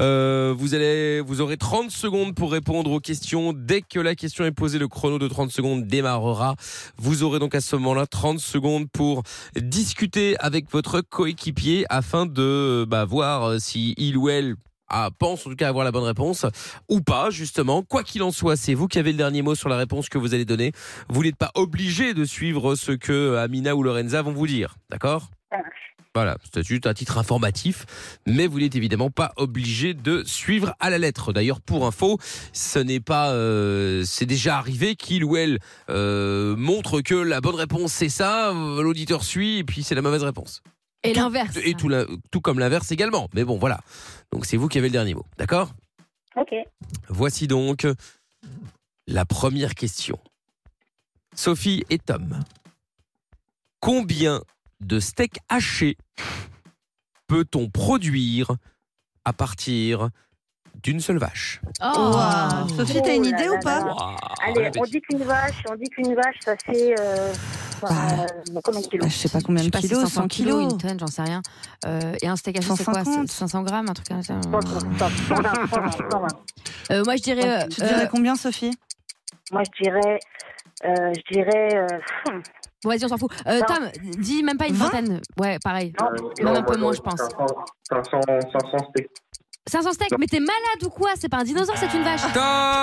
[SPEAKER 1] Vous aurez 30 secondes pour répondre aux questions. Dès que la question est posée, le chrono de 30 secondes démarrera. Vous aurez donc à ce moment-là 30 secondes pour discuter avec votre coéquipier afin de voir si il ou elle pense en tout cas avoir la bonne réponse ou pas, justement. Quoi qu'il en soit, c'est vous qui avez le dernier mot sur la réponse que vous allez donner. Vous n'êtes pas obligé de suivre ce que Amina ou Lorenza vont vous dire. D'accord ? Voilà, c'est juste un titre informatif, mais vous n'êtes évidemment pas obligé de suivre à la lettre. D'ailleurs, pour info, c'est déjà arrivé qu'il ou elle montre que la bonne réponse c'est ça, l'auditeur suit et puis c'est la mauvaise réponse.
[SPEAKER 4] Et l'inverse.
[SPEAKER 1] Et tout comme l'inverse également. Mais bon, voilà. Donc c'est vous qui avez le dernier mot, d'accord ?
[SPEAKER 5] Ok.
[SPEAKER 1] Voici donc la première question. Sophie et Tom, combien de steaks hachés peut-on produire à partir d'une seule vache?
[SPEAKER 2] Sophie, t'as une idée ou pas?
[SPEAKER 5] Allez, on dit qu'une vache, ça fait combien de kilos?
[SPEAKER 2] Je sais pas combien de kilos, 100 kilos,
[SPEAKER 4] une tonne, j'en sais rien. Et un steak haché, c'est quoi? 500 grammes, un truc comme ça. Moi, je dirais.
[SPEAKER 2] Tu dirais combien, Sophie?
[SPEAKER 5] Moi, je dirais
[SPEAKER 4] Bon, vas-y, on s'en fout. Tom, dis même pas une vingtaine. Ouais, pareil. Même un peu moins, je pense.
[SPEAKER 7] 500 steaks.
[SPEAKER 4] 500 steaks, mais t'es malade ou quoi? C'est pas un dinosaure, c'est une vache.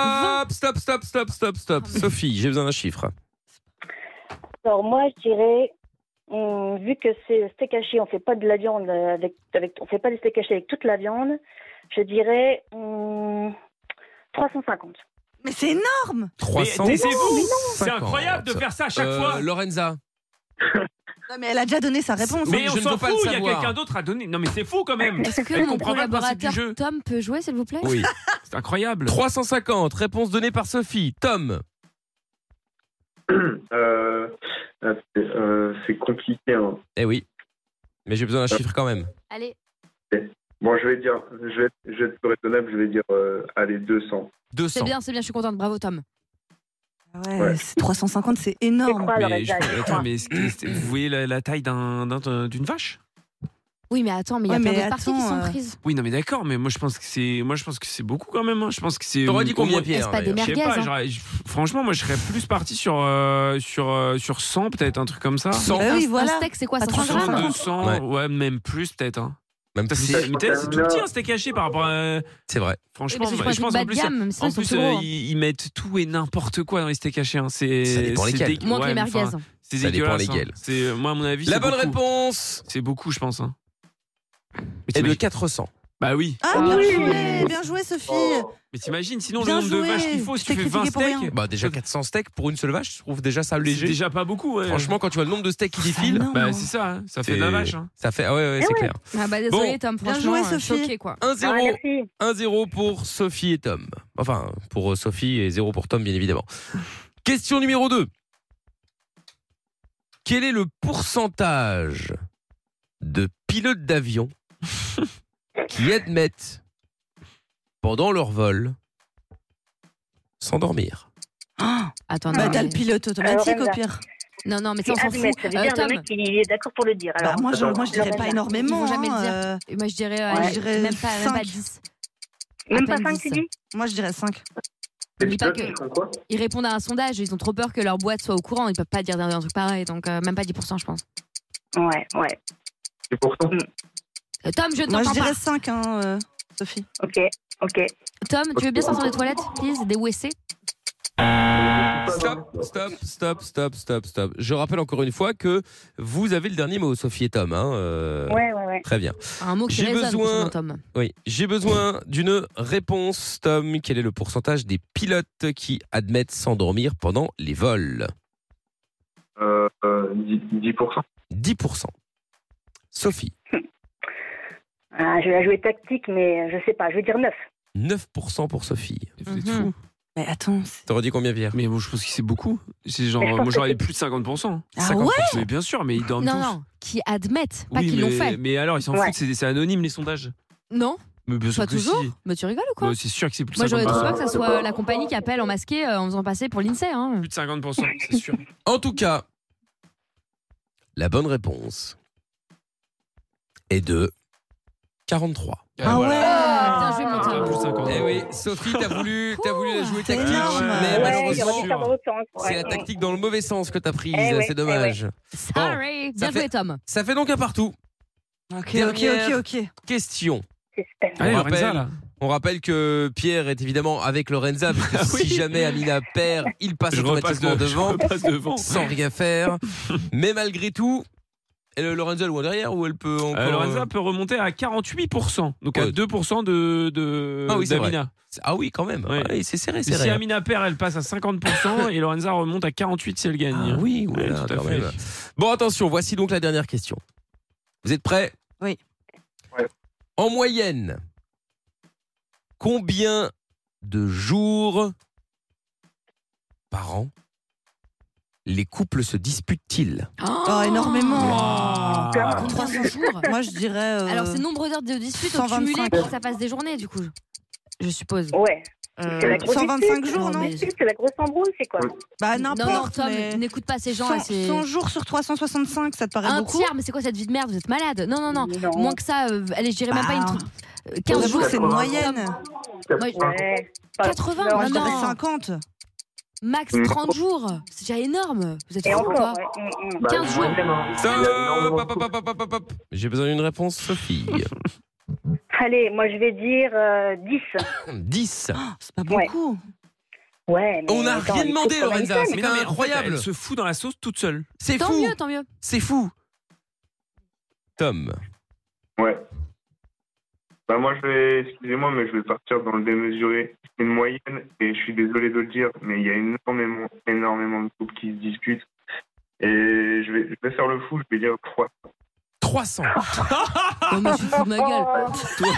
[SPEAKER 1] Stop. Sophie, j'ai besoin d'un chiffre.
[SPEAKER 10] Alors moi, je dirais, vu que c'est steak haché, on fait pas de la viande on fait pas des steaks hachés avec toute la viande, je dirais 350.
[SPEAKER 2] Mais c'est énorme.
[SPEAKER 1] 300.
[SPEAKER 3] Mais taisez-vous. C'est incroyable de faire ça à chaque fois.
[SPEAKER 1] Lorenza.
[SPEAKER 2] Non, mais elle a déjà donné sa réponse.
[SPEAKER 3] Mais on s'en fout, il y a quelqu'un d'autre à donner. Non mais c'est fou quand même.
[SPEAKER 4] Est-ce que mon collaborateur Tom peut jouer, s'il vous plaît?
[SPEAKER 1] Oui.
[SPEAKER 3] C'est incroyable.
[SPEAKER 1] 350, réponse donnée par Sophie. Tom.
[SPEAKER 7] C'est compliqué. Hein.
[SPEAKER 1] Eh oui. Mais j'ai besoin d'un chiffre quand même.
[SPEAKER 4] Allez.
[SPEAKER 7] Bon, je vais être plus raisonnable, je vais dire, allez, 200.
[SPEAKER 4] C'est bien, je suis contente. Bravo, Tom.
[SPEAKER 2] Ouais. 350, c'est énorme.
[SPEAKER 3] Mais vous voyez la taille d'une vache?
[SPEAKER 4] Oui, mais attends, mais il y a plein d'autres parties qui sont prises.
[SPEAKER 3] Oui, non, mais d'accord, mais moi je pense que c'est beaucoup quand même. Hein. Je pense que c'est.
[SPEAKER 1] T'aurais dit combien, Pierre?
[SPEAKER 4] C'est pas des merguez.
[SPEAKER 3] Je sais pas. Franchement, moi je serais plus parti sur 100 peut-être, un truc comme ça.
[SPEAKER 2] 100. Oui, voilà.
[SPEAKER 4] Un steak, c'est quoi, 100 grammes?
[SPEAKER 3] 200, ouais, même plus peut-être. Hein.
[SPEAKER 1] Même plus.
[SPEAKER 3] C'est tout petit un steak haché par rapport à.
[SPEAKER 1] C'est vrai.
[SPEAKER 3] Franchement,
[SPEAKER 4] je pense en plus,
[SPEAKER 3] ils mettent tout et n'importe quoi dans les steaks hachés. Hein.
[SPEAKER 1] Ça dépend lesquels.
[SPEAKER 4] Moins que les merguez.
[SPEAKER 3] C'est
[SPEAKER 1] ça dépend
[SPEAKER 3] dégueulasse.
[SPEAKER 1] lesquels.
[SPEAKER 3] Moi, à mon avis,
[SPEAKER 1] la bonne réponse.
[SPEAKER 3] C'est beaucoup, je pense. Hein.
[SPEAKER 1] Et de 400.
[SPEAKER 3] Bah oui.
[SPEAKER 2] Ah, bien joué, Sophie.
[SPEAKER 3] Mais t'imagines, sinon le nombre de vaches qu'il faut, si tu fais 20 steaks.
[SPEAKER 1] Bah déjà 400 steaks pour une seule vache, je trouve déjà ça léger.
[SPEAKER 3] C'est déjà pas beaucoup, ouais.
[SPEAKER 1] Franchement, quand tu vois le nombre de steaks qui défilent,
[SPEAKER 3] bah c'est ça, hein. Ça fait de la vache. Hein.
[SPEAKER 1] Ça fait, ouais, c'est clair.
[SPEAKER 4] Ah bah désolé, Tom, franchement,
[SPEAKER 2] bien joué, Sophie.
[SPEAKER 4] Choqué, quoi.
[SPEAKER 1] 1-0 pour Sophie et Tom. Enfin, pour Sophie et 0 pour Tom, bien évidemment. Question numéro 2. Quel est le pourcentage de pilotes d'avion qui admettent pendant leur vol s'endormir?
[SPEAKER 4] Attends,
[SPEAKER 2] t'as le pilote automatique au pire.
[SPEAKER 4] Non, mais ça on s'en fout.
[SPEAKER 10] Ça veut dire le mec il est d'accord pour le dire. Alors,
[SPEAKER 2] moi je dirais pas énormément.
[SPEAKER 4] Ils vont jamais le dire. Moi je dirais même pas 10.
[SPEAKER 10] Même pas 5 tu dis?
[SPEAKER 2] Moi je dirais 5.
[SPEAKER 10] N'oublie pas
[SPEAKER 4] ils répondent à un sondage, ils ont trop peur que leur boîte soit au courant, ils peuvent pas dire un truc pareil, donc même pas 10% je pense.
[SPEAKER 10] Ouais.
[SPEAKER 7] 10%.
[SPEAKER 4] Tom, je t'entends pas.
[SPEAKER 2] Moi je dirais 5, Sophie.
[SPEAKER 10] Ok.
[SPEAKER 4] Tom, tu veux bien sortir des toilettes, please, des WC?
[SPEAKER 1] Stop. Je rappelle encore une fois que vous avez le dernier mot, Sophie et Tom.
[SPEAKER 10] Ouais.
[SPEAKER 1] Très bien.
[SPEAKER 4] Un mot qui résonne, Tom.
[SPEAKER 1] Oui, j'ai besoin d'une réponse, Tom. Quel est le pourcentage des pilotes qui admettent s'endormir pendant les vols?
[SPEAKER 7] 10%.
[SPEAKER 1] 10%. Sophie.
[SPEAKER 10] Je vais la jouer tactique, mais je sais pas, je vais dire 9.
[SPEAKER 1] 9% pour Sophie.
[SPEAKER 3] Vous êtes fou.
[SPEAKER 2] Mais attends.
[SPEAKER 1] T'aurais dit combien, Pierre?
[SPEAKER 3] Mais moi, je pense que c'est beaucoup. C'est genre, moi j'aurais plus de 50%.
[SPEAKER 2] Ah
[SPEAKER 3] 50%.
[SPEAKER 2] ouais?
[SPEAKER 3] Mais bien sûr, mais ils dorment tous.
[SPEAKER 4] Non, qui admettent, pas
[SPEAKER 3] oui,
[SPEAKER 4] qu'ils l'ont fait.
[SPEAKER 3] Mais alors, ils s'en foutent, c'est anonyme les sondages.
[SPEAKER 4] Non.
[SPEAKER 3] Mais bien sûr
[SPEAKER 4] pas
[SPEAKER 3] que
[SPEAKER 4] toujours.
[SPEAKER 3] si.
[SPEAKER 4] Mais tu rigoles ou quoi?
[SPEAKER 3] C'est sûr que c'est plus de 50%.
[SPEAKER 4] Moi j'aurais trop peur que ça soit la compagnie qui appelle en masqué en faisant passer pour l'INSEE. Hein.
[SPEAKER 3] Plus de 50%, c'est sûr.
[SPEAKER 1] En tout cas, la bonne réponse est de 43.
[SPEAKER 2] Ah ouais.
[SPEAKER 4] Bien joué, mon Tom.
[SPEAKER 3] Plus 50.
[SPEAKER 1] Eh oui, Sophie, t'as voulu la jouer tactique, mais malheureusement, c'est la tactique dans le mauvais sens que t'as prise. C'est dommage.
[SPEAKER 4] Sorry. Bien joué, Tom.
[SPEAKER 1] Ça fait donc un partout.
[SPEAKER 2] Ok.
[SPEAKER 1] Question.
[SPEAKER 3] Allez, Lorenza, là.
[SPEAKER 1] On rappelle que Pierre est évidemment avec Lorenza, parce que si jamais Amina perd, il passe automatiquement devant, sans rien faire. Mais malgré tout, Lorenza loin derrière, ou elle peut encore...
[SPEAKER 3] Lorenza peut remonter à 48%, donc à 2% d'Amina.
[SPEAKER 1] Ah oui, quand même.
[SPEAKER 3] Ouais.
[SPEAKER 1] Ouais, c'est serré.
[SPEAKER 3] Si Amina perd, elle passe à 50% et Lorenza remonte à 48% si elle gagne.
[SPEAKER 1] Ah oui, voilà,
[SPEAKER 3] tout à
[SPEAKER 1] quand
[SPEAKER 3] fait.
[SPEAKER 1] même. Bon, attention, voici donc la dernière question. Vous êtes prêts?
[SPEAKER 2] Oui.
[SPEAKER 7] Ouais.
[SPEAKER 1] En moyenne, combien de jours par an les couples se disputent-ils?
[SPEAKER 2] Oh, énormément.
[SPEAKER 4] 300 jours.
[SPEAKER 2] Moi, je dirais.
[SPEAKER 4] Alors, c'est nombre d'heures de dispute au
[SPEAKER 2] 125.
[SPEAKER 4] cumulé pour que ça fasse des journées, du coup. Je suppose.
[SPEAKER 10] Ouais. C'est la grosse
[SPEAKER 2] 125 jours, non?
[SPEAKER 10] C'est la grosse embrouille, c'est quoi?
[SPEAKER 2] Bah,
[SPEAKER 4] Non,
[SPEAKER 2] n'importe.
[SPEAKER 4] Tom,
[SPEAKER 2] mais
[SPEAKER 4] n'écoute pas ces gens.
[SPEAKER 2] 100 jours sur 365, ça te paraît
[SPEAKER 4] Un
[SPEAKER 2] beaucoup?
[SPEAKER 4] tiers, mais c'est quoi cette vie de merde? Vous êtes malade. Non. Moins que ça, allez, je dirais même pas une
[SPEAKER 2] 15 jours, c'est une moyenne.
[SPEAKER 4] 80,
[SPEAKER 2] Moi, je dirais
[SPEAKER 4] non.
[SPEAKER 2] 50.
[SPEAKER 4] Max 30 jours, c'est déjà énorme. Vous êtes fous ou pas 15 jours.
[SPEAKER 1] Stop. J'ai besoin d'une réponse, Sophie.
[SPEAKER 10] Allez, moi je vais dire 10.
[SPEAKER 1] 10.
[SPEAKER 2] Oh, c'est pas beaucoup.
[SPEAKER 10] Ouais, mais
[SPEAKER 1] on n'a rien demandé, Lorenza. C'est quand même incroyable.
[SPEAKER 3] Elle se fout dans la sauce toute seule.
[SPEAKER 1] C'est
[SPEAKER 4] tant
[SPEAKER 1] fou.
[SPEAKER 4] Tant mieux.
[SPEAKER 1] C'est fou. Tom.
[SPEAKER 13] Ouais. Bah moi excusez-moi, mais je vais partir dans le démesuré. C'est une moyenne, et je suis désolé de le dire, mais il y a énormément de couples qui se disputent. Et je vais faire le fou, je vais dire 300.
[SPEAKER 4] Non mais je fous de ma gueule.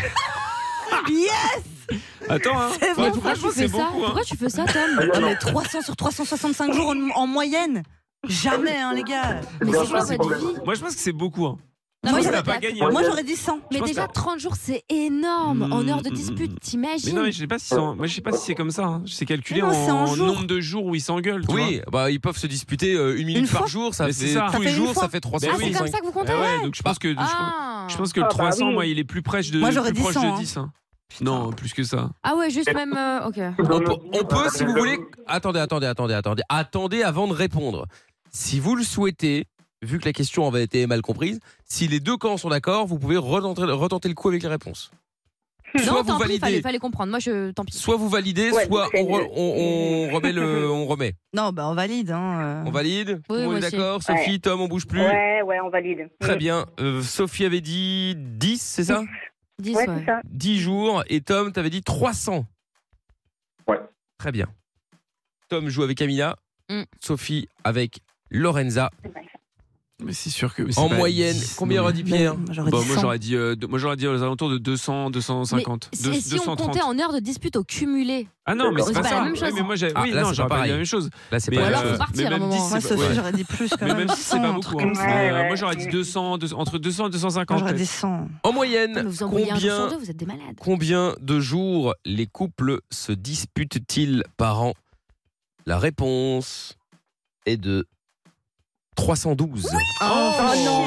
[SPEAKER 2] Yes.
[SPEAKER 3] Attends, hein.
[SPEAKER 2] C'est vrai,
[SPEAKER 4] pourquoi tu fais ça Pourquoi tu fais ça, Tom?
[SPEAKER 2] Mais 300 sur 365 jours en moyenne. Jamais, hein, les gars.
[SPEAKER 4] Mais c'est quoi votre vie?
[SPEAKER 3] Moi, je pense que c'est beaucoup. Hein.
[SPEAKER 4] Non,
[SPEAKER 2] moi,
[SPEAKER 3] pas gagné.
[SPEAKER 2] Moi, j'aurais dit 100.
[SPEAKER 4] Mais déjà, 30 jours, c'est énorme. En heure de dispute, t'imagines?
[SPEAKER 3] Mais non, mais je sais pas si c'est comme ça. Hein. C'est calculé en nombre de jours où ils s'engueulent.
[SPEAKER 1] Oui, bah ils peuvent se disputer une minute par jour. Ça fait tous les jours, ça fait 300.
[SPEAKER 4] Ah, c'est comme ça que vous comptez?
[SPEAKER 3] Ouais, donc je pense que le 300, moi, il est plus proche de 10. Hein. Non, plus que ça.
[SPEAKER 4] Ah ouais, juste même. Ok.
[SPEAKER 1] On peut, si vous voulez. Attendez avant de répondre. Si vous le souhaitez. Vu que la question avait été mal comprise, si les deux camps sont d'accord, vous pouvez retenter le coup avec les réponses.
[SPEAKER 4] Soit vous validez. Fallait comprendre. Moi, tant pis.
[SPEAKER 1] Soit vous validez, soit on remet.
[SPEAKER 2] Non, bah on valide. Hein.
[SPEAKER 1] On valide.
[SPEAKER 4] Oui,
[SPEAKER 1] on est d'accord. Sophie, Tom, on bouge plus.
[SPEAKER 10] Ouais, on valide.
[SPEAKER 1] Très bien. Sophie avait dit 10, c'est ça?
[SPEAKER 4] 10,
[SPEAKER 10] ouais, c'est ça.
[SPEAKER 1] 10 jours. Et Tom, t'avais dit 300.
[SPEAKER 13] Ouais.
[SPEAKER 1] Très bien. Tom joue avec Amina. Sophie avec Lorenza.
[SPEAKER 3] Mais c'est sûr que
[SPEAKER 1] en moyenne, combien aurait dit Pierre?
[SPEAKER 3] Moi j'aurais dit aux alentours de 200, 250.
[SPEAKER 4] Mais si on comptait en heures de dispute au cumulé.
[SPEAKER 3] Ah non, mais c'est pas ça.
[SPEAKER 4] La même chose.
[SPEAKER 3] Mais moi j'aurais pas dit la même chose.
[SPEAKER 1] Là c'est
[SPEAKER 4] pas. Alors faut partir à un moment.
[SPEAKER 2] Moi Sophie, j'aurais dit plus quand même.
[SPEAKER 3] Même si c'est pas beaucoup. Moi j'aurais dit 200, entre 200 et 250.
[SPEAKER 2] J'aurais dit 100.
[SPEAKER 1] En moyenne,
[SPEAKER 4] vous envoyez un jour sur deux, vous êtes des malades.
[SPEAKER 1] Combien de jours les couples se disputent-ils par an? La réponse est de 312.
[SPEAKER 10] Oui. Oh non.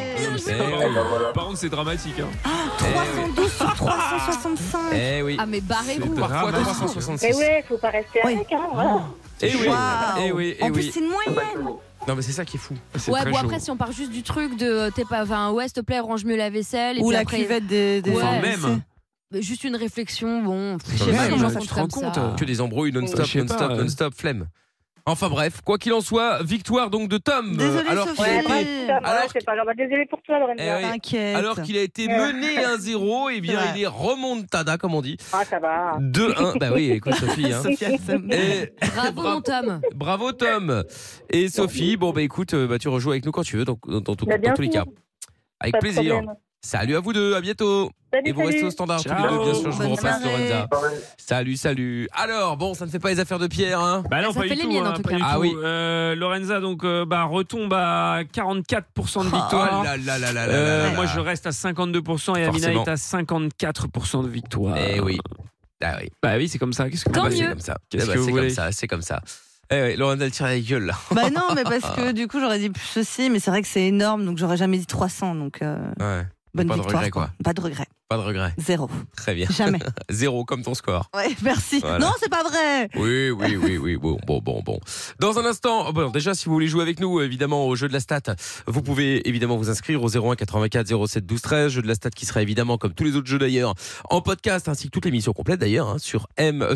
[SPEAKER 3] Par contre, c'est dramatique. Hein.
[SPEAKER 2] 312 sur 365.
[SPEAKER 1] Eh oui.
[SPEAKER 4] Ah mais barrez-vous.
[SPEAKER 1] Parfois 366.
[SPEAKER 10] Mais ouais, faut pas rester avec. Hein, voilà.
[SPEAKER 1] Eh oui.
[SPEAKER 2] En plus, c'est une moyenne.
[SPEAKER 1] Non mais c'est ça qui est fou.
[SPEAKER 4] Ouais, bon après si on part juste du truc de s'il te plaît, range mieux la vaisselle
[SPEAKER 2] ou
[SPEAKER 4] puis
[SPEAKER 2] la
[SPEAKER 4] après,
[SPEAKER 2] cuvette des
[SPEAKER 3] même.
[SPEAKER 4] Juste une réflexion, bon,
[SPEAKER 1] je sais pas, les gens se rendent compte que des embrouilles non-stop, flemme. Enfin bref, quoi qu'il en soit, victoire donc de Tom.
[SPEAKER 2] Désolé Sophie.
[SPEAKER 10] C'est pas grave. Désolé pour toi, Lorenza.
[SPEAKER 2] T'inquiète.
[SPEAKER 1] Alors qu'il a été mené 1-0, et bien il est remontada comme on dit.
[SPEAKER 10] Ah ça va.
[SPEAKER 1] 2-1. Bah oui, écoute Sophie. Hein.
[SPEAKER 4] Bravo mon Tom.
[SPEAKER 1] Bravo Tom. Et Sophie, bon bah écoute, tu rejoues avec nous quand tu veux, dans tous les cas. Avec plaisir. Salut à vous deux, à bientôt.
[SPEAKER 10] Salut,
[SPEAKER 1] et vous restez au standard tous les deux, bien sûr, je vous repasse Lorenza. Salut. Alors, bon, ça ne fait pas les affaires de Pierre, hein?
[SPEAKER 3] Bah non,
[SPEAKER 4] ça
[SPEAKER 3] pas
[SPEAKER 4] fait
[SPEAKER 3] du
[SPEAKER 4] les
[SPEAKER 3] tout.
[SPEAKER 4] miennes en tout cas.
[SPEAKER 1] Ah oui.
[SPEAKER 3] Lorenza, donc, retombe à 44% de victoire. Moi, je reste à 52% et Amina est à 54% de victoire.
[SPEAKER 1] Eh oui. Ah oui.
[SPEAKER 3] Bah oui, c'est comme ça. Qu'est-ce que
[SPEAKER 4] Tant mieux.
[SPEAKER 1] C'est comme ça. C'est comme ça. Eh Lorenza, elle tire la gueule, là.
[SPEAKER 2] Bah non, mais parce que du coup, j'aurais dit plus aussi, mais c'est vrai que c'est énorme, donc j'aurais jamais dit 300, donc.
[SPEAKER 1] Ouais.
[SPEAKER 2] Bonne
[SPEAKER 1] pas
[SPEAKER 2] victoire,
[SPEAKER 1] de regret, quoi.
[SPEAKER 2] Pas de regret.
[SPEAKER 1] Pas de regret.
[SPEAKER 2] 0.
[SPEAKER 1] Très bien.
[SPEAKER 2] Jamais.
[SPEAKER 1] 0 comme ton score.
[SPEAKER 2] Ouais, merci.
[SPEAKER 1] Voilà.
[SPEAKER 2] Non, c'est pas vrai.
[SPEAKER 1] Oui. Bon. Dans un instant, déjà, si vous voulez jouer avec nous, évidemment, au jeu de la stat, vous pouvez évidemment vous inscrire au 01 84 07 12 13. Jeu de la stat qui sera évidemment, comme tous les autres jeux d'ailleurs, en podcast, ainsi que toute l'émission complète d'ailleurs, hein, sur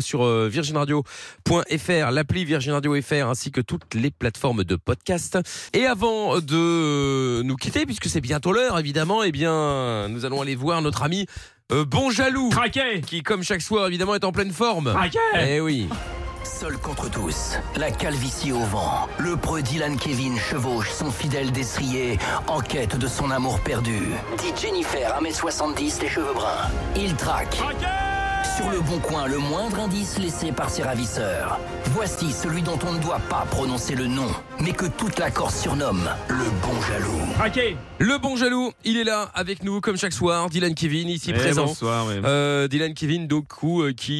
[SPEAKER 1] virginradio.fr, l'appli Virgin Radio FR, ainsi que toutes les plateformes de podcast. Et avant de nous quitter, puisque c'est bientôt l'heure, évidemment, eh bien, nous allons aller voir notre ami Bon Jaloux,
[SPEAKER 3] Craqué,
[SPEAKER 1] qui comme chaque soir évidemment est en pleine forme.
[SPEAKER 3] Craqué.
[SPEAKER 1] Eh oui.
[SPEAKER 9] Seul contre tous, la calvitie au vent, le preux Dylan Kevin chevauche son fidèle destrier en quête de son amour perdu. Dit Jennifer, 1m70, les cheveux bruns. Il traque.
[SPEAKER 3] Craqué.
[SPEAKER 9] Sur le bon coin, le moindre indice laissé par ses ravisseurs. Voici celui dont on ne doit pas prononcer le nom, mais que toute la Corse surnomme le Bon Jaloux.
[SPEAKER 3] Craqué.
[SPEAKER 1] Le Bon Jaloux, il est là avec nous comme chaque soir. Dylan Kevin ici présent.
[SPEAKER 3] Bonsoir.
[SPEAKER 1] Dylan Kevin donc qui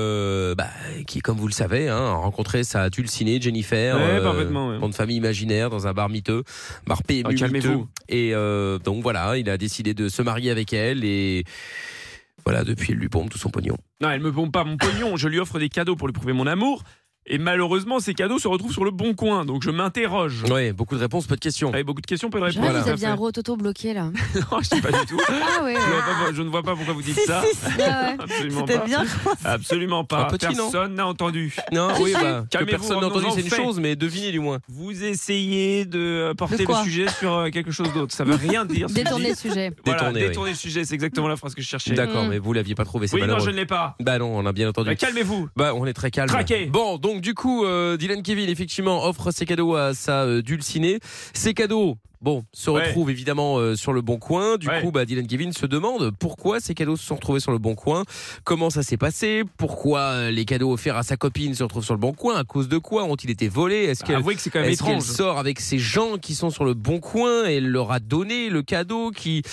[SPEAKER 1] comme vous le savez, hein, a rencontré sa dulcinée Jennifer.
[SPEAKER 3] Parfaitement.
[SPEAKER 1] Nom de famille imaginaire dans un bar miteux, bar PMU
[SPEAKER 3] calmez-vous.
[SPEAKER 1] Et donc voilà, il a décidé de se marier avec elle et voilà, depuis elle lui pompe tout son pognon.
[SPEAKER 3] Non, elle me pompe pas mon pognon, je lui offre des cadeaux pour lui prouver mon amour. Et malheureusement, ces cadeaux se retrouvent sur le bon coin. Donc je m'interroge.
[SPEAKER 1] Ouais, beaucoup de réponses, peu de questions.
[SPEAKER 3] Avec beaucoup de questions, peu de réponses.
[SPEAKER 4] Vous aviez un rototo bloqué là.
[SPEAKER 3] Non, je sais pas du tout.
[SPEAKER 4] Ah ouais.
[SPEAKER 3] Je ne vois pas pourquoi vous dites ça. Absolument
[SPEAKER 2] C'était
[SPEAKER 3] pas.
[SPEAKER 2] bien.
[SPEAKER 3] Absolument pas. Personne n'a entendu.
[SPEAKER 1] Non, oui, bah, que
[SPEAKER 3] Calmez-vous,
[SPEAKER 1] personne n'a entendu, c'est une
[SPEAKER 3] fait.
[SPEAKER 1] chose, mais devinez du moins.
[SPEAKER 3] Vous essayez de porter le sujet sur quelque chose d'autre. Ça veut rien dire.
[SPEAKER 4] Détourner le sujet.
[SPEAKER 3] Voilà,
[SPEAKER 1] Détourner
[SPEAKER 3] le sujet, c'est exactement la phrase que je cherchais.
[SPEAKER 1] D'accord, mais vous l'aviez pas trouvé, c'est
[SPEAKER 3] Oui, non,
[SPEAKER 1] malheureux.
[SPEAKER 3] je ne l'ai pas.
[SPEAKER 1] Bah non, on a bien entendu.
[SPEAKER 3] Bah, calmez-vous.
[SPEAKER 1] Bah, on est très calme.
[SPEAKER 3] Traqué.
[SPEAKER 1] Bon, donc du coup, Dylan Kevin, effectivement, offre ses cadeaux à sa dulcinée. Ces cadeaux, bon, se retrouvent évidemment sur le Bon Coin. Du coup, bah, Dylan Kevin se demande pourquoi ces cadeaux se sont retrouvés sur le Bon Coin. Comment ça s'est passé? Pourquoi les cadeaux offerts à sa copine se retrouvent sur le Bon Coin? À cause de quoi ont-ils été volés? Est-ce qu'elle
[SPEAKER 3] avouez que c'est quand même étrange.
[SPEAKER 1] qu'elle sort avec ces gens qui sont sur le Bon Coin et elle leur a donné le cadeau qui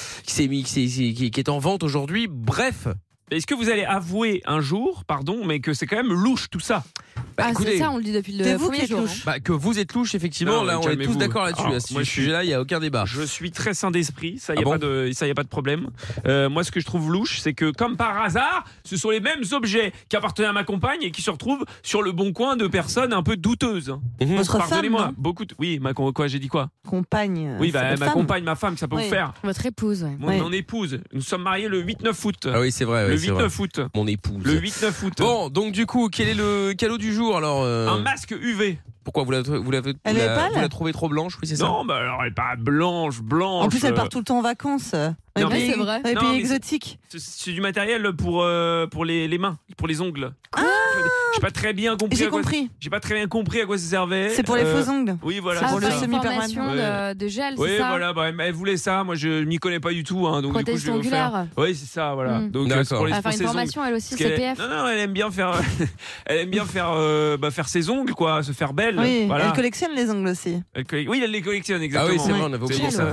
[SPEAKER 1] est en vente aujourd'hui? Bref.
[SPEAKER 3] Est-ce que vous allez avouer un jour, pardon, mais que c'est quand même louche tout ça?
[SPEAKER 4] Écoutez, c'est ça, on le dit depuis le premier jour.
[SPEAKER 1] Que vous êtes louche, effectivement.
[SPEAKER 3] Non,
[SPEAKER 1] là, on est tous d'accord là-dessus.
[SPEAKER 3] Alors,
[SPEAKER 1] à ce sujet-là, il n'y a aucun débat.
[SPEAKER 3] Je suis très sain d'esprit, ça, il n'y a pas de problème. Moi, ce que je trouve louche, c'est que, comme par hasard, ce sont les mêmes objets qui appartenaient à ma compagne et qui se retrouvent sur le Bon Coin de personnes un peu douteuses.
[SPEAKER 2] Votre
[SPEAKER 3] Pardonnez-moi,
[SPEAKER 2] femme,
[SPEAKER 3] beaucoup de... Oui, quoi, j'ai dit quoi?
[SPEAKER 2] Compagne.
[SPEAKER 3] Oui, bah, ma compagne, ma femme, ça peut vous faire.
[SPEAKER 4] Votre épouse,
[SPEAKER 3] Mon épouse. Nous sommes mariés le 8-9 août.
[SPEAKER 1] Ah oui, c'est vrai.
[SPEAKER 3] Le
[SPEAKER 1] oui,
[SPEAKER 3] 8-9 août.
[SPEAKER 1] Mon épouse.
[SPEAKER 3] Le 8-9 août.
[SPEAKER 1] Bon, donc du coup, quel est le cadeau du jour alors
[SPEAKER 3] Un masque UV.
[SPEAKER 1] Pourquoi vous la trouvez trop blanche? Oui, c'est ça.
[SPEAKER 3] Non, bah alors elle est pas blanche.
[SPEAKER 2] En plus, elle part tout le temps en vacances.
[SPEAKER 4] Non, mais c'est vrai.
[SPEAKER 2] Et puis exotique.
[SPEAKER 3] C'est du matériel pour les mains, pour les ongles. J'ai pas très bien compris. J'ai pas très bien compris à quoi ça servait.
[SPEAKER 2] C'est pour les faux ongles.
[SPEAKER 3] Oui, voilà.
[SPEAKER 4] C'est
[SPEAKER 3] pour
[SPEAKER 4] le semi-permanent de gel, c'est ça?
[SPEAKER 3] Oui, voilà. Bah, elle voulait ça. Moi, je m'y connais pas du tout. Hein, donc
[SPEAKER 4] prothèse
[SPEAKER 3] du coup, je vais faire. Oui, c'est ça, voilà. Donc
[SPEAKER 1] pour
[SPEAKER 3] les
[SPEAKER 4] elle va faire une formation, elle aussi, CPF.
[SPEAKER 3] Non, elle aime bien faire. Elle aime bien faire ses ongles, quoi, se faire belle.
[SPEAKER 2] Oui,
[SPEAKER 3] voilà.
[SPEAKER 2] Elle collectionne les ongles aussi.
[SPEAKER 3] Oui, elle les collectionne exactement.
[SPEAKER 1] Ah oui, c'est vrai, on avait oublié ça.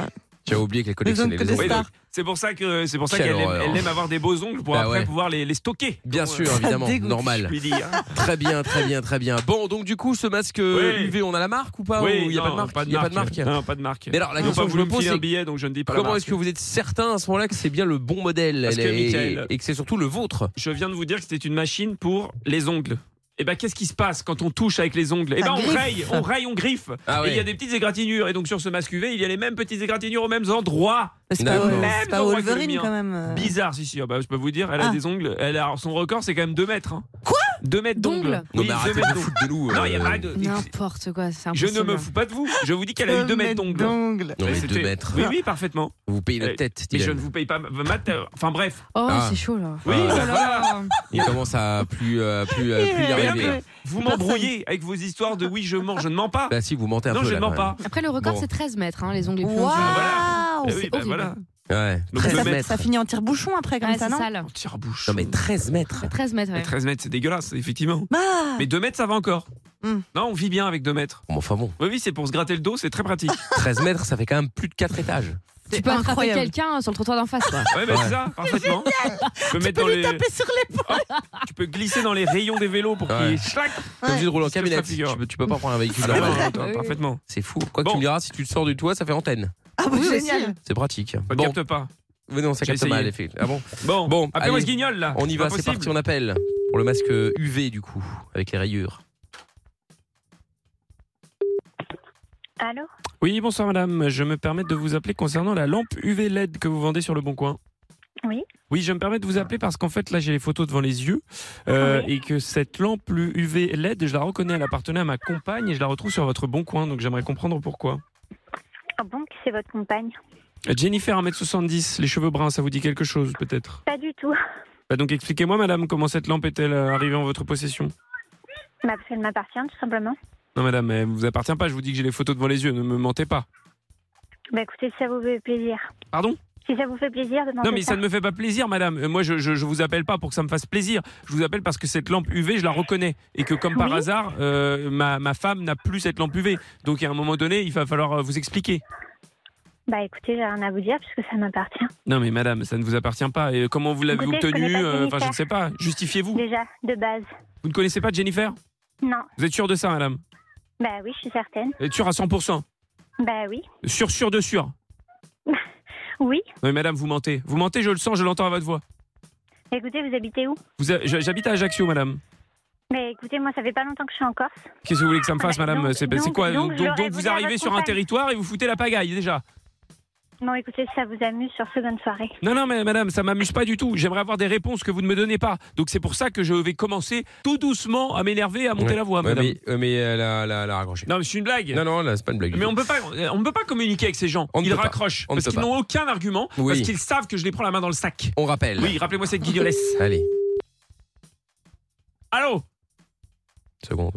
[SPEAKER 1] Tu as oublié qu'elle collectionne les ongles.
[SPEAKER 3] C'est pour ça qu'elle aime avoir des beaux ongles pour après pouvoir les stocker.
[SPEAKER 1] Bien sûr, évidemment, normal. Très bien. Bon, donc du coup, ce masque UV, on a la marque ou pas?
[SPEAKER 3] Oui,
[SPEAKER 1] il n'y a pas de marque.
[SPEAKER 3] Il n'y a pas de marque. Non, pas de marque.
[SPEAKER 1] Mais alors, la question que je me pose, c'est
[SPEAKER 3] un billet, donc je ne dis pas.
[SPEAKER 1] Comment est-ce que vous êtes certain à ce moment-là que c'est bien le bon modèle et que c'est surtout le vôtre?
[SPEAKER 3] Je viens de vous dire que c'était une machine pour les ongles. Et ben qu'est-ce qui se passe quand on touche avec les ongles? Et ben on raye, on griffe. Et il y a des petites égratignures. Et donc sur ce masque UV, il y a les mêmes petites égratignures aux mêmes endroits.
[SPEAKER 2] C'est pas Wolverine quand même.
[SPEAKER 3] Bizarre, si. Je peux vous dire, elle a des ongles. Son record, c'est quand même 2 mètres. Hein.
[SPEAKER 2] Quoi?
[SPEAKER 3] 2 mètres d'ongles.
[SPEAKER 1] Non, mais arrêtez de foutre de nous.
[SPEAKER 3] Non, il y a pas de.
[SPEAKER 4] N'importe quoi, c'est
[SPEAKER 3] Je
[SPEAKER 4] impossible.
[SPEAKER 3] ne me fous pas de vous. Je vous dis qu'elle a eu 2 mètres d'ongles.
[SPEAKER 1] Non, mais 2 mètres.
[SPEAKER 3] Oui, parfaitement.
[SPEAKER 1] Vous payez notre tête.
[SPEAKER 3] Mais je ne vous paye pas ma tête. Enfin bref.
[SPEAKER 4] Oh, c'est chaud là.
[SPEAKER 3] Oui, voilà.
[SPEAKER 1] Il commence à plus y arriver.
[SPEAKER 3] Vous m'embrouillez avec vos histoires de oui, je mens, je ne mens pas.
[SPEAKER 1] Bah si, vous mentez un peu.
[SPEAKER 3] Non, je ne mens pas.
[SPEAKER 4] Après, le record, c'est 13 mètres, les ongles les plus
[SPEAKER 2] longs.
[SPEAKER 3] Oui, voilà.
[SPEAKER 1] Ouais.
[SPEAKER 2] Ça finit en tire-bouchon après, comme ça, non?
[SPEAKER 3] En tire-bouchon.
[SPEAKER 1] Non, mais 13 mètres.
[SPEAKER 4] 13 mètres, ouais.
[SPEAKER 3] 13 mètres, c'est dégueulasse, effectivement. Mais 2 mètres, ça va encore. Non, on vit bien avec 2 mètres.
[SPEAKER 1] Enfin bon.
[SPEAKER 3] Oui, c'est pour se gratter le dos, c'est très pratique.
[SPEAKER 1] 13 mètres, ça fait quand même plus de 4 étages.
[SPEAKER 4] Tu peux attraper quelqu'un sur le trottoir d'en face, quoi.
[SPEAKER 3] Ouais, c'est ça, parfaitement.
[SPEAKER 2] Tu peux lui taper sur l'épaule.
[SPEAKER 3] Tu peux glisser dans les rayons des vélos pour qu'il schlac.
[SPEAKER 1] T'es obligé de rouler en camionnette. Tu peux pas prendre un véhicule normal.
[SPEAKER 3] Parfaitement.
[SPEAKER 1] C'est fou. Quoi que tu me diras, si tu le sors du toit, ça fait antenne.
[SPEAKER 2] Ah oui, génial.
[SPEAKER 1] C'est pratique.
[SPEAKER 3] Ça capte pas.
[SPEAKER 1] Oui, non, ça capte mal, l'effet. Ah bon?
[SPEAKER 3] Bon, appelez-moi ce guignol là.
[SPEAKER 1] On y va, c'est parti, on appelle. Pour le masque UV, du coup, avec les rayures.
[SPEAKER 14] Allô?
[SPEAKER 3] Oui, bonsoir madame. Je me permets de vous appeler concernant la lampe UV LED que vous vendez sur le Bon Coin.
[SPEAKER 14] Oui.
[SPEAKER 3] Oui, je me permets de vous appeler parce qu'en fait, là, j'ai les photos devant les yeux et que cette lampe UV LED, je la reconnais, elle appartenait à ma compagne et je la retrouve sur votre Bon Coin, donc j'aimerais comprendre pourquoi.
[SPEAKER 14] Ah bon, qui c'est votre compagne?
[SPEAKER 3] Jennifer, 1m70, les cheveux bruns, ça vous dit quelque chose peut-être?
[SPEAKER 14] Pas du tout.
[SPEAKER 3] Bah donc expliquez-moi madame, comment cette lampe est-elle arrivée en votre possession?
[SPEAKER 14] Parce qu'elle m'appartient tout simplement.
[SPEAKER 3] Non madame, elle vous appartient pas, je vous dis que j'ai les photos devant les yeux, ne me mentez pas.
[SPEAKER 14] Écoutez, si ça vous fait plaisir.
[SPEAKER 3] Pardon?
[SPEAKER 14] Si ça vous fait plaisir de
[SPEAKER 3] Non mais ça ne me fait pas plaisir madame, moi je vous appelle pas pour que ça me fasse plaisir, je vous appelle parce que cette lampe UV je la reconnais et que comme par hasard ma femme n'a plus cette lampe UV, donc à un moment donné il va falloir vous expliquer.
[SPEAKER 14] Écoutez, j'ai rien à vous dire puisque ça m'appartient.
[SPEAKER 3] Non mais madame, ça ne vous appartient pas, et comment vous l'avez obtenue, enfin je ne sais pas, justifiez-vous.
[SPEAKER 14] Déjà, de base.
[SPEAKER 3] Vous ne connaissez pas Jennifer?
[SPEAKER 14] Non.
[SPEAKER 3] Vous êtes sûre de ça madame?
[SPEAKER 14] Oui, je suis certaine.
[SPEAKER 3] Vous êtes sûre à 100%?
[SPEAKER 14] Oui.
[SPEAKER 3] Sûr de sûr?
[SPEAKER 14] Oui.
[SPEAKER 3] Non mais madame, vous mentez, je le sens, je l'entends à votre voix.
[SPEAKER 14] Écoutez, vous habitez où?
[SPEAKER 3] J'habite à Ajaccio madame.
[SPEAKER 14] Mais écoutez, moi, ça fait pas longtemps que je suis en Corse.
[SPEAKER 3] Qu'est-ce que vous voulez que ça me fasse, madame? C'est quoi? Donc vous
[SPEAKER 14] voulu
[SPEAKER 3] arrivez sur un territoire et vous foutez la pagaille, déjà?
[SPEAKER 14] Bon, écoutez, ça vous amuse sur seconde soirée.
[SPEAKER 3] Non, mais madame, ça m'amuse pas du tout. J'aimerais avoir des réponses que vous ne me donnez pas. Donc c'est pour ça que je vais commencer tout doucement à m'énerver, à monter la voix, madame.
[SPEAKER 1] Mais elle a raccroché.
[SPEAKER 3] Non, mais c'est une blague.
[SPEAKER 1] Non, là, c'est pas une blague.
[SPEAKER 3] Mais on peut pas communiquer avec ces gens. Ils raccrochent parce qu'ils n'ont aucun argument, parce qu'ils savent que je les prends la main dans le sac.
[SPEAKER 1] On rappelle.
[SPEAKER 3] Oui, rappelez-moi cette guignolesse.
[SPEAKER 1] Allez.
[SPEAKER 3] Allô?
[SPEAKER 1] Seconde.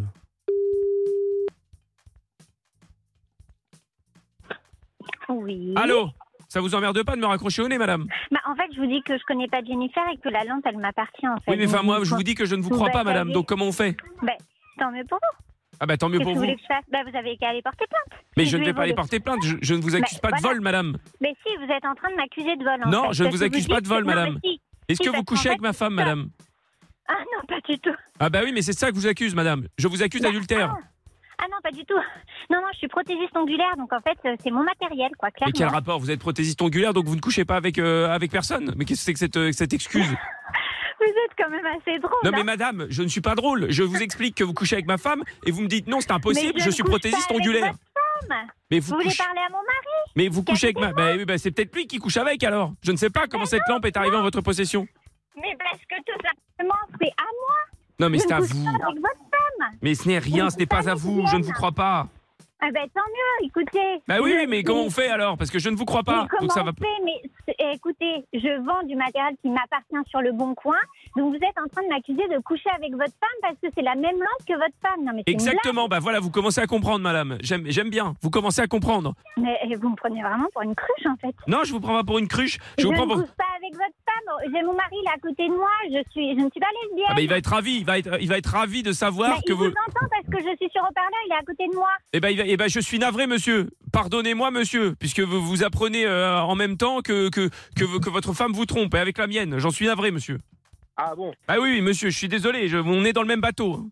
[SPEAKER 14] Oui.
[SPEAKER 3] Allô? Ça vous emmerde pas de me raccrocher au nez, madame?
[SPEAKER 14] Bah, en fait, je vous dis que je connais pas Jennifer et que la lampe, elle m'appartient, en fait.
[SPEAKER 3] Oui, mais enfin, moi, je vous dis que je ne vous crois pas, madame. Donc, comment on fait?
[SPEAKER 14] Bah, tant mieux pour vous.
[SPEAKER 3] Ah bah, tant mieux pour vous.
[SPEAKER 14] Qu'est-ce que vous voulez que je fasse? Bah, vous avez qu'à aller porter plainte.
[SPEAKER 3] Mais je ne vais pas aller porter plainte. Je ne vous accuse pas de vol, madame.
[SPEAKER 14] Mais si, vous êtes en train de m'accuser de vol, en fait.
[SPEAKER 3] Non, je ne vous accuse pas de vol, madame. Est-ce que vous couchez avec ma femme, madame?
[SPEAKER 14] Ah non, pas du tout.
[SPEAKER 3] Ah bah oui, mais c'est ça que je vous accuse, madame. Je vous accuse d'adultère.
[SPEAKER 14] Ah non, pas du tout. Non, je suis prothésiste ongulaire, donc en fait, c'est mon matériel, quoi, clairement.
[SPEAKER 3] Mais quel rapport? Vous êtes prothésiste ongulaire, donc vous ne couchez pas avec personne? Mais qu'est-ce que c'est que cette excuse?
[SPEAKER 14] Vous êtes quand même assez drôle.
[SPEAKER 3] Non mais madame, je ne suis pas drôle. Je vous explique que vous couchez avec ma femme et vous me dites non, c'est impossible, je suis prothésiste ongulaire.
[SPEAKER 14] Mais vous voulez parler à mon mari?
[SPEAKER 3] Mais vous couchez avec ma... Bah, c'est peut-être lui qui couche avec alors. Je ne sais pas comment cette lampe est arrivée en votre possession.
[SPEAKER 14] Mais parce que tout simplement, c'est à moi.
[SPEAKER 3] Non mais c'est à vous.
[SPEAKER 14] Avec votre femme.
[SPEAKER 3] Mais ce n'est rien, ce n'est pas à vous, je ne vous crois pas.
[SPEAKER 14] Ah ben tant mieux, écoutez.
[SPEAKER 3] Bah oui, mais comment on fait alors? Parce que je ne vous crois pas.
[SPEAKER 14] Donc ça va. Écoutez, je vends du matériel qui m'appartient sur le bon coin. Donc vous êtes en train de m'accuser de coucher avec votre femme parce que c'est la même lampe que votre femme. Non mais c'est
[SPEAKER 3] exactement. Bah voilà, vous commencez à comprendre, madame. J'aime bien. Vous commencez à comprendre.
[SPEAKER 14] Mais vous me prenez vraiment pour une cruche en fait.
[SPEAKER 3] Non, je vous prends pas pour une cruche.
[SPEAKER 14] Je ne couche pas avec votre femme. J'ai mon mari là à côté de moi. Je ne suis pas lesbienne.
[SPEAKER 3] Ah bah il va être ravi. Il va être ravi de savoir que vous.
[SPEAKER 14] Il vous entend parce que je suis sur haut-parleur. Il est à côté de moi.
[SPEAKER 3] Eh ben, je suis navré, monsieur. Pardonnez-moi, monsieur, puisque vous apprenez en même temps que votre femme vous trompe, et avec la mienne. J'en suis navré, monsieur.
[SPEAKER 7] Ah bon?
[SPEAKER 3] Ah oui, monsieur, je suis désolé. On est dans le même bateau.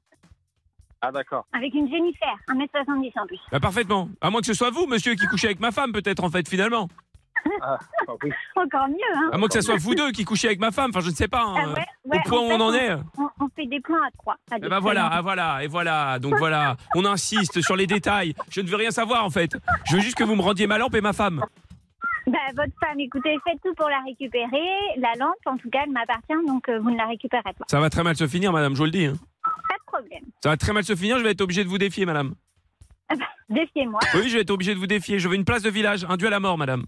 [SPEAKER 7] Ah d'accord.
[SPEAKER 14] Avec une Jennifer, 1m70 en plus.
[SPEAKER 3] Bah parfaitement. À moins que ce soit vous, monsieur, qui couchez avec ma femme, peut-être, en fait, finalement.
[SPEAKER 7] Ah, oui.
[SPEAKER 14] Encore mieux, hein.
[SPEAKER 3] À moins que ce soit vous deux qui couchez avec ma femme. Enfin, je ne sais pas. Au point où on en est.
[SPEAKER 14] On fait des plans à 3.
[SPEAKER 3] Et ben voilà. Donc voilà. On insiste sur les détails. Je ne veux rien savoir, en fait. Je veux juste que vous me rendiez ma lampe et ma femme.
[SPEAKER 14] Bah, votre femme, écoutez, faites tout pour la récupérer. La lampe, en tout cas, elle m'appartient, donc vous ne la récupérez pas.
[SPEAKER 3] Ça va très mal se finir, madame, je vous le dis. Hein.
[SPEAKER 14] Pas de problème.
[SPEAKER 3] Ça va très mal se finir, je vais être obligé de vous défier, madame.
[SPEAKER 14] Défiez-moi.
[SPEAKER 3] Oui, je vais être obligé de vous défier. Je veux une place de village, un duel à mort, madame.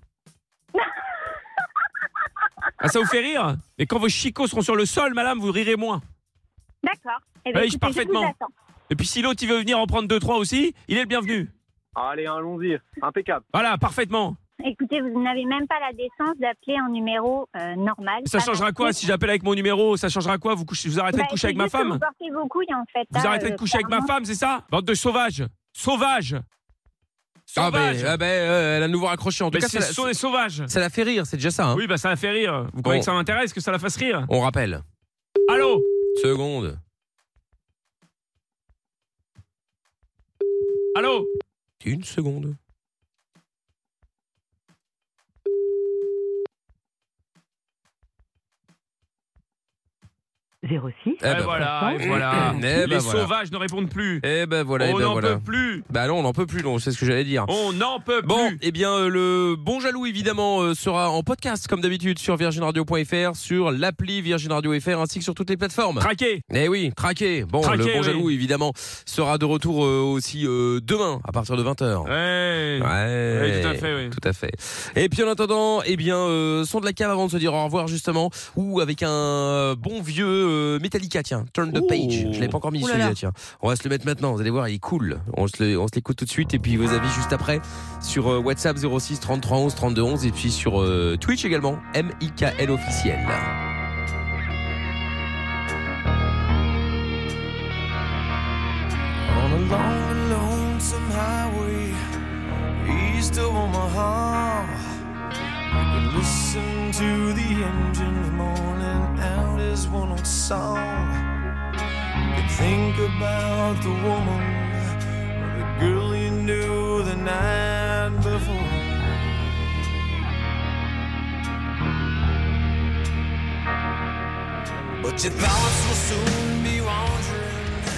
[SPEAKER 3] Ah, ça vous fait rire? Et quand vos chicots seront sur le sol, madame, vous rirez moins.
[SPEAKER 14] D'accord.
[SPEAKER 3] Eh ben, oui, parfaitement. Et puis si l'autre, il veut venir en prendre 2-3 aussi, il est le bienvenu.
[SPEAKER 7] Allez, allons-y. Impeccable.
[SPEAKER 3] Voilà, parfaitement.
[SPEAKER 14] Écoutez, vous n'avez même pas la décence d'appeler en numéro normal.
[SPEAKER 3] Ça changera quoi si j'appelle avec mon numéro? Ça changera quoi? Vous arrêterez de coucher avec ma femme?
[SPEAKER 14] Vous portez vos couilles, en fait.
[SPEAKER 3] Vous arrêterez de coucher avec ma femme, c'est ça? Bande de sauvages. Sauvages.
[SPEAKER 1] Elle a nouveau raccroché. En tout cas,
[SPEAKER 3] ce sont des sauvages.
[SPEAKER 1] Ça la fait rire, c'est déjà ça. Hein.
[SPEAKER 3] Oui, bah ça la fait rire. Vous croyez que ça m'intéresse, que ça la fasse rire?
[SPEAKER 1] On rappelle.
[SPEAKER 3] Allô?
[SPEAKER 1] Seconde.
[SPEAKER 3] Allô?
[SPEAKER 1] Une seconde.
[SPEAKER 15] 06.
[SPEAKER 3] Voilà. Les sauvages ne répondent plus.
[SPEAKER 1] On
[SPEAKER 3] n'en peut plus.
[SPEAKER 1] Bah non, on n'en peut plus, non, c'est ce que j'allais dire.
[SPEAKER 3] On n'en peut plus.
[SPEAKER 1] Bon, eh bien, le Bon Jaloux, évidemment, sera en podcast, comme d'habitude, sur virginradio.fr, sur l'appli Virgin Radio FR, ainsi que sur toutes les plateformes.
[SPEAKER 3] Craqué.
[SPEAKER 1] Eh oui, craqué. Bon, le Bon Jaloux, évidemment, sera de retour aussi demain, à partir de 20h.
[SPEAKER 3] Ouais, tout à fait, oui.
[SPEAKER 1] Tout à fait. Et puis, en attendant, eh bien, son de la cave avant de se dire au revoir, justement, ou avec un bon vieux Metallica, tiens, Turn the Page. Je l'ai pas encore mis celui-là, tiens. On va se le mettre maintenant, vous allez voir, il est cool. On se l'écoute tout de suite et puis vos avis juste après sur WhatsApp 06 33 11 32 11 et puis sur Twitch également, MIKL officiel.
[SPEAKER 8] On a long and lonesome highway east of Omaha, I could listen to the engines moaning out his one old song. Could think about the woman or the girl you knew the night before. But your thoughts will soon be wandering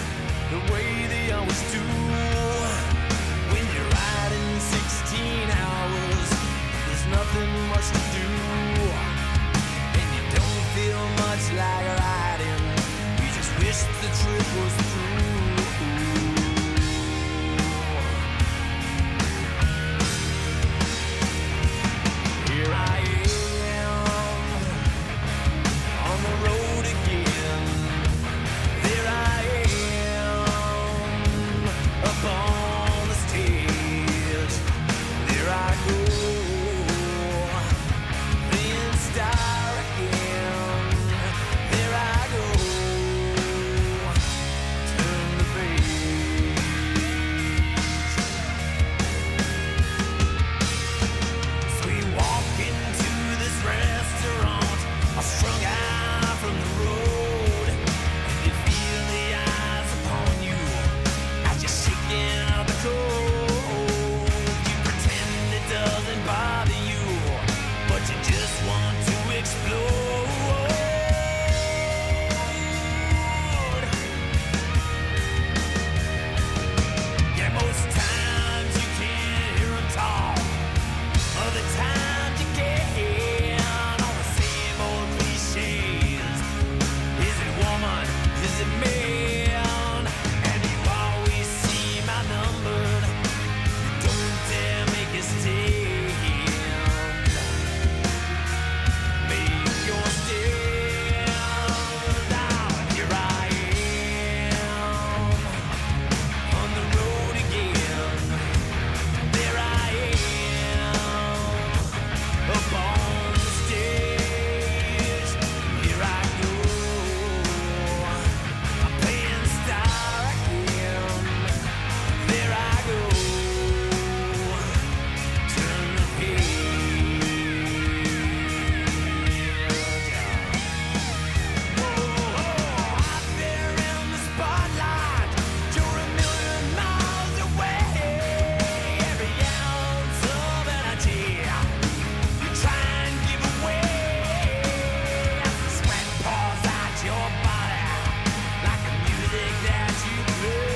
[SPEAKER 8] the way they always do. When you're riding 16 hours, there's nothing much to do, and you don't feel much like riding. You just wish the trip was through. Here I am on the road again. There I am up on the stage. There I go, being star again. There I go, turn the page. So we walk into this restaurant, all strung out from the road, and you feel the eyes upon you as you're shaking out the cold. You pretend it doesn't bother you, but you just want to explode. Yeah, most times you can't hear 'em talk. Other times you get on the same old cliches. Is it woman? Is it man? And you always seem outnumbered. You don't dare make a stand. Make your stand. Now here I am on the road again. There I am up on the stage. Here I go, I'm playing star again. There I go, turn the page. Out there in the spotlight, you're a million miles away. Every ounce of energy you try and give away. As the sweat pours out your body like the music that you play.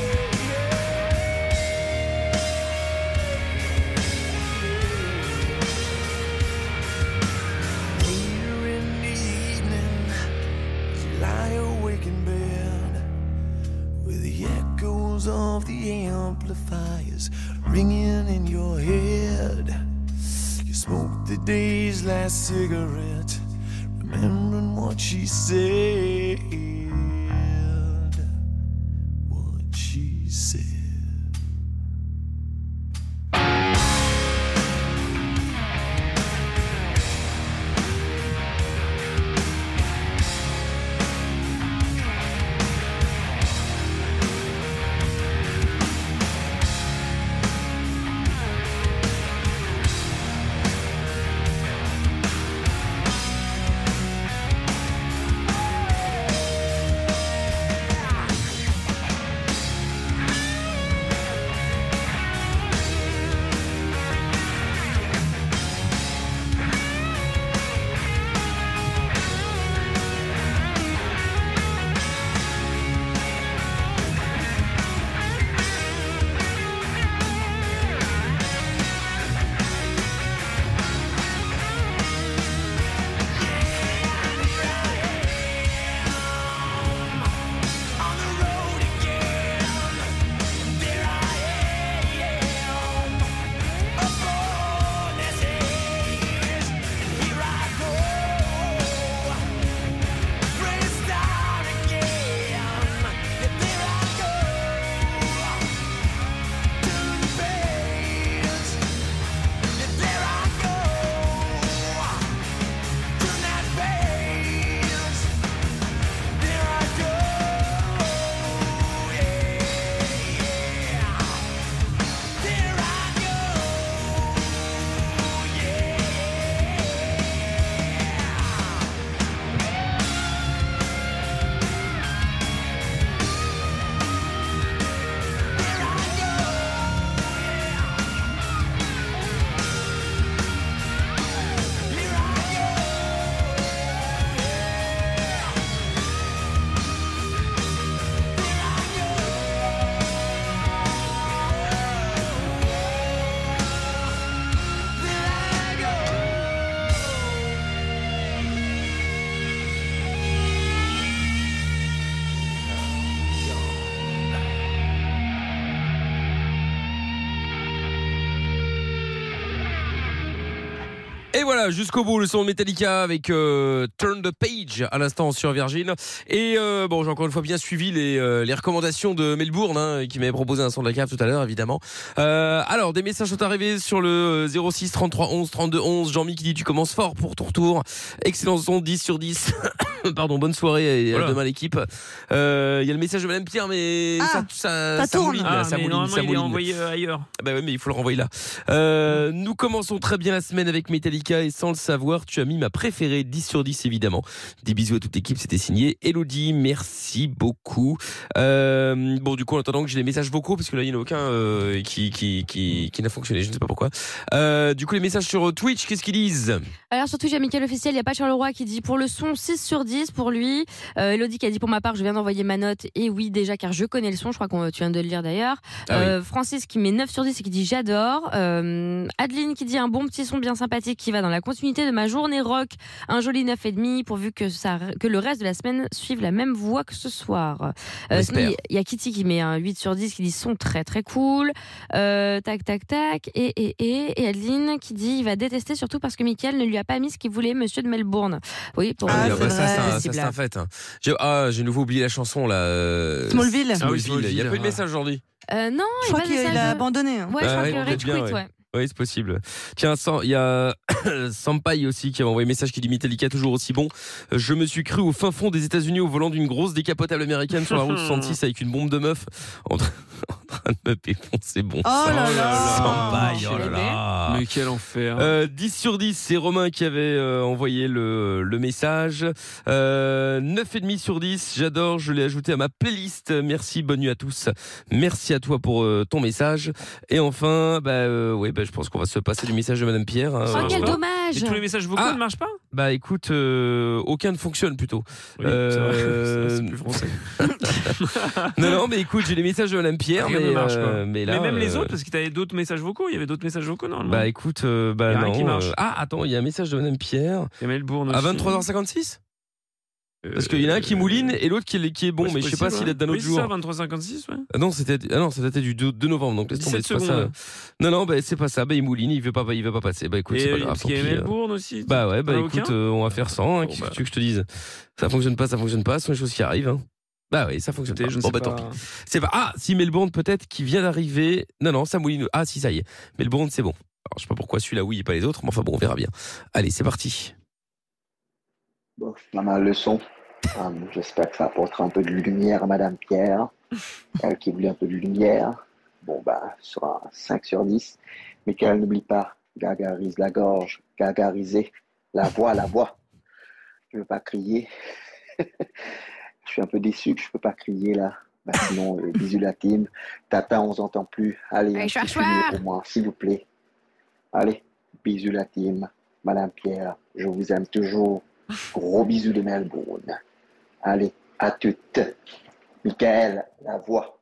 [SPEAKER 8] Later in the evening, as you lie awake in bed, with the echoes of the amplifiers ringing in your head, you smoke the day's last cigarette, remembering what she said. What she said.
[SPEAKER 1] voilà, jusqu'au bout, le son de Metallica avec Turn the Page à l'instant sur Virgin. Et bon, j'ai encore une fois bien suivi les recommandations de Melbourne, hein, qui m'avait proposé un son de la cave tout à l'heure, évidemment. Alors, des messages sont arrivés sur le 06 33 11 32 11. Jean-Mi qui dit tu commences fort pour ton retour. Excellent son, 10 sur 10. Pardon, bonne soirée et à demain l'équipe. Il y a le message de Madame Pierre, mais ça mouline. Ça mouline.
[SPEAKER 3] Il est envoyé ailleurs.
[SPEAKER 1] Bah ouais, mais il faut le renvoyer là. Nous commençons très bien la semaine avec Metallica et sans le savoir, tu as mis ma préférée, 10 sur 10 évidemment. Des bisous à toute l'équipe, c'était signé Elodie, merci beaucoup. Bon, du coup, en attendant que j'ai les messages vocaux, parce que là, il n'y en a aucun qui n'a fonctionné, je ne sais pas pourquoi. Du coup, les messages sur Twitch, qu'est-ce qu'ils disent?
[SPEAKER 4] Alors, sur Twitch, à Mickaël Officiel, il y a pas Charleroi qui dit pour le son 6 sur 10 pour lui. Elodie qui a dit pour ma part, je viens d'envoyer ma note. Et oui, déjà, car je connais le son, je crois que tu viens de le lire d'ailleurs. Oui. Francis qui met 9 sur 10 et qui dit j'adore. Adeline qui dit un bon petit son bien sympathique qui va dans la continuité de ma journée rock. Un joli 9,5 pourvu que le reste de la semaine suive la même voie que ce soir. Il y a Kitty qui met un 8 sur 10 qui dit son très très cool. Tac. Et Adeline qui dit il va détester surtout parce que Mickaël ne lui a pas mis ce qu'il voulait, monsieur de Melbourne. Oui, pour
[SPEAKER 1] ça c'est un fait. Hein. J'ai nouveau oublié la chanson là.
[SPEAKER 2] Smallville.
[SPEAKER 1] Il n'y a pas eu de message aujourd'hui.
[SPEAKER 4] Non,
[SPEAKER 2] je crois qu'il a abandonné.
[SPEAKER 4] Ouais, je crois que Rich quit, ouais.
[SPEAKER 1] Oui, c'est possible. Tiens, il y a Sampai aussi qui a envoyé un message qui dit Metallica toujours aussi bon. Je me suis cru au fin fond des États-Unis au volant d'une grosse décapotable américaine sur la route 66 avec une bombe de meuf en train de me pépon, c'est bon.
[SPEAKER 2] Oh là là,
[SPEAKER 1] Sampai, oh là là.
[SPEAKER 3] Mais quel enfer.
[SPEAKER 1] 10 sur 10, c'est Romain qui avait envoyé le message. 9,5 sur 10, j'adore, je l'ai ajouté à ma playlist. Merci, bonne nuit à tous. Merci à toi pour ton message. Et enfin, je pense qu'on va se passer du message de Madame Pierre.
[SPEAKER 4] Oh, quel dommage!
[SPEAKER 3] Et tous les messages vocaux ne marchent pas?
[SPEAKER 1] Bah écoute, aucun ne fonctionne plutôt.
[SPEAKER 3] Oui, c'est plus français.
[SPEAKER 1] non, mais écoute, j'ai les messages de Madame Pierre,
[SPEAKER 3] mais
[SPEAKER 1] ne marche pas.
[SPEAKER 3] Mais même les autres, parce que tu avais d'autres messages vocaux. Il y avait d'autres messages vocaux normalement.
[SPEAKER 1] Bah écoute, non. Attends, il y a un message de Madame Pierre.
[SPEAKER 3] Et Melbourne
[SPEAKER 1] à 23h56. Parce qu'il y en a un qui mouline et l'autre qui est bon, mais je sais pas s'il date d'un autre jour.
[SPEAKER 3] C'est ça, 23h56, ouais.
[SPEAKER 1] Non, ça datait du 2 novembre, donc laisse tomber, c'est pas ça. Non, c'est pas ça. Il mouline, il veut pas passer. Bah écoute, c'est pas grave.
[SPEAKER 3] Parce qu'il y a Melbourne aussi.
[SPEAKER 1] Bah ouais, écoute, on va faire 100. Qu'est-ce que tu veux que je te dise? Ça fonctionne pas, ce sont les choses qui arrient. Hein. Bah oui, ça fonctionne pas. Bon, tant pis. C'est pas. Ah, si Melbourne peut-être qui vient d'arriver. Non, ça mouline. Ah, si, ça y est. Melbourne, c'est bon. Alors, je sais pas pourquoi celui-là oui et pas les autres, mais enfin bon, on verra bien. Allez, c'est parti.
[SPEAKER 15] Bon, c'est pas mal le son. J'espère que ça apportera un peu de lumière à Madame Pierre, qui voulait un peu de lumière. Bon, sur un 5 sur 10. Mais qu'elle n'oublie pas, gargarise la gorge, gargariser, la voix. Je ne veux pas crier. Je suis un peu déçu que je ne peux pas crier là. Sinon, bisous la team. Tata, on ne s'entend plus. Allez, un petit pour moi, s'il vous plaît. Allez, bisous la team. Madame Pierre, je vous aime toujours. Gros bisous de Melbourne. Allez, à toutes. Mickaël, la voix.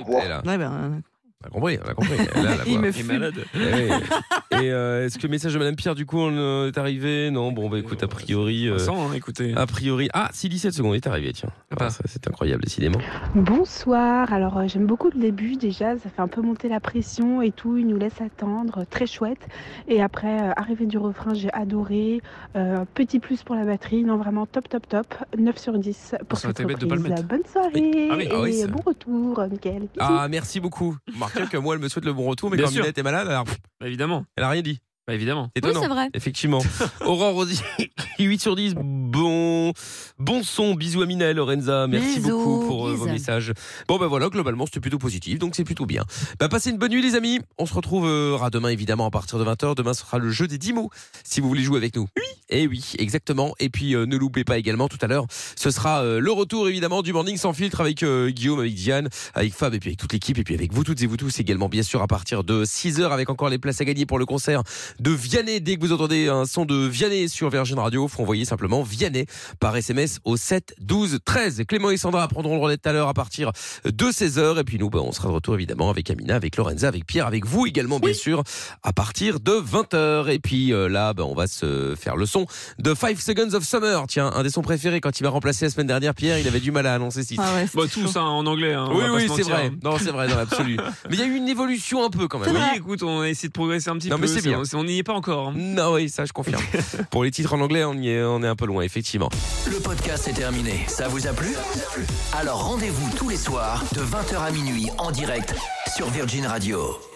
[SPEAKER 1] On a compris. Là, la
[SPEAKER 2] il
[SPEAKER 1] voix.
[SPEAKER 2] me fume.
[SPEAKER 3] Malade.
[SPEAKER 1] Et est-ce que le message de Madame Pierre, du coup, on est arrivé? Non, bon, écoute, a priori.
[SPEAKER 3] Écoutez.
[SPEAKER 1] A priori. Ah, si, 17 secondes, il est arrivé, tiens. C'est incroyable, décidément.
[SPEAKER 16] Bonsoir. Alors, j'aime beaucoup le début, déjà. Ça fait un peu monter la pression et tout. Il nous laisse attendre. Très chouette. Et après, arrivée du refrain, j'ai adoré. Petit plus pour la batterie. Non, vraiment top. 9 sur 10 pour cette reprise. Bonne soirée. Et bon retour, Mickaël.
[SPEAKER 1] Ah, merci beaucoup. Remarquez que moi, elle me souhaite le bon retour, mais
[SPEAKER 3] Bien
[SPEAKER 1] quand
[SPEAKER 3] sûr.
[SPEAKER 1] Minette est malade, alors.
[SPEAKER 3] Évidemment.
[SPEAKER 1] Elle a rien dit.
[SPEAKER 3] Évidemment.
[SPEAKER 1] Étonnant.
[SPEAKER 4] Oui, c'est vrai.
[SPEAKER 1] Effectivement. Aurore Rosy, 8 sur 10. Bon son. Bisous à Mina et Lorenza. Merci beaucoup pour vos messages. Bon, voilà, globalement, c'était plutôt positif, donc c'est plutôt bien. Passez une bonne nuit, les amis. On se retrouvera demain, évidemment, à partir de 20h. Demain, ce sera le jeu des 10 mots, si vous voulez jouer avec nous. Oui, exactement. Et puis, ne l'oubliez pas également, tout à l'heure, ce sera le retour, évidemment, du Morning Sans Filtre avec Guillaume, avec Diane, avec Fab, et puis avec toute l'équipe, et puis avec vous toutes et vous tous également, bien sûr, à partir de 6h, avec encore les places à gagner pour le concert de Vianney. Dès que vous entendez un son de Vianney sur Virgin Radio, faut envoyer simplement Vianney par SMS au 7 12 13. Clément et Sandra prendront le relais tout à l'heure à partir de 16h. Et puis nous, on sera de retour évidemment avec Amina, avec Lorenza, avec Pierre, avec vous également bien sûr à partir de 20h. Et puis là, on va se faire le son de 5 Seconds of Summer. Tiens, un des sons préférés quand il m'a remplacé la semaine dernière, Pierre, il avait du mal à annoncer 6.
[SPEAKER 3] Tous en anglais.
[SPEAKER 1] Oui, c'est vrai. Non, c'est vrai, dans l'absolu. Mais il y a eu une évolution un peu quand même.
[SPEAKER 3] Oui, écoute, on a essayé de progresser un petit peu.
[SPEAKER 1] Mais c'est bien.
[SPEAKER 3] On n'y est pas encore.
[SPEAKER 1] Non, oui, ça je confirme. Pour les titres en anglais, on est un peu loin, effectivement.
[SPEAKER 9] Le podcast est terminé. Ça vous a plu ? Alors rendez-vous tous les soirs de 20h à minuit en direct sur Virgin Radio.